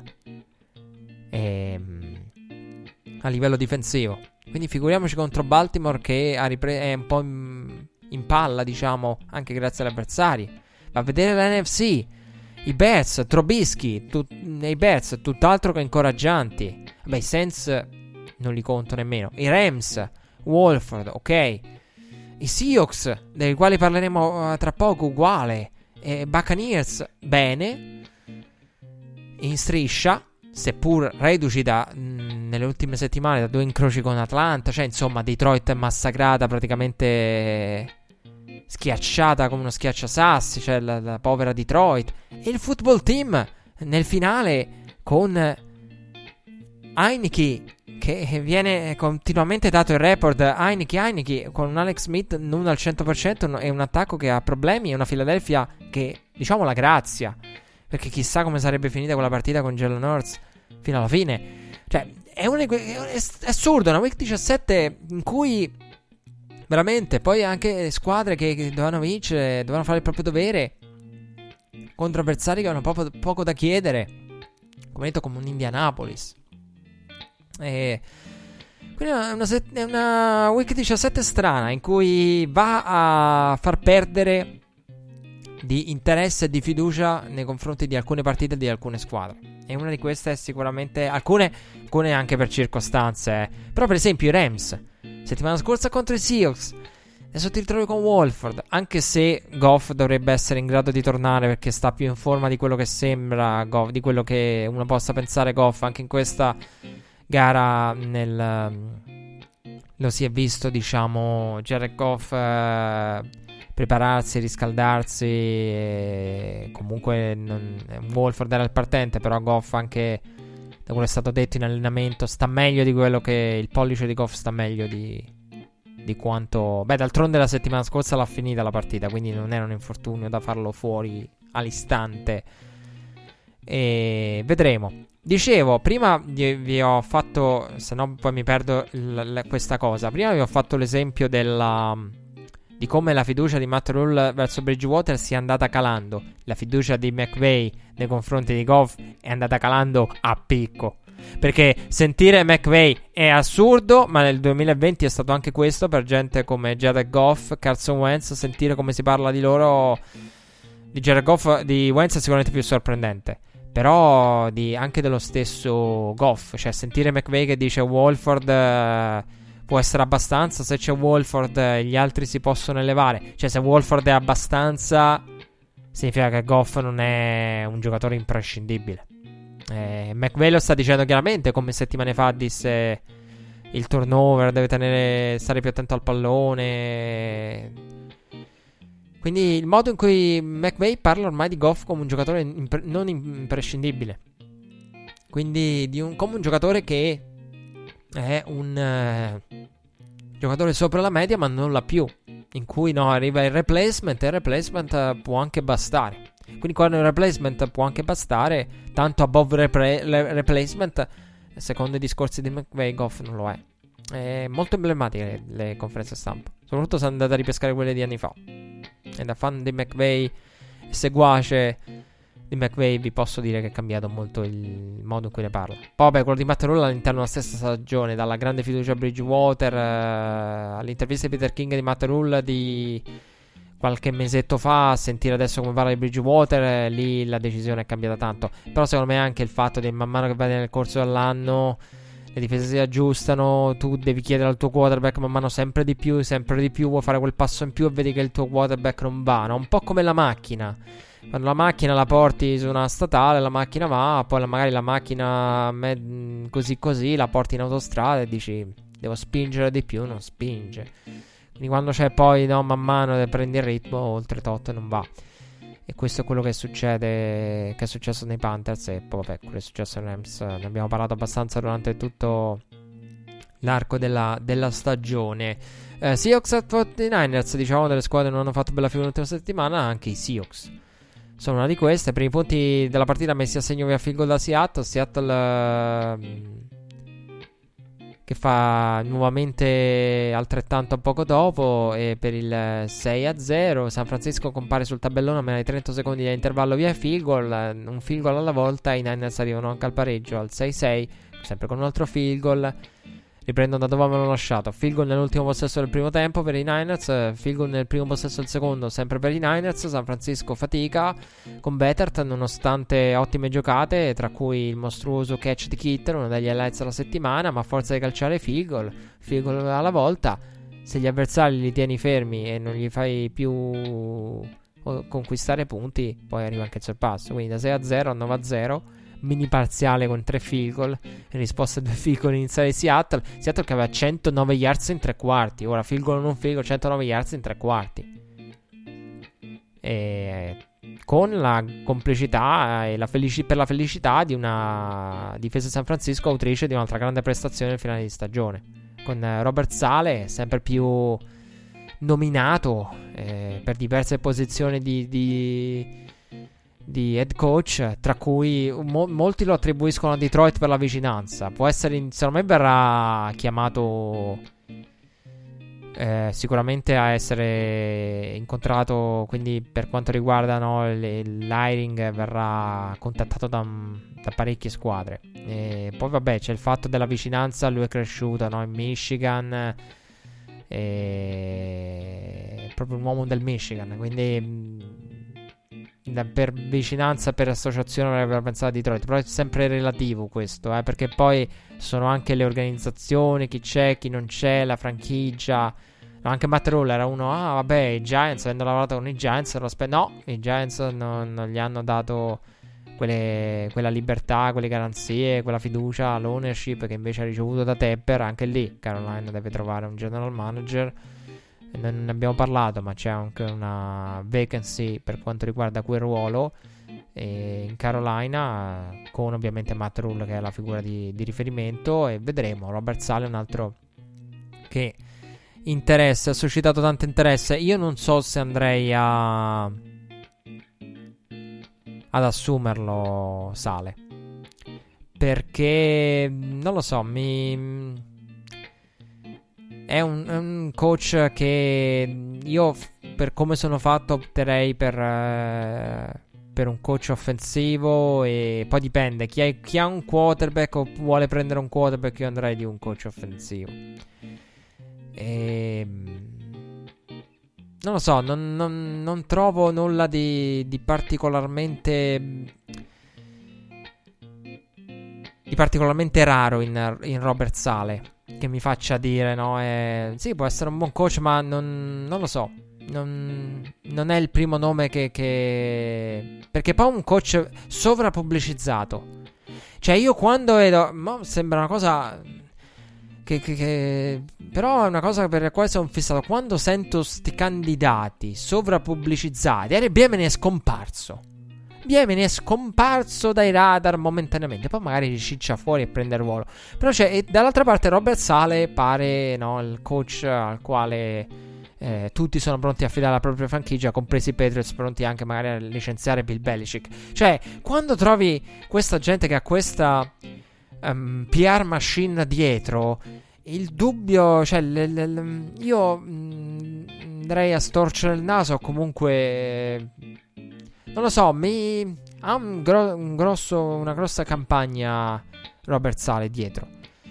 a livello difensivo. Quindi figuriamoci contro Baltimore, che è un po' in palla, diciamo, anche grazie agli avversari. Va a vedere l'NFC. I Bears, Trubisky, i Bears tutt'altro che incoraggianti. Beh, i Saints non li conto nemmeno. I Rams, Wolford, ok. I Seahawks, dei quali parleremo tra poco, uguale. Buccaneers, bene. In striscia, seppur reduci nelle ultime settimane da 2 incroci con Atlanta. Cioè, insomma, Detroit è massacrata, praticamente schiacciata come uno schiacciasassi. Cioè, la povera Detroit. E il football team nel finale con Heineke, che viene continuamente dato il report. Heineke con un Alex Smith non al 100%, è un attacco che ha problemi. È una Philadelphia che, diciamo, la grazia, perché chissà come sarebbe finita quella partita con Jalen Hurts fino alla fine. Cioè, è assurdo, una week 17 in cui veramente poi anche squadre che dovevano vincere, dovevano fare il proprio dovere contro avversari che avevano poco da chiedere, come detto, come un Indianapolis. Quindi è una week 17 strana, in cui va a far perdere di interesse e di fiducia nei confronti di alcune partite e di alcune squadre. E una di queste è sicuramente alcune anche per circostanze. Però per esempio i Rams settimana scorsa contro i Seahawks, adesso ti ritrovi con Wolford. Anche se Goff dovrebbe essere in grado di tornare, perché sta più in forma di quello che sembra Goff, di quello che uno possa pensare Goff. Anche in questa gara lo si è visto, diciamo, Jared Goff prepararsi, riscaldarsi. Comunque Wolford era il partente, però Goff, anche da quello che è stato detto in allenamento, sta meglio di quello che il pollice di Goff sta meglio di quanto. Beh, d'altronde la settimana scorsa l'ha finita la partita, quindi non era un infortunio da farlo fuori all'istante. E vedremo. Dicevo, prima vi ho fatto, se no poi mi perdo questa cosa. Prima vi ho fatto l'esempio di come la fiducia di Matt Rule verso Bridgewater sia andata calando. La fiducia di McVay nei confronti di Goff è andata calando a picco, perché sentire McVay è assurdo, ma nel 2020 è stato anche questo per gente come Jared Goff, Carson Wentz. Sentire come si parla di loro, di Jared Goff, di Wentz, è sicuramente più sorprendente. Però anche dello stesso Goff, cioè sentire McVay che dice Wolford può essere abbastanza, se c'è Wolford gli altri si possono elevare. Cioè, se Wolford è abbastanza, significa che Goff non è un giocatore imprescindibile. McVay lo sta dicendo chiaramente, come settimane fa disse il turnover, deve stare più attento al pallone. Quindi il modo in cui McVay parla ormai di Goff come un giocatore non imprescindibile. Quindi come un giocatore che è un giocatore sopra la media, ma non la più, in cui arriva il replacement, e il replacement può anche bastare. Quindi quando il replacement può anche bastare, tanto above replacement, secondo i discorsi di McVay, Goff non lo è. È molto emblematiche le conferenze stampa, soprattutto se andate a ripescare quelle di anni fa. E da fan di McVay e seguace di McVay vi posso dire che è cambiato molto il modo in cui ne parla. Poi vabbè, quello di Matt Rule all'interno della stessa stagione, dalla grande fiducia a Bridgewater, all'intervista di Peter King di Matt Rule di qualche mesetto fa, a sentire adesso come parla di Bridgewater, lì la decisione è cambiata tanto. Però secondo me anche il fatto che man mano che vai nel corso dell'anno le difese si aggiustano, tu devi chiedere al tuo quarterback man mano sempre di più, vuoi fare quel passo in più e vedi che il tuo quarterback non va, no? Un po' come la macchina. Quando la macchina la porti su una statale, la macchina va, poi magari la macchina così la porti in autostrada e dici devo spingere di più, non spinge. Quindi quando c'è poi, no, man mano prendi il ritmo, oltre tot non va. E questo è quello che succede, che è successo nei Panthers. E poi vabbè, quello che è successo ai Rams ne abbiamo parlato abbastanza durante tutto l'arco della stagione. Seahawks at 49ers, diciamo delle squadre che non hanno fatto bella fine l'ultima settimana, anche i Seahawks sono una di queste. Primi punti della partita messi a segno via field goal da Seattle che fa nuovamente altrettanto poco dopo, e per il 6-0 San Francisco compare sul tabellone a meno di 30 secondi di intervallo via field goal, un field goal alla volta. I Niners arrivano anche al pareggio al 6-6, sempre con un altro field goal. Riprendono da dove avevano lasciato. Field goal nell'ultimo possesso del primo tempo per i Niners, field goal nel primo possesso del secondo sempre per i Niners. San Francisco fatica con Bettert nonostante ottime giocate, tra cui il mostruoso catch di Kitter, uno degli highlights della settimana, ma a forza di calciare field goal alla volta, se gli avversari li tieni fermi e non gli fai più conquistare punti, poi arriva anche il sorpasso. Quindi da 6-0 a 9-0, mini parziale con 3 field goal in risposta a 2 field goal iniziali di Seattle che aveva 109 yards in 3 quarti. Ora field goal o non field goal, 109 yards in 3 quarti, e con la complicità e per la felicità di una difesa di San Francisco autrice di un'altra grande prestazione nel finale di stagione, con Robert Saleh sempre più nominato per diverse posizioni di head coach, tra cui molti lo attribuiscono a Detroit per la vicinanza. Può essere, secondo me verrà chiamato sicuramente a essere incontrato, quindi per quanto riguarda, no, l'hiring, verrà contattato da parecchie squadre. E poi vabbè, c'è il fatto della vicinanza, lui è cresciuto, no, in Michigan, è proprio un uomo del Michigan, quindi per vicinanza, per associazione avrebbe pensato a Detroit. Però è sempre relativo questo, perché poi sono anche le organizzazioni, chi c'è, chi non c'è, la franchigia. No, anche Matt Rule era uno, vabbè, i Giants, avendo lavorato con i Giants, no, i Giants non gli hanno dato quella libertà, quelle garanzie, quella fiducia, l'ownership che invece ha ricevuto da Tepper. Anche lì Carolina deve trovare un general manager. Non ne abbiamo parlato, ma c'è anche una vacancy per quanto riguarda quel ruolo in Carolina, con ovviamente Matt Rule che è la figura di riferimento, e vedremo. Robert Saleh è un altro che ha suscitato tanto interesse. Io non so se andrei ad assumerlo Saleh, perché non lo so, è un coach che io, per come sono fatto, opterei per un coach offensivo. E poi dipende, chi ha un quarterback o vuole prendere un quarterback, io andrei di un coach offensivo. Non lo so, non trovo nulla di particolarmente raro in Robert Saleh, che mi faccia dire, no, sì, può essere un buon coach, ma non lo so, non è il primo nome che perché poi è un coach sovrapubblicizzato. Cioè, io quando vedo, sembra una cosa che però è una cosa per la quale sono fissato. Quando sento sti candidati sovrapubblicizzati, Biemene è scomparso. Biemene è scomparso dai radar momentaneamente, poi magari riciccia fuori e prende il ruolo. Però c'è, dall'altra parte, Robert Saleh pare, no, il coach al quale tutti sono pronti a affidare la propria franchigia, compresi i Patriots, pronti anche magari a licenziare Bill Belichick. Cioè, quando trovi questa gente che ha questa PR machine dietro, il dubbio, cioè io andrei a storcere il naso, o comunque non lo so, mi ha una grossa campagna Robert Saleh dietro.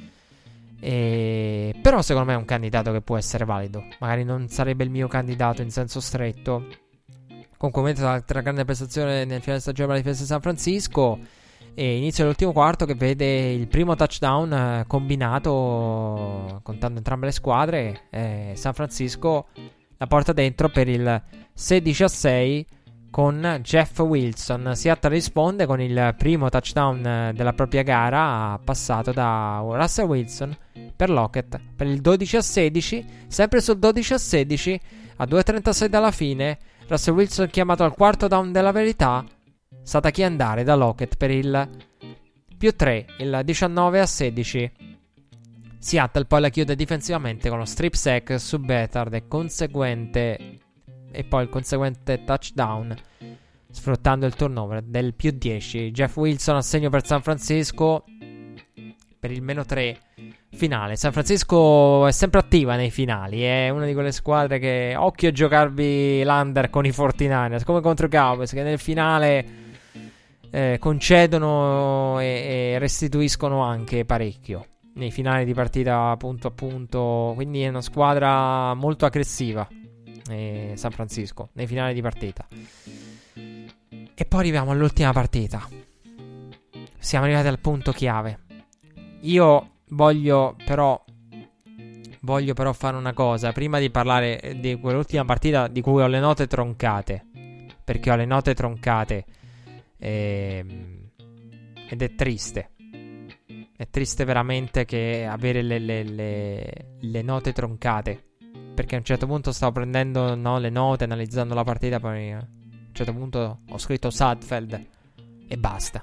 Però secondo me è un candidato che può essere valido. Magari non sarebbe il mio candidato in senso stretto. Comunque un'altra grande prestazione nel finale di stagione per la difesa di San Francisco. E inizio dell'ultimo quarto che vede il primo touchdown combinato, contando entrambe le squadre. San Francisco la porta dentro per il 16-6 con Jeff Wilson. Seattle risponde con il primo touchdown della propria gara, passato da Russell Wilson per Lockett per il 12-16. Sempre sul 12-16, a 2:36 dalla fine, Russell Wilson chiamato al quarto down della verità, stata chi andare da Lockett per il +3, il 19-16. Seattle poi la chiude difensivamente con lo strip sack su Bethard e poi il conseguente touchdown, sfruttando il turnover del +10. Jeff Wilson a segno per San Francisco per il -3 finale. San Francisco è sempre attiva nei finali, è una di quelle squadre che occhio a giocarvi l'under con i 49ers, come contro i Cowboys, che nel finale concedono e restituiscono anche parecchio nei finali di partita punto a punto. Quindi è una squadra molto aggressiva, San Francisco, nei finali di partita. E poi arriviamo all'ultima partita. Siamo arrivati al punto chiave. Io voglio però fare una cosa prima di parlare di quell'ultima partita di cui ho le note troncate, perché ho le note troncate ed è triste. È triste veramente che avere le note troncate, perché a un certo punto stavo prendendo le note, analizzando la partita, poi a un certo punto ho scritto Sudfeld e basta.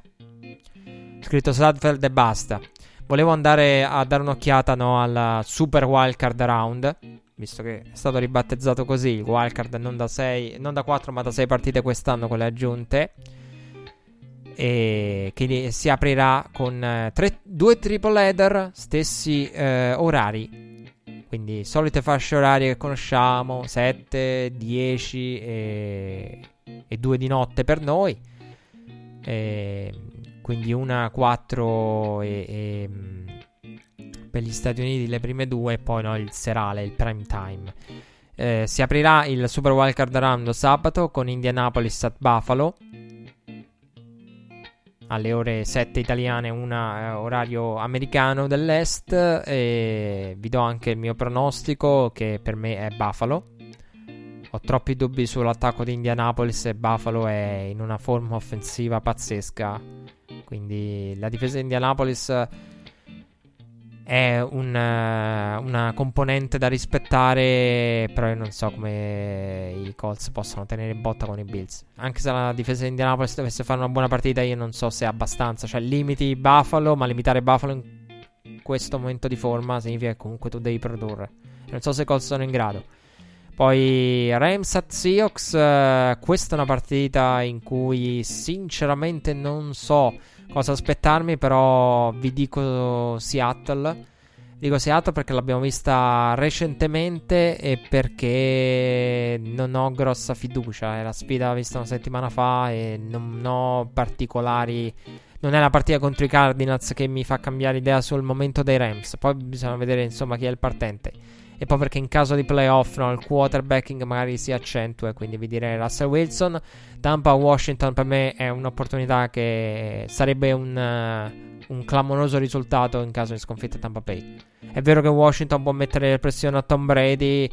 Volevo andare a dare un'occhiata al Super Wildcard Round, visto che è stato ribattezzato così, il Wildcard non da 4 ma da 6 partite quest'anno con le aggiunte, e che si aprirà con 2 triple header, stessi orari, quindi solite fasce orarie che conosciamo, 7, 10 e 2 di notte per noi, quindi una 4 per gli Stati Uniti le prime 2, e poi il serale, il prime time. Si aprirà il Super Wildcard Round sabato con Indianapolis at Buffalo alle ore 7 italiane, una orario americano dell'est. E vi do anche il mio pronostico, che per me è Buffalo. Ho troppi dubbi sull'attacco di Indianapolis e Buffalo è in una forma offensiva pazzesca. Quindi la difesa di Indianapolis è una componente da rispettare, però io non so come i Colts possano tenere botta con i Bills. Anche se la difesa di Indianapolis dovesse fare una buona partita, io non so se è abbastanza. Cioè limiti Buffalo, ma limitare Buffalo in questo momento di forma significa che comunque tu devi produrre. Non so se i Colts sono in grado. Poi Rams at Seahawks, questa è una partita in cui sinceramente non so cosa aspettarmi, però vi dico Seattle. Dico Seattle perché l'abbiamo vista recentemente e perché non ho grossa fiducia. È la sfida vista una settimana fa e non ho particolari. Non è la partita contro i Cardinals che mi fa cambiare idea sul momento dei Rams. Poi bisogna vedere insomma chi è il partente. E poi perché in caso di playoff il quarterbacking magari si accentua, e quindi vi direi Russell Wilson. Tampa-Washington per me è un'opportunità che sarebbe un clamoroso risultato in caso di sconfitta a Tampa Bay. È vero che Washington può mettere pressione a Tom Brady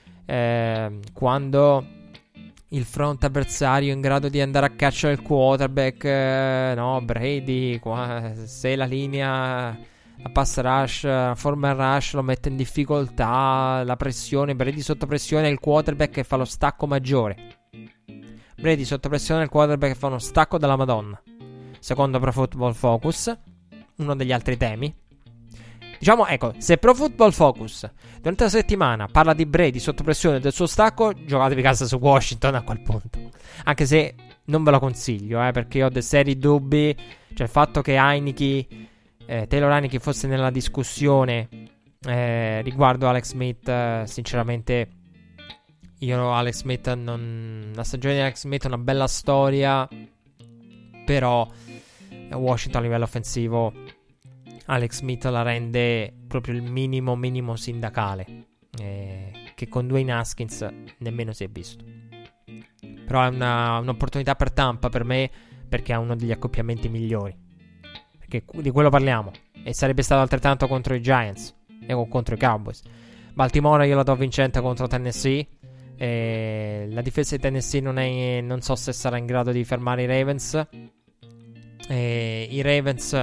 quando il front avversario è in grado di andare a caccia del quarterback. Brady, se la linea a pass rush, formal rush lo mette in difficoltà, la pressione, Brady sotto pressione è il quarterback che fa lo stacco maggiore. Brady sotto pressione è il quarterback che fa uno stacco della Madonna. Secondo Pro Football Focus, uno degli altri temi. Diciamo, ecco, se Pro Football Focus durante la settimana parla di Brady sotto pressione del suo stacco, giocatevi casa su Washington a quel punto. Anche se non ve lo consiglio, perché ho dei seri dubbi. Cioè il fatto che Taylor Heineke fosse nella discussione riguardo Alex Smith, sinceramente la stagione di Alex Smith è una bella storia, Però Washington a livello offensivo, Alex Smith la rende proprio il minimo sindacale, che con Dwayne Haskins nemmeno si è visto. Però è un'opportunità per Tampa, per me, perché ha uno degli accoppiamenti migliori, perché di quello parliamo, e sarebbe stato altrettanto contro i Giants e contro i Cowboys. Baltimore io la do vincente contro Tennessee. La difesa di Tennessee non so se sarà in grado di fermare i Ravens. I Ravens,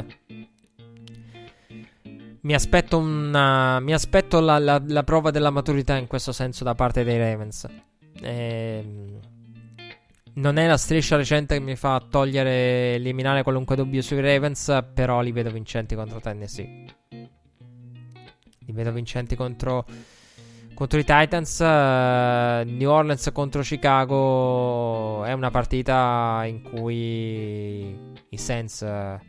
mi aspetto la prova della maturità in questo senso da parte dei Ravens. Non è la striscia recente che mi fa eliminare qualunque dubbio sui Ravens, però li vedo vincenti contro Tennessee. Li vedo vincenti contro i Titans. New Orleans contro Chicago è una partita in cui i Saints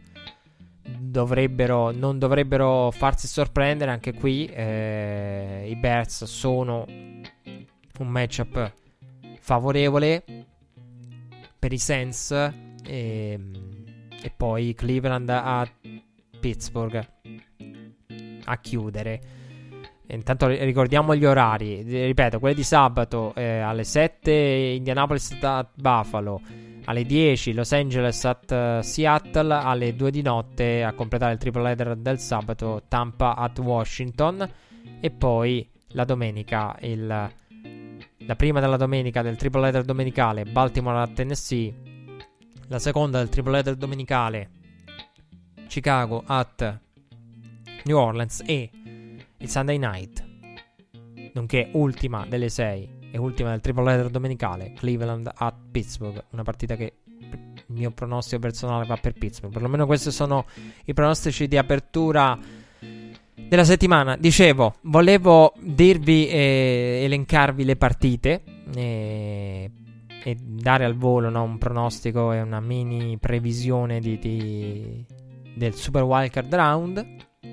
non dovrebbero farsi sorprendere. Anche qui i Bears sono un matchup favorevole per i Saints, e poi Cleveland a Pittsburgh a chiudere. Intanto ricordiamo gli orari, ripeto, quelli di sabato alle 7 Indianapolis at Buffalo, alle 10 Los Angeles at Seattle, alle 2 di notte a completare il triple header del sabato Tampa at Washington, e poi la domenica la prima della domenica del triple header domenicale Baltimore at Tennessee, la seconda del triple header domenicale Chicago at New Orleans, e il Sunday night, nonché ultima delle 6 e ultima del triple header domenicale, Cleveland at Pittsburgh. Una partita che il mio pronostico personale va per Pittsburgh. Perlomeno questi sono i pronostici di apertura della settimana. Dicevo, volevo dirvi elencarvi le partite e dare al volo, no, un pronostico e una mini previsione del Super Wildcard Round,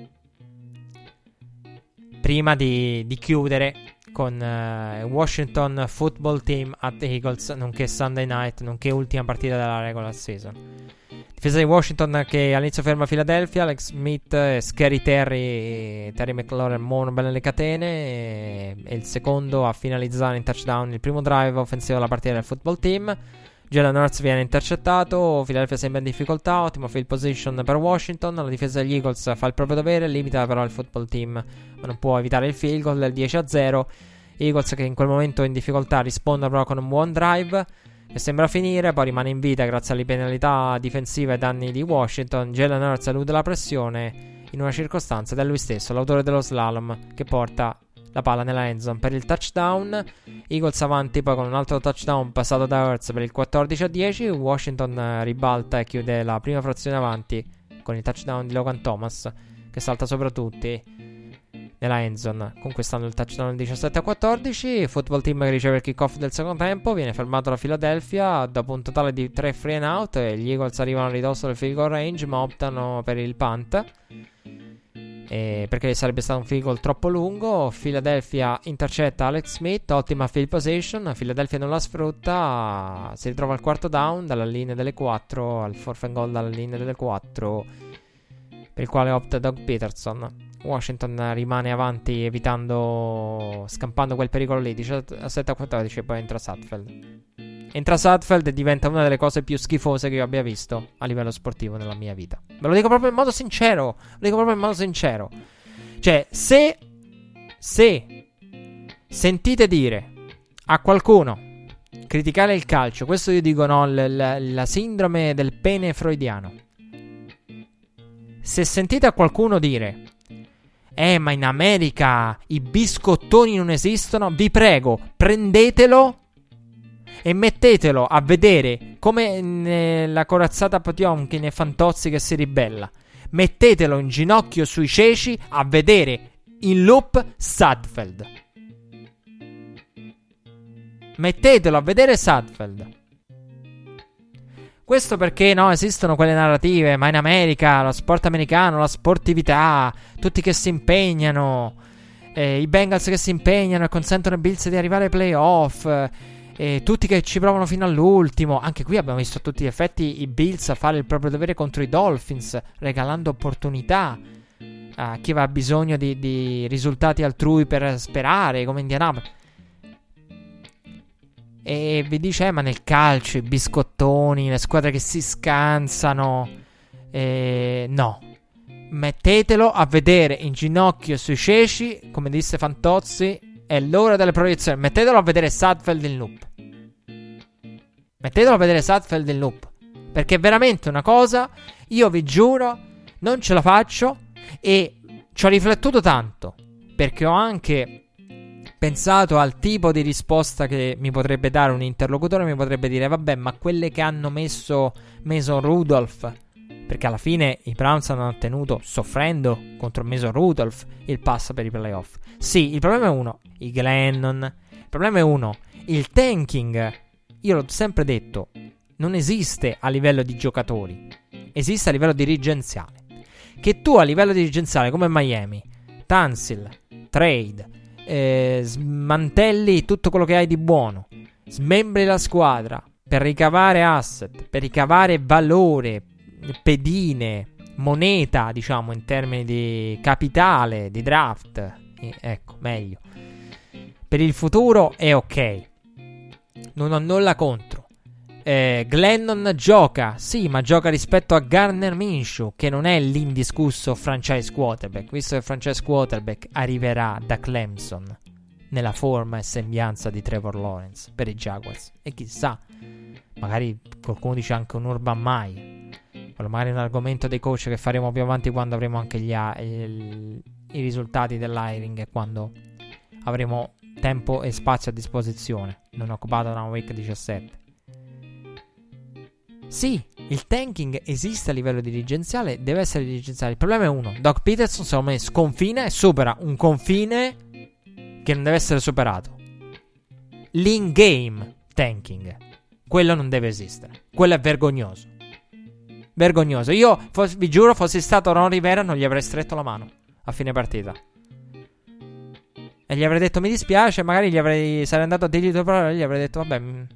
prima di chiudere con Washington Football Team at Eagles, nonché Sunday Night, nonché ultima partita della regular season. Difesa di Washington che all'inizio ferma Philadelphia. Alex Smith, Scary Terry McLaurin muovono bene le catene, e il secondo a finalizzare in touchdown il primo drive offensivo della partita del football team. Jalen Hurts viene intercettato, Philadelphia sembra in difficoltà, ottimo field position per Washington. La difesa degli Eagles fa il proprio dovere, limita però il football team, ma non può evitare il field goal del 10-0. Eagles che in quel momento è in difficoltà risponde però con un buon drive che sembra finire, poi rimane in vita grazie alle penalità difensive ai danni di Washington. Jalen Hurts elude la pressione in una circostanza ed è lui stesso l'autore dello slalom che porta la palla nella endzone per il touchdown. Eagles avanti poi con un altro touchdown passato da Hurts per il 14-10. Washington ribalta e chiude la prima frazione avanti con il touchdown di Logan Thomas che salta sopra tutti nella endzone, conquistando il touchdown del 17-14. Football team che riceve il kickoff del secondo tempo, viene fermato da Philadelphia dopo un totale di 3 free and out, e gli Eagles arrivano a ridosso del field goal range ma optano per il punt, perché sarebbe stato un field goal troppo lungo. Philadelphia intercetta Alex Smith, ottima field position, Philadelphia non la sfrutta, si ritrova al quarto down dalla linea delle 4, al fourth and goal dalla linea delle 4, per il quale opta Doug Peterson. Washington rimane avanti scampando quel pericolo lì, 17-14, e poi entra Sudfeld e diventa una delle cose più schifose che io abbia visto a livello sportivo nella mia vita. Ve lo dico proprio in modo sincero. Cioè, se sentite dire a qualcuno criticare il calcio, questo io dico no, la sindrome del pene freudiano. Se sentite a qualcuno dire ma in America i biscottoni non esistono, vi prego, prendetelo e mettetelo a vedere come nella corazzata Potionkin e Fantozzi che si ribella. Mettetelo in ginocchio sui ceci a vedere in loop Sudfeld. Mettetelo a vedere Sudfeld. Questo perché no, esistono quelle narrative, ma in America lo sport americano, la sportività, tutti che si impegnano, i Bengals che si impegnano e consentono ai Bills di arrivare ai playoff, tutti che ci provano fino all'ultimo. Anche qui abbiamo visto a tutti gli effetti i Bills a fare il proprio dovere contro i Dolphins, regalando opportunità a chi aveva bisogno di risultati altrui per sperare, come Indianapolis. E vi dice, ma nel calcio i biscottoni, le squadre che si scansano, no, mettetelo a vedere in ginocchio sui ceci, come disse Fantozzi, è l'ora delle proiezioni. Mettetelo a vedere Sudfeld in loop. Mettetelo a vedere Sudfeld in loop, perché è veramente una cosa, io vi giuro, non ce la faccio. E ci ho riflettuto tanto, perché ho anche pensato al tipo di risposta che mi potrebbe dare un interlocutore. Mi potrebbe dire, vabbè, ma quelle che hanno messo Mason Rudolph, perché alla fine i Browns hanno ottenuto, soffrendo contro Mason Rudolph, il pass per i playoff. Sì, il problema è uno, i Glennon. Il problema è uno, il tanking. Io l'ho sempre detto, non esiste a livello di giocatori, esiste a livello dirigenziale. Che tu a livello dirigenziale, come Miami, Tansil, trade, smantelli tutto quello che hai di buono, smembri la squadra per ricavare asset, per ricavare valore, pedine, moneta, diciamo, in termini di capitale, di draft, ecco, meglio, per il futuro è ok, non ho nulla contro. Glennon gioca, sì, ma gioca rispetto a Gardner Minshew, che non è l'indiscusso franchise quarterback, visto che il franchise quarterback arriverà da Clemson nella forma e sembianza di Trevor Lawrence per i Jaguars. E chissà, magari qualcuno dice anche un Urban Meyer. Quello magari è un argomento dei coach che faremo più avanti, quando avremo anche i risultati dell'hiring e quando avremo tempo e spazio a disposizione, non occupato da una week 17. Sì, il tanking esiste a livello dirigenziale, deve essere dirigenziale. Il problema è uno, Doug Peterson secondo me sconfina e supera un confine che non deve essere superato. L'in-game tanking, quello non deve esistere. Quello è vergognoso. Vergognoso. Io vi giuro, fossi stato Ron Rivera, non gli avrei stretto la mano a fine partita e gli avrei detto mi dispiace. Magari sarei andato a dirgli due parole e gli avrei detto vabbè,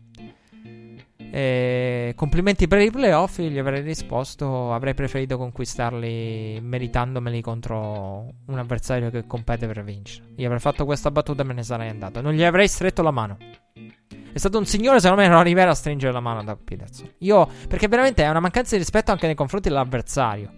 complimenti per i playoff. Gli avrei risposto, avrei preferito conquistarli meritandomeli contro un avversario che compete per vincere. Gli avrei fatto questa battuta e me ne sarei andato. Non gli avrei stretto la mano. È stato un signore, secondo me, non Rivera a stringere la mano a Doug Peterson. Perché veramente è una mancanza di rispetto anche nei confronti dell'avversario.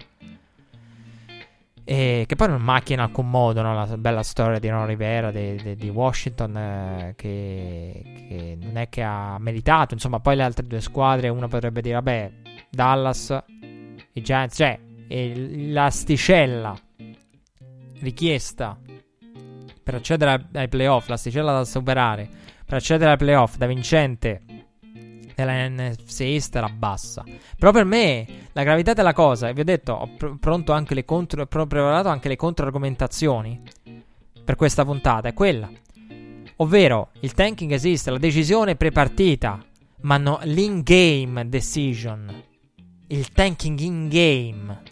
E che poi non macchina in alcun modo, no? La bella storia di Ron Rivera di Washington, che non è che ha meritato. Insomma, poi le altre due squadre, uno potrebbe dire vabbè, Dallas, i Giants, cioè l'asticella richiesta per accedere ai playoff, l'asticella da superare per accedere ai playoff da vincente della NFC East era bassa. Però per me la gravità della cosa, e vi ho detto, ho preparato anche le controargomentazioni per questa puntata, è quella, ovvero il tanking esiste, la decisione prepartita, ma no, l'in-game decision, il tanking in-game,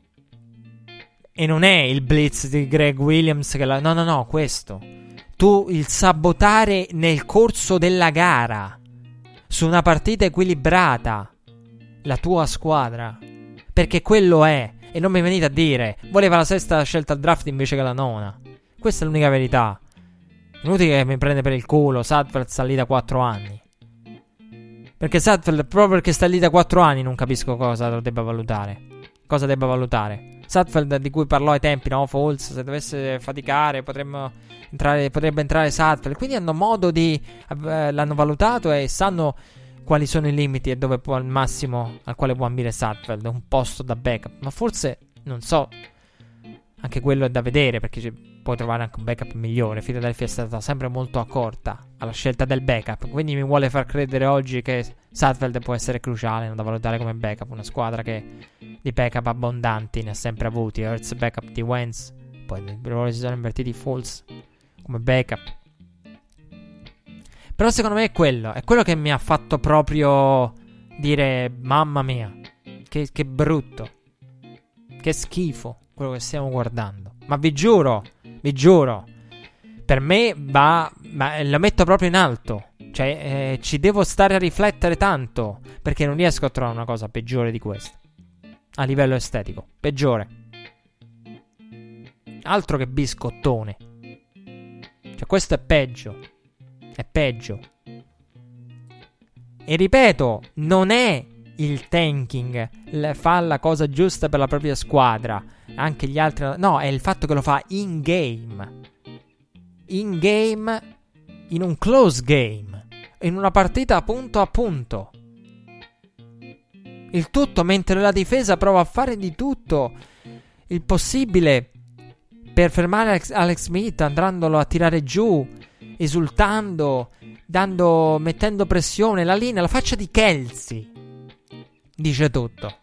e non è il blitz di Greg Williams che no, questo, tu il sabotare nel corso della gara su una partita equilibrata la tua squadra, perché quello è. E non mi venite a dire voleva la sesta scelta al draft invece che la nona. Questa è l'unica verità. Inutile che mi prende per il culo. Sudfeld sta lì da 4 anni. Perché Sudfeld, proprio perché sta lì da 4 anni, non capisco cosa lo debba valutare. Cosa debba valutare Sudfeld, di cui parlò ai tempi, no? Foles, se dovesse faticare potrebbe entrare Sudfeld. Quindi hanno modo di l'hanno valutato e sanno quali sono i limiti e dove può al massimo al quale può ambire Sudfeld, un posto da backup. Ma forse, non so, anche quello è da vedere, perché puoi trovare anche un backup migliore. Philadelphia è stata sempre molto accorta alla scelta del backup, quindi mi vuole far credere oggi che Sudfeld può essere cruciale, non da valutare come backup. Una squadra che di backup abbondanti ne ha sempre avuti. Hurts backup di Wentz, poi i ruoli si sono invertiti, Foles come backup. Però secondo me è quello che mi ha fatto proprio dire mamma mia, che brutto, che schifo quello che stiamo guardando. Ma vi giuro, per me lo metto proprio in alto Cioè, ci devo stare a riflettere tanto, perché non riesco a trovare una cosa peggiore di questa. A livello estetico, peggiore. Altro che biscottone. Cioè, questo è peggio. È peggio. E ripeto, non è il tanking, fa la cosa giusta per la propria squadra. Anche gli altri... No, è il fatto che lo fa in game. In game, in un close game, in una partita punto a punto. Il tutto mentre la difesa prova a fare di tutto il possibile per fermare Alex Smith, andandolo a tirare giù, esultando, mettendo pressione. La linea, la faccia di Kelsey dice tutto.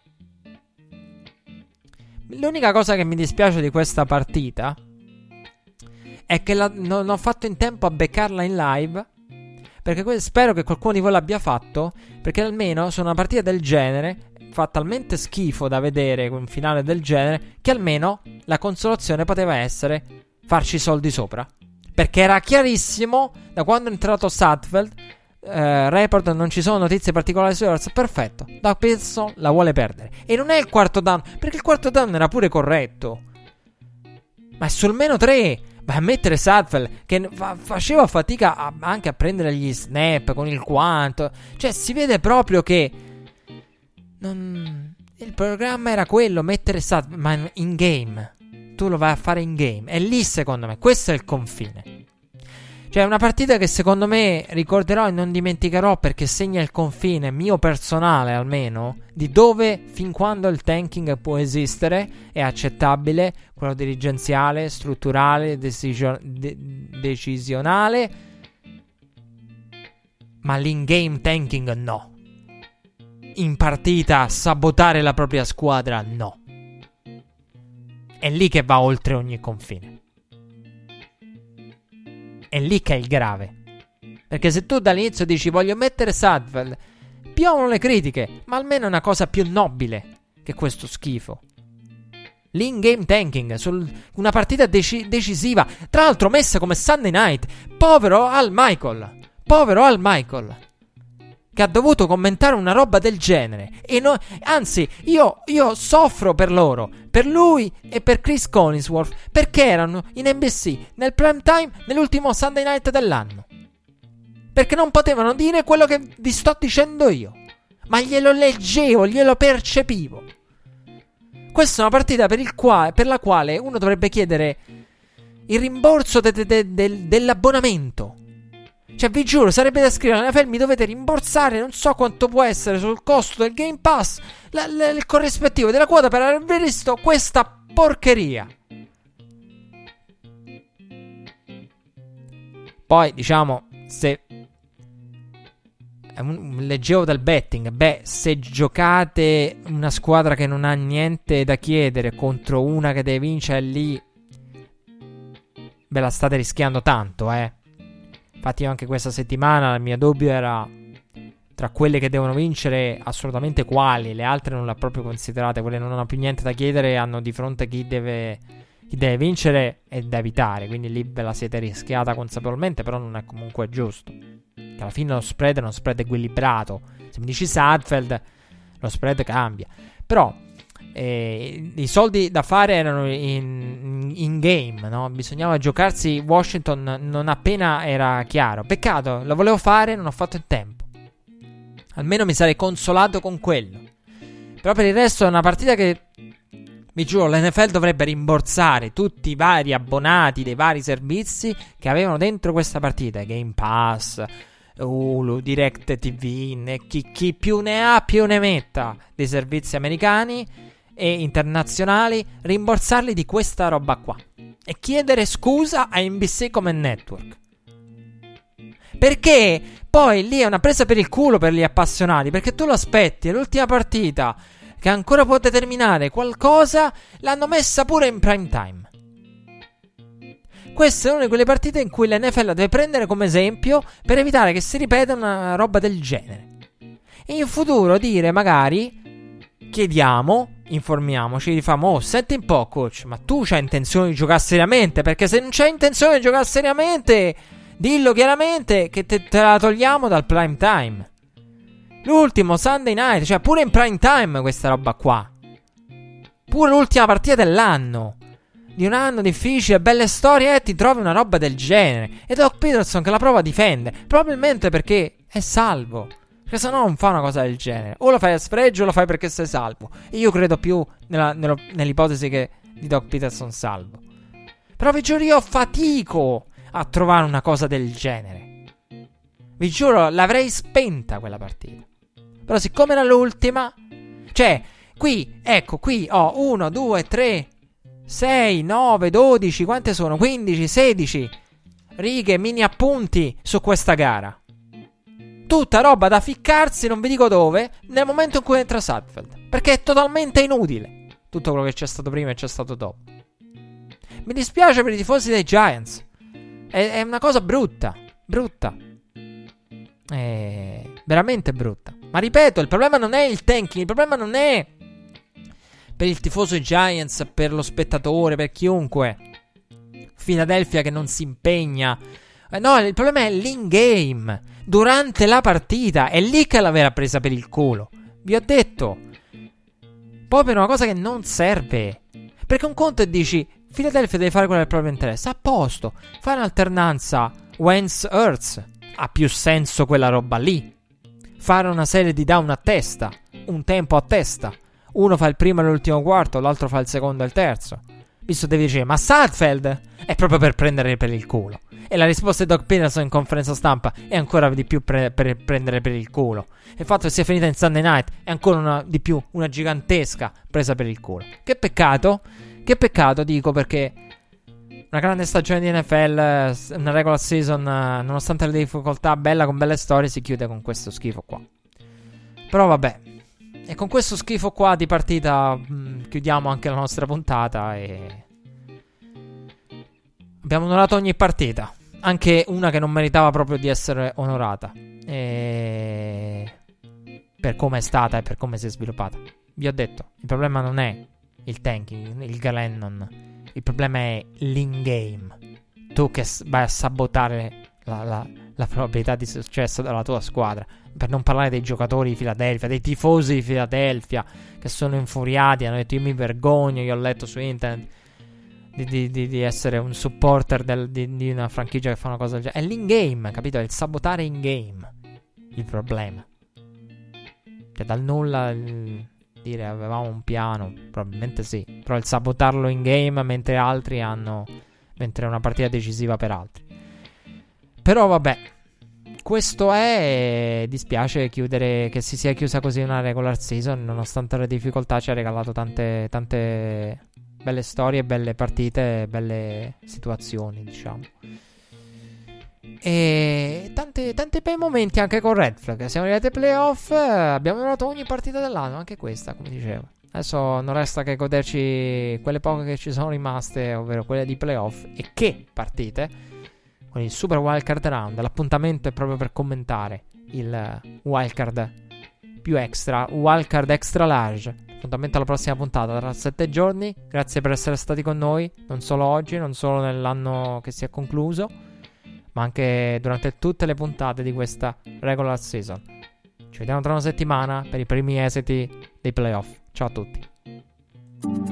L'unica cosa che mi dispiace di questa partita è che non ho fatto in tempo a beccarla in live, perché spero che qualcuno di voi l'abbia fatto, perché almeno su una partita del genere fa talmente schifo da vedere un finale del genere che almeno la consolazione poteva essere farci soldi sopra, perché era chiarissimo da quando è entrato Sudfeld. Report, non ci sono notizie particolari su Edwards. Perfetto, Doug Peterson la vuole perdere. E non è il quarto down, perché il quarto down era pure corretto, ma è sul meno 3. Vai a mettere Sudfeld che faceva fatica anche a prendere gli snap con il quanto. Cioè si vede proprio che il programma era quello, mettere Sudfeld, ma in game. Tu lo vai a fare in game. E lì secondo me questo è il confine. Cioè, è una partita che secondo me ricorderò e non dimenticherò, perché segna il confine mio personale, almeno, di dove, fin quando il tanking può esistere, è accettabile, quello dirigenziale, strutturale, decisionale, ma l'in-game tanking no. In partita sabotare la propria squadra no. È lì che va oltre ogni confine. È lì che è il grave. Perché se tu dall'inizio dici voglio mettere Sudfeld, piovono le critiche, ma almeno è una cosa più nobile che questo schifo. L'in-game tanking su una partita decisiva, tra l'altro messa come Sunday Night. Povero Al Michael, che ha dovuto commentare una roba del genere. E anzi, io soffro per loro, per lui e per Chris Collinsworth, perché erano in NBC nel prime time nell'ultimo Sunday Night dell'anno. Perché non potevano dire quello che vi sto dicendo io, ma glielo leggevo, glielo percepivo. Questa è una partita per la quale uno dovrebbe chiedere il rimborso dell'abbonamento. Cioè, vi giuro, sarebbe da scrivere alla NFL: mi dovete rimborsare, non so quanto può essere sul costo del Game Pass, il corrispettivo della quota per aver visto questa porcheria. Poi, diciamo, se leggevo dal betting, se giocate una squadra che non ha niente da chiedere contro una che deve vincere, lì ve la state rischiando tanto, Infatti anche questa settimana il mio dubbio era tra quelle che devono vincere assolutamente quali. Le altre non le ho proprio considerate. Quelle non hanno più niente da chiedere, hanno di fronte chi deve vincere e da evitare. Quindi lì ve la siete rischiata consapevolmente, però non è comunque giusto. Che alla fine lo spread è uno spread equilibrato. Se mi dici Sudfeld, lo spread cambia. Però i soldi da fare erano in game, no? Bisognava giocarsi Washington non appena era chiaro. Peccato, lo volevo fare, non ho fatto il tempo. Almeno mi sarei consolato con quello. Però per il resto è una partita che, vi giuro, l'NFL dovrebbe rimborsare tutti i vari abbonati dei vari servizi che avevano dentro questa partita. Game Pass, Hulu, Direct TV, chi più ne ha più ne metta dei servizi americani e internazionali, rimborsarli di questa roba qua e chiedere scusa a NBC come network, perché poi lì è una presa per il culo per gli appassionati, perché tu lo aspetti, è l'ultima partita che ancora può determinare qualcosa, l'hanno messa pure in prime time. Questa è una di quelle partite in cui l'NFL deve prendere come esempio per evitare che si ripeta una roba del genere, e in futuro dire magari chiediamo, informiamoci, diciamo: senti un po' coach, ma tu c'hai intenzione di giocare seriamente? Perché se non c'hai intenzione di giocare seriamente Dillo chiaramente che te la togliamo dal prime time. L'ultimo Sunday night, cioè pure in prime time questa roba qua. Pure l'ultima partita dell'anno. Di un anno difficile, belle storie, e ti trovi una roba del genere. E Doug Peterson che la prova a difendere. Probabilmente perché è salvo. Perché se no non fa una cosa del genere. O lo fai a sfregio o lo fai perché sei salvo. E io credo più nell'ipotesi che di Doug Peterson salvo. Però vi giuro, io fatico a trovare una cosa del genere. Vi giuro, l'avrei spenta quella partita. Però siccome era l'ultima, cioè, qui, ecco, qui ho 1, 2, 3, 6, 9, 12, quante sono? 15, 16 righe, mini appunti su questa gara. Tutta roba da ficcarsi, non vi dico dove, nel momento in cui entra Sudfeld. Perché è totalmente inutile tutto quello che c'è stato prima e c'è stato dopo. Mi dispiace per i tifosi dei Giants. È una cosa brutta. Brutta. È veramente brutta. Ma ripeto, il problema non è il tanking. Il problema non è per il tifoso Giants, per lo spettatore, per chiunque. Philadelphia che non si impegna. No, il problema è l'in-game. Durante la partita. È lì che l'aveva presa per il culo. Vi ho detto. Poi per una cosa che non serve. Perché un conto è dici Philadelphia deve fare quello del proprio interesse. A posto. Fare un'alternanza Wentz-Hurts. Ha più senso quella roba lì. Fare una serie di down a testa. Un tempo a testa. Uno fa il primo e l'ultimo quarto, l'altro fa il secondo e il terzo. Visto devi dire, ma Sudfeld è proprio per prendere per il culo. E la risposta di Doug Peterson in conferenza stampa è ancora di più per prendere per il culo. Il fatto che sia finita in Sunday Night è ancora di più una gigantesca presa per il culo. Che peccato. Che peccato, dico, perché una grande stagione di NFL, una regular season, nonostante le difficoltà, bella con belle storie, si chiude con questo schifo qua. Però vabbè. E con questo schifo qua di partita chiudiamo anche la nostra puntata e abbiamo onorato ogni partita, anche una che non meritava proprio di essere onorata, e per come è stata e per come si è sviluppata. Vi ho detto, il problema non è il tanking, il Glennon, il problema è l'in-game. Tu che vai a sabotare la probabilità di successo della tua squadra. Per non parlare dei giocatori di Philadelphia, dei tifosi di Philadelphia che sono infuriati, hanno detto io mi vergogno, io ho letto su internet di essere un supporter di una franchigia che fa una cosa del genere. È l'in-game, capito? È il sabotare in-game il problema. Cioè dal nulla dire avevamo un piano, probabilmente sì, però il sabotarlo in-game mentre è una partita decisiva per altri. Però vabbè, questo è. Dispiace chiudere, che si sia chiusa così una regular season. Nonostante le difficoltà ci ha regalato tante belle storie, belle partite, belle situazioni, diciamo. E tanti bei momenti anche con Red Flag. Siamo arrivati ai playoff, abbiamo onorato ogni partita dell'anno, anche questa, come dicevo. Adesso non resta che goderci quelle poche che ci sono rimaste, ovvero quelle di playoff. E che partite! Con il Super Wildcard Round. L'appuntamento è proprio per commentare il Wildcard più extra, Wildcard extra large. Appuntamento alla prossima puntata tra 7 giorni. Grazie per essere stati con noi, non solo oggi, non solo nell'anno che si è concluso, ma anche durante tutte le puntate di questa regular season. Ci vediamo tra una settimana per i primi esiti dei playoff. Ciao a tutti.